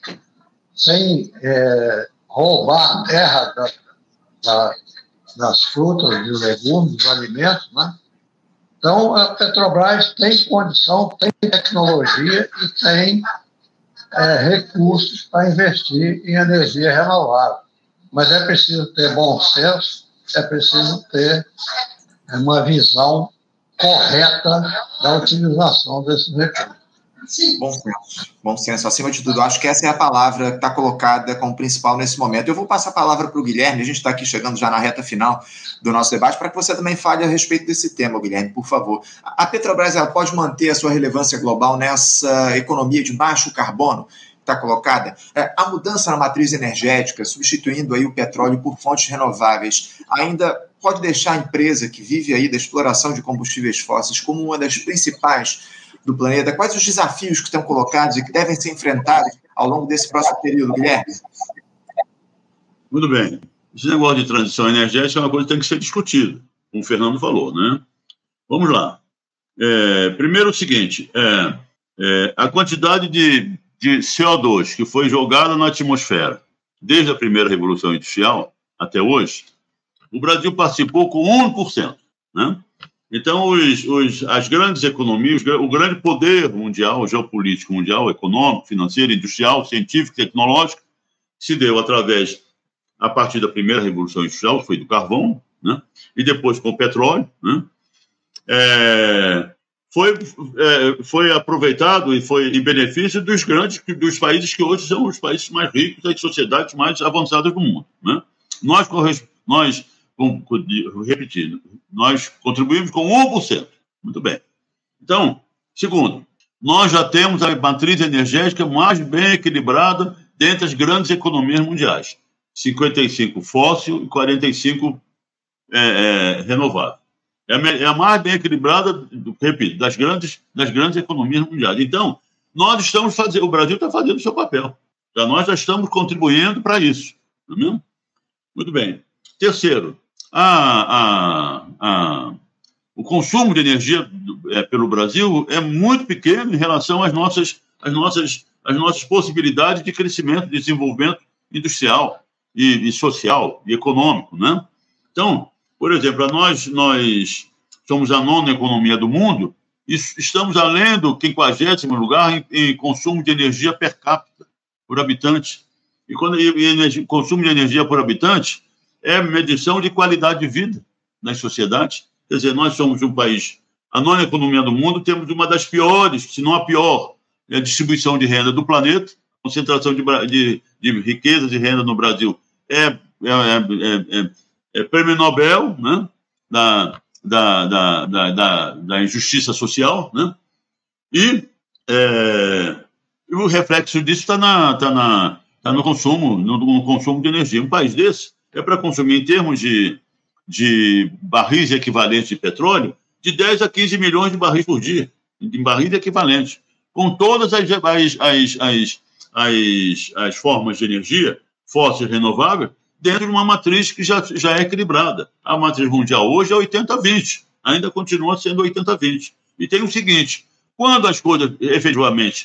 sem é, roubar a terra da, da, das frutas e legumes, dos alimentos, né? Então, a Petrobras tem condição, tem tecnologia e tem é, recursos para investir em energia renovável. Mas é preciso ter bom senso, é preciso ter uma visão correta da utilização desses recursos. Bom senso, bom senso. Acima de tudo, acho que essa é a palavra que está colocada como principal nesse momento. Eu vou passar a palavra para o Guilherme, a gente está aqui chegando já na reta final do nosso debate, para que você também fale a respeito desse tema, Guilherme, por favor. A Petrobras ela pode manter a sua relevância global nessa economia de baixo carbono que está colocada? É, a mudança na matriz energética, substituindo aí o petróleo por fontes renováveis, ainda pode deixar a empresa que vive aí da exploração de combustíveis fósseis como uma das principais do planeta? Quais os desafios que estão colocados e que devem ser enfrentados ao longo desse próximo período, Guilherme? Muito bem. Esse negócio de transição energética é uma coisa que tem que ser discutida, como o Fernando falou, né? Vamos lá. É, primeiro o seguinte, é, é, a quantidade de, de C O dois que foi jogada na atmosfera desde a primeira Revolução Industrial até hoje, o Brasil participou com um por cento, né? Então, os, os, as grandes economias, o grande poder mundial, geopolítico mundial, econômico, financeiro, industrial, científico, tecnológico, se deu através, a partir da primeira Revolução Industrial, que foi do carvão, né? E depois com o petróleo, né? É, foi, é, foi aproveitado e foi em benefício dos grandes, dos países que hoje são os países mais ricos, das sociedades mais avançadas do mundo, né? Nós, nós repetindo, nós contribuímos com um por cento. Muito bem. Então, segundo, nós já temos a matriz energética mais bem equilibrada dentre as grandes economias mundiais. cinquenta e cinco fóssil e quarenta e cinco é, é, renovável. É a, é a mais bem equilibrada, repito, das grandes, das grandes economias mundiais. Então, nós estamos fazendo, o Brasil está fazendo o seu papel. Já nós já estamos contribuindo para isso. Não é mesmo? Muito bem. Terceiro, A, a, a, o consumo de energia é, pelo Brasil é muito pequeno em relação às nossas, às nossas, às nossas possibilidades de crescimento, de desenvolvimento industrial e, e social e econômico, né? Então, por exemplo, nós, nós somos a nona economia do mundo e estamos além do quinquagésimo lugar em, em consumo de energia per capita, por habitante. E quando e, e consumo de energia por habitante é medição de qualidade de vida nas sociedades. Quer dizer, nós somos um país, a nona economia do mundo, temos uma das piores, se não a pior, a distribuição de renda do planeta, concentração de, de, de riquezas e renda no Brasil é, é, é, é, é prêmio Nobel, né, da, da, da, da, da, da injustiça social, né, e é, o reflexo disso está na, tá na, tá no consumo, no, no consumo de energia. Um país desse é para consumir, em termos de, de barris equivalentes de petróleo, de dez a quinze milhões de barris por dia, de barris equivalentes, com todas as, as, as, as, as, as formas de energia fóssil renovável, dentro de uma matriz que já, já é equilibrada. A matriz mundial hoje é oitenta a vinte, ainda continua sendo oitenta a vinte. E tem o seguinte, quando as coisas efetivamente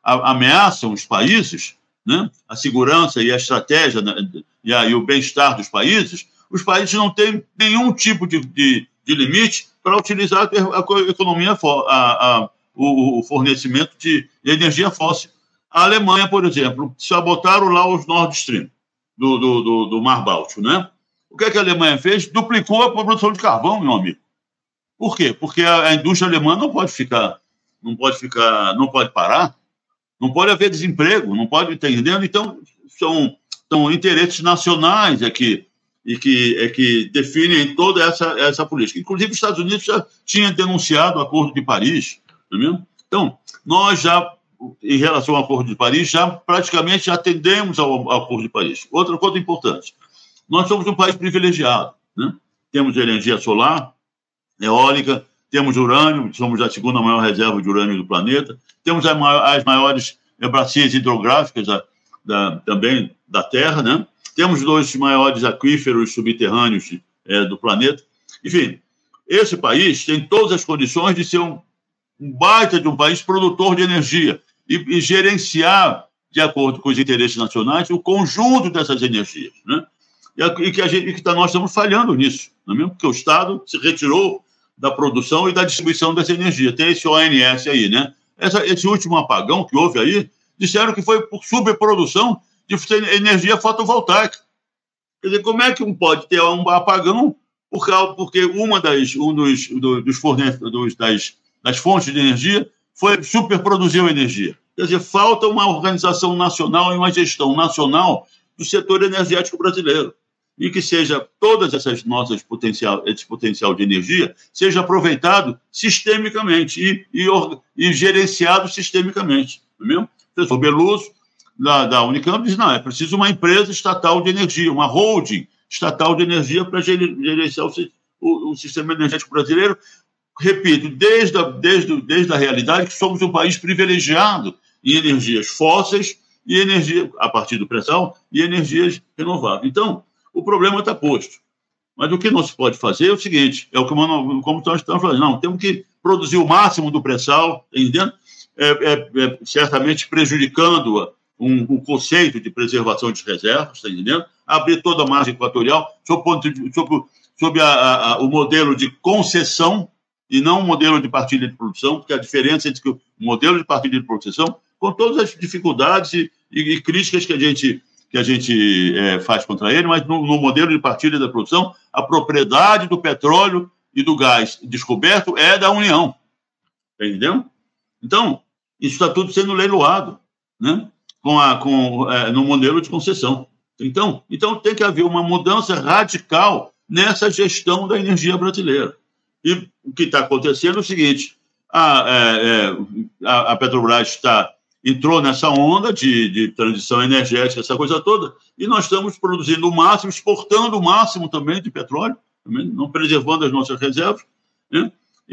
ameaçam os países, né, a segurança e a estratégia, né, e, a, e o bem-estar dos países, os países não têm nenhum tipo de, de, de limite para utilizar a economia, a, a, o, o fornecimento de energia fóssil. A Alemanha, por exemplo, sabotaram lá os Nord Stream do, do, do, do Mar Báltico, né? O que, é que a Alemanha fez? Duplicou a produção de carvão, meu amigo. Por quê? Porque a, a indústria alemã não pode ficar, não pode ficar, não pode parar, não pode haver desemprego, não pode estar entendendo. Então, são, são interesses nacionais aqui e que, é que definem toda essa, essa política. Inclusive, os Estados Unidos já tinham denunciado o Acordo de Paris, não é mesmo? Então, nós já, em relação ao Acordo de Paris, já praticamente atendemos ao, ao Acordo de Paris. Outra coisa importante, nós somos um país privilegiado, né? Temos energia solar, eólica, temos urânio, somos a segunda maior reserva de urânio do planeta, temos as maiores bacias hidrográficas da, da, também da Terra, né? Temos dois maiores aquíferos subterrâneos é, do planeta. Enfim, esse país tem todas as condições de ser um, um baita de um país produtor de energia e, e gerenciar, de acordo com os interesses nacionais, o conjunto dessas energias, né? E, a, e que, a gente, e que tá, nós estamos falhando nisso, não é mesmo? Porque o Estado se retirou da produção e da distribuição dessa energia. Tem esse O N S aí, né? Essa, esse último apagão que houve aí, disseram que foi por superprodução de energia fotovoltaica. Quer dizer, como é que um pode ter um apagão por causa, porque uma das, um dos, do, dos fornecedores das, das fontes de energia foi superproduziu energia. Quer dizer, falta uma organização nacional e uma gestão nacional do setor energético brasileiro, e que seja todas essas nossas potencial, esse potencial de energia seja aproveitado sistemicamente e, e, e gerenciado sistemicamente, não é mesmo? O professor Beluso, da, da Unicamp, diz, não, é preciso uma empresa estatal de energia, uma holding estatal de energia para gerenciar o, o, o sistema energético brasileiro. Repito, desde a, desde, desde a realidade que somos um país privilegiado em energias fósseis e energia, a partir do pré-sal, e energias renováveis. Então, o problema está posto. Mas o que não se pode fazer é o seguinte, é o que como nós estamos falando, não, temos que produzir o máximo do pré-sal, entendendo? É, é, é, certamente prejudicando um, um conceito de preservação de reservas, está entendendo? Abrir toda a margem equatorial sob, ponto de, sob, sob a, a, o modelo de concessão e não o modelo de partilha de produção, porque a diferença entre o modelo de partilha de produção, com todas as dificuldades e, e, e críticas que a gente... que a gente é, faz contra ele, mas no, no modelo de partilha da produção, a propriedade do petróleo e do gás descoberto é da União. Entendeu? Então, isso está tudo sendo leiloado, né? com a, com, é, no modelo de concessão. Então, então, tem que haver uma mudança radical nessa gestão da energia brasileira. E o que está acontecendo é o seguinte, a, é, a, a Petrobras está... entrou nessa onda de, de transição energética, essa coisa toda, e nós estamos produzindo o máximo, exportando o máximo também de petróleo, também, não preservando as nossas reservas, né?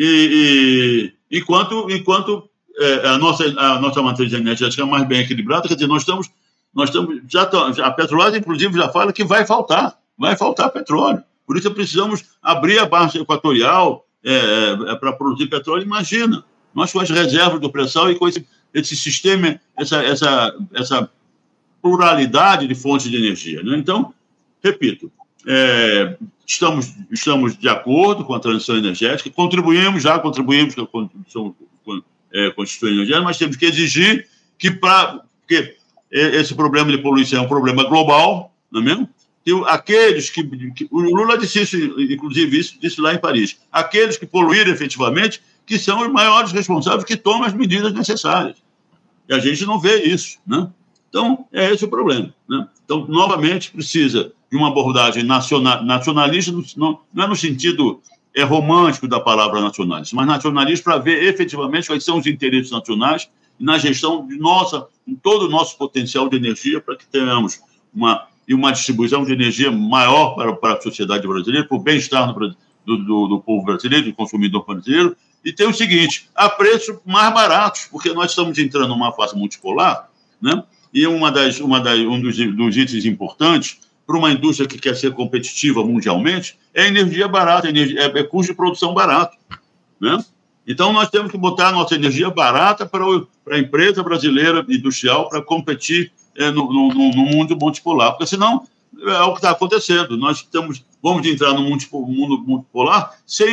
e, e enquanto, enquanto é, a, nossa, a nossa matriz energética é mais bem equilibrada, quer dizer, nós estamos, nós estamos já, já, a Petrobras, inclusive, já fala que vai faltar, vai faltar petróleo, por isso precisamos abrir a baixa equatorial é, é, para produzir petróleo. Imagina, nós com as reservas do pré-sal e com esse esse sistema, essa, essa, essa pluralidade de fontes de energia, né? Então, repito, é, estamos, estamos de acordo com a transição energética, contribuímos, já contribuímos com a Constituição, é, Constituição Energética, mas temos que exigir que, pra, porque esse problema de poluição é um problema global, não é mesmo? E aqueles que, que... O Lula disse isso, inclusive, isso, disse lá em Paris. Aqueles que poluíram efetivamente, que são os maiores responsáveis, que tomam as medidas necessárias. E a gente não vê isso, né? Então, é esse o problema, né? Então, novamente, precisa de uma abordagem nacional, nacionalista, não, não é no sentido é, romântico da palavra nacionalista, mas nacionalista para ver efetivamente quais são os interesses nacionais na gestão de nossa, em todo o nosso potencial de energia, para que tenhamos uma, e uma distribuição de energia maior para, para a sociedade brasileira, para o bem-estar do, do, do povo brasileiro, do consumidor brasileiro, e tem o seguinte, a preços mais baratos, porque nós estamos entrando numa fase multipolar, né? E uma das, uma das, um dos, dos itens importantes para uma indústria que quer ser competitiva mundialmente é energia barata, energia, é, é custo de produção barato, né? Então, nós temos que botar a nossa energia barata para, o, para a empresa brasileira industrial para competir é, no, no, no mundo multipolar, porque senão é o que está acontecendo. Nós estamos, vamos entrar no mundo multipolar sem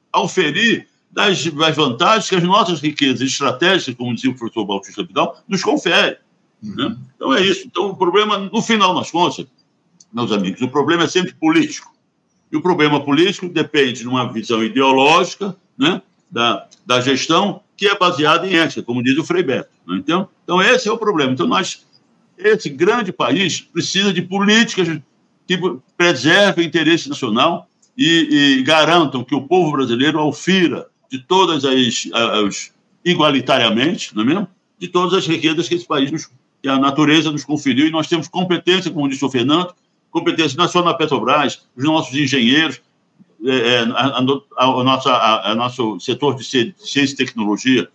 auferir das, das vantagens que as nossas riquezas estratégicas, como dizia o professor Bautista Vidal, nos conferem. Uhum. Né? Então, é isso. Então, o problema, no final das contas, meus amigos, o problema é sempre político. E o problema político depende de uma visão ideológica, né, da, da gestão que é baseada em ética, como diz o Frei Beto. Né? Então, então, esse é o problema. Então, nós, esse grande país precisa de políticas que preservem o interesse nacional e, e garantam que o povo brasileiro aufira de todas as, as igualitariamente, não é mesmo? De todas as riquezas que esse país, nos, que a natureza nos conferiu, e nós temos competência, como disse o Fernando, competência não só na Petrobras, os nossos engenheiros, é, a, a, a, nossa, a, a nosso setor de ciência e tecnologia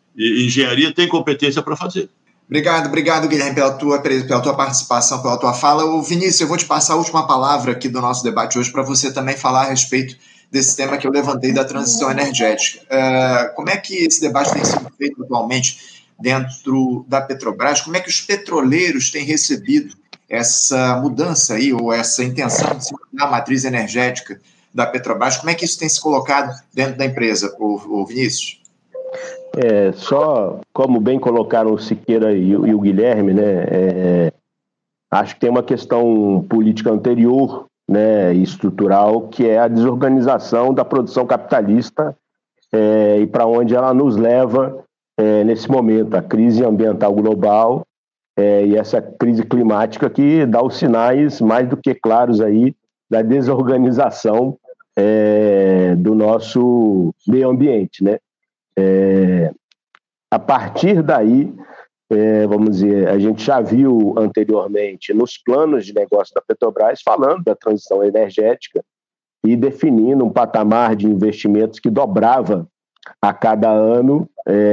e engenharia tem competência para fazer. Obrigado, obrigado, Guilherme, pela tua, pela tua participação, pela tua fala. Ô, Vinícius, eu vou te passar a última palavra aqui do nosso debate hoje para você também falar a respeito desse tema que eu levantei da transição energética. Uh, como é que esse debate tem sido feito atualmente dentro da Petrobras? Como é que os petroleiros têm recebido essa mudança aí, ou essa intenção de se mudar a matriz energética da Petrobras? Como é que isso tem se colocado dentro da empresa, ô, ô Vinícius? É, só como bem colocaram o Siqueira e o, e o Guilherme, né, é, acho que tem uma questão política anterior, né, e estrutural, que é a desorganização da produção capitalista é, e para onde ela nos leva é, nesse momento, a crise ambiental global é, e essa crise climática que dá os sinais mais do que claros aí da desorganização é, do nosso meio ambiente, né? É, a partir daí, é, vamos dizer, a gente já viu anteriormente nos planos de negócio da Petrobras falando da transição energética e definindo um patamar de investimentos que dobrava a cada ano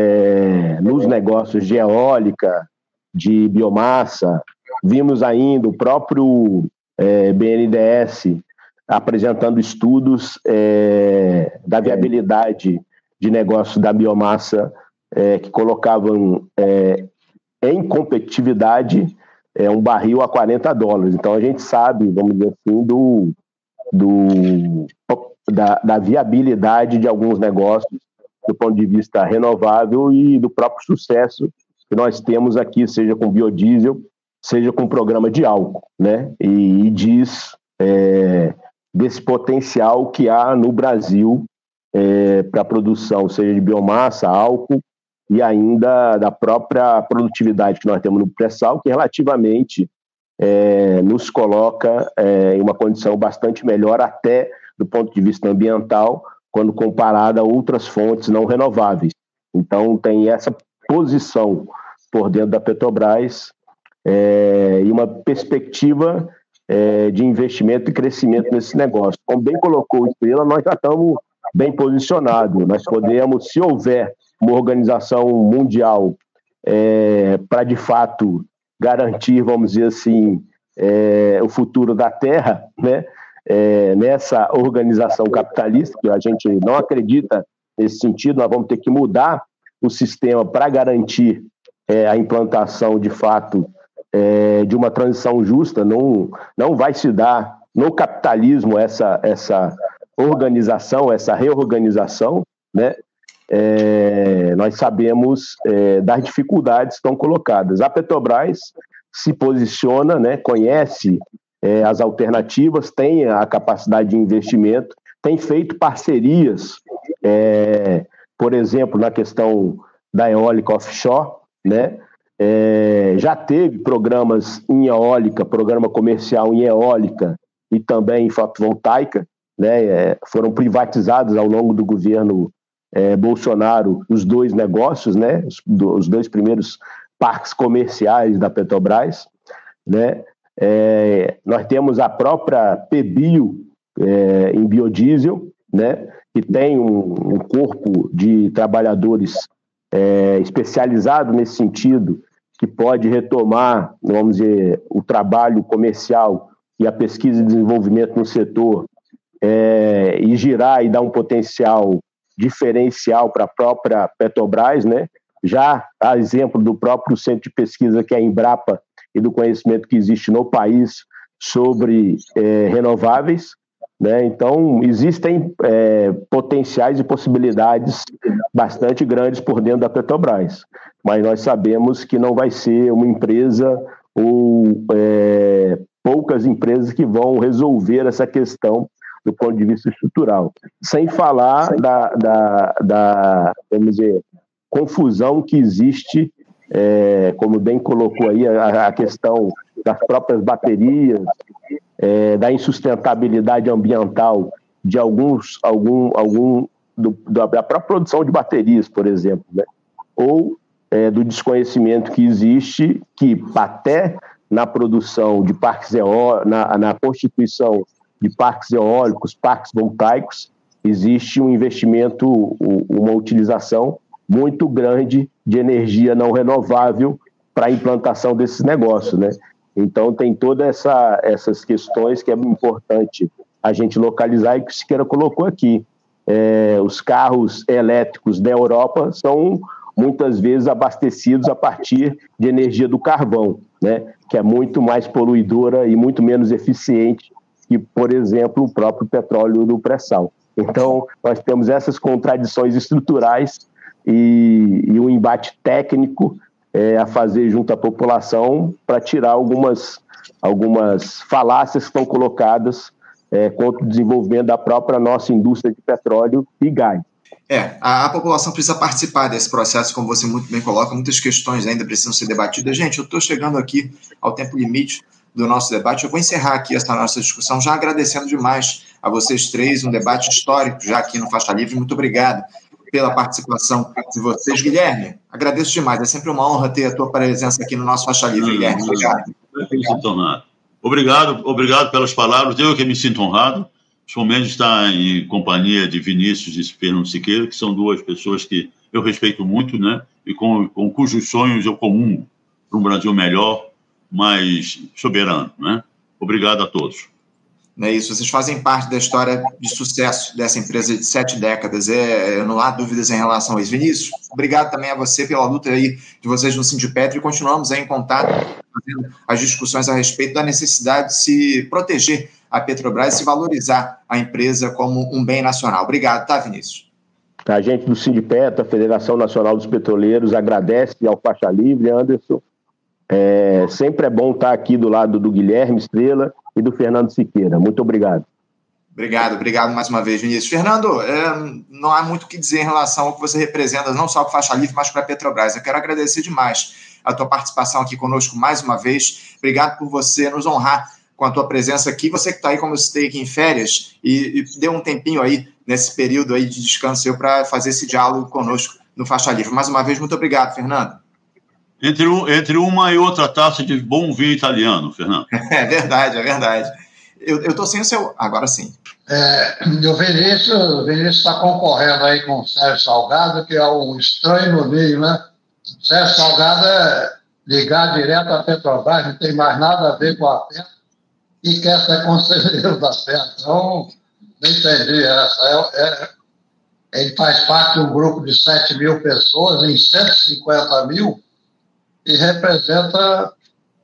é, nos negócios de eólica, de biomassa. Vimos ainda o próprio é, B N D E S apresentando estudos é, da viabilidade de negócio da biomassa é, que colocavam é, em competitividade é, um barril a quarenta dólares. Então, a gente sabe, vamos dizer assim, do, do, da, da viabilidade de alguns negócios do ponto de vista renovável e do próprio sucesso que nós temos aqui, seja com biodiesel, seja com programa de álcool, né? E, e diz é, desse potencial que há no Brasil É, para a produção, seja de biomassa, álcool e ainda da própria produtividade que nós temos no pré-sal, que relativamente é, nos coloca é, em uma condição bastante melhor até do ponto de vista ambiental, quando comparada a outras fontes não renováveis. Então tem essa posição por dentro da Petrobras é, e uma perspectiva é, de investimento e crescimento nesse negócio. Como bem colocou o Estrela, nós já estamos bem posicionado. Nós podemos, se houver uma organização mundial é, para, de fato, garantir, vamos dizer assim, é, o futuro da Terra, né, é, nessa organização capitalista, que a gente não acredita nesse sentido, nós vamos ter que mudar o sistema para garantir é, a implantação, de fato, é, de uma transição justa. Não, não vai se dar no capitalismo essa... essa organização, essa reorganização, né? É, nós sabemos é, das dificuldades que estão colocadas. A Petrobras se posiciona, né, conhece é, as alternativas, tem a capacidade de investimento, tem feito parcerias, é, por exemplo, na questão da eólica offshore, né? é, já teve programas em eólica, programa comercial em eólica e também em fotovoltaica, né? É, foram privatizados ao longo do governo é, Bolsonaro os dois negócios, né? Os, do, os dois primeiros parques comerciais da Petrobras, né? É, nós temos a própria PBio é, em biodiesel, né? Que tem um, um corpo de trabalhadores é, especializado nesse sentido, que pode retomar, vamos dizer, o trabalho comercial e a pesquisa e desenvolvimento no setor é, e girar e dar um potencial diferencial para a própria Petrobras, né? Já a exemplo do próprio centro de pesquisa que é a Embrapa e do conhecimento que existe no país sobre é, renováveis, né? Então, existem é, potenciais e possibilidades bastante grandes por dentro da Petrobras, mas nós sabemos que não vai ser uma empresa ou é, poucas empresas que vão resolver essa questão do ponto de vista estrutural, sem falar da, da, da vamos dizer, confusão que existe, é, como bem colocou aí, a, a questão das próprias baterias, é, da insustentabilidade ambiental de alguns, algum, algum do, da própria produção de baterias, por exemplo, né? Ou é, do desconhecimento que existe, que até na produção de parques eólicos, na, na constituição de parques eólicos, parques voltaicos, existe um investimento, uma utilização muito grande de energia não renovável para a implantação desses negócios, né? Então, tem todas essa, essas questões que é importante a gente localizar e que o Siqueira colocou aqui. É, os carros elétricos da Europa são muitas vezes abastecidos a partir de energia do carvão, né? Que é muito mais poluidora e muito menos eficiente que, por exemplo, o próprio petróleo do pré-sal. Então, nós temos essas contradições estruturais e, e um embate técnico É, a fazer junto à população para tirar algumas, algumas falácias que estão colocadas é, contra o desenvolvimento da própria nossa indústria de petróleo e gás. É, a, a população precisa participar desse processo, como você muito bem coloca, muitas questões ainda precisam ser debatidas. Gente, eu estou chegando aqui ao tempo limite do nosso debate, eu vou encerrar aqui essa nossa discussão já agradecendo demais a vocês três, um debate histórico já aqui no Faixa Livre, muito obrigado pela participação de vocês. Guilherme, agradeço demais, é sempre uma honra ter a tua presença aqui no nosso Faixa Livre, Guilherme. Obrigado. Obrigado, obrigado, obrigado pelas palavras, eu que me sinto honrado, principalmente estar em companhia de Vinícius e Fernando Siqueira, que são duas pessoas que eu respeito muito, né, e com, com cujos sonhos eu comungo para um Brasil melhor, mais soberano, né? Obrigado a todos. Não é isso, vocês fazem parte da história de sucesso dessa empresa de sete décadas, é, não há dúvidas em relação a isso. Vinícius, obrigado também a você pela luta aí de vocês no Sindipetro e continuamos aí em contato, fazendo as discussões a respeito da necessidade de se proteger a Petrobras e se valorizar a empresa como um bem nacional. Obrigado, tá, Vinícius? A gente do Sindipetro, a Federação Nacional dos Petroleiros, agradece ao Faixa Livre, Anderson. É, sempre é bom estar aqui do lado do Guilherme Estrela e do Fernando Siqueira. Muito obrigado. Obrigado, obrigado mais uma vez, Vinícius. Fernando, é, não há muito o que dizer em relação ao que você representa, não só para a Faixa Livre, mas para a Petrobras. Eu quero agradecer demais a tua participação aqui conosco mais uma vez. Obrigado por você nos honrar com a tua presença aqui. Você que está aí, como eu citei, aqui em férias e, e deu um tempinho aí, nesse período aí de descanso, para fazer esse diálogo conosco no Faixa Livre. Mais uma vez, muito obrigado, Fernando. Entre, um, entre uma e outra taça de bom vinho italiano, Fernando. É verdade, é verdade. Eu estou sem o seu... Agora sim. É, o Vinícius está concorrendo aí com o Sérgio Salgado, que é um estranho no meio, né? O Sérgio Salgado é ligar direto à Petrobras, não tem mais nada a ver com a Petro, e quer ser conselheiro da Petro. Então, não entendi essa. É, é, ele faz parte de um grupo de sete mil pessoas em cento e cinquenta mil, e representa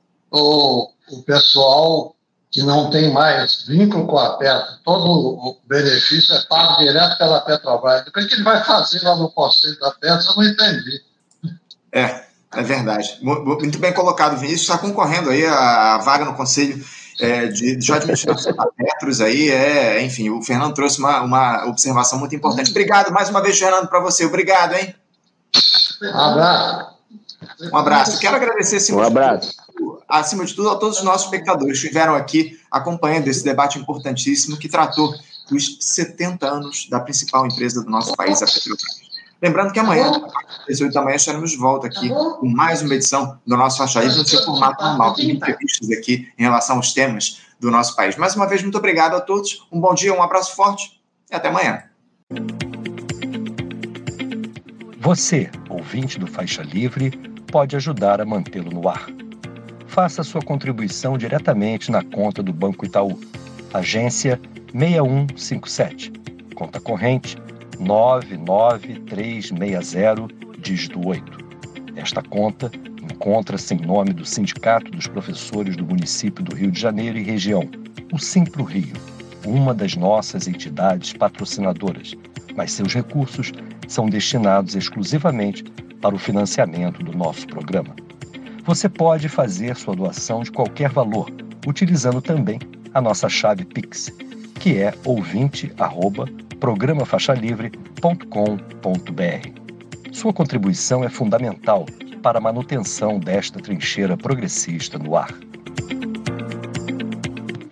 o, o pessoal que não tem mais vínculo com a Petro. Todo o benefício é pago direto pela Petrobras. O que ele vai fazer lá no conselho da Petro, eu não entendi. É, é verdade. Muito bem colocado, Vinícius. Está concorrendo aí a, a vaga no conselho é, de, de administração da Petros aí. É, enfim, o Fernando trouxe uma, uma observação muito importante. Obrigado mais uma vez, Fernando, para você. Obrigado, hein? Um abraço. Um abraço. Quero agradecer, acima, um abraço. De tudo, acima de tudo, a todos os nossos espectadores que estiveram aqui acompanhando esse debate importantíssimo que tratou dos setenta anos da principal empresa do nosso país, a Petrobras. Lembrando que amanhã, às dezoito da manhã, estaremos de volta aqui com mais uma edição do nosso Faixa Livre no seu formato normal, com entrevistas aqui em relação aos temas do nosso país. Mais uma vez, muito obrigado a todos, um bom dia, um abraço forte e até amanhã. Você, ouvinte do Faixa Livre, pode ajudar a mantê-lo no ar. Faça sua contribuição diretamente na conta do Banco Itaú, agência seis um cinco sete, conta corrente nove nove três seis zero, dígito oito. Esta conta encontra-se em nome do Sindicato dos Professores do Município do Rio de Janeiro e Região, o Simpro Rio, uma das nossas entidades patrocinadoras, mas seus recursos são destinados exclusivamente para o financiamento do nosso programa. Você pode fazer sua doação de qualquer valor, utilizando também a nossa chave Pix, que é ouvinte arroba programa faixa livre ponto com ponto br. Sua contribuição é fundamental para a manutenção desta trincheira progressista no ar.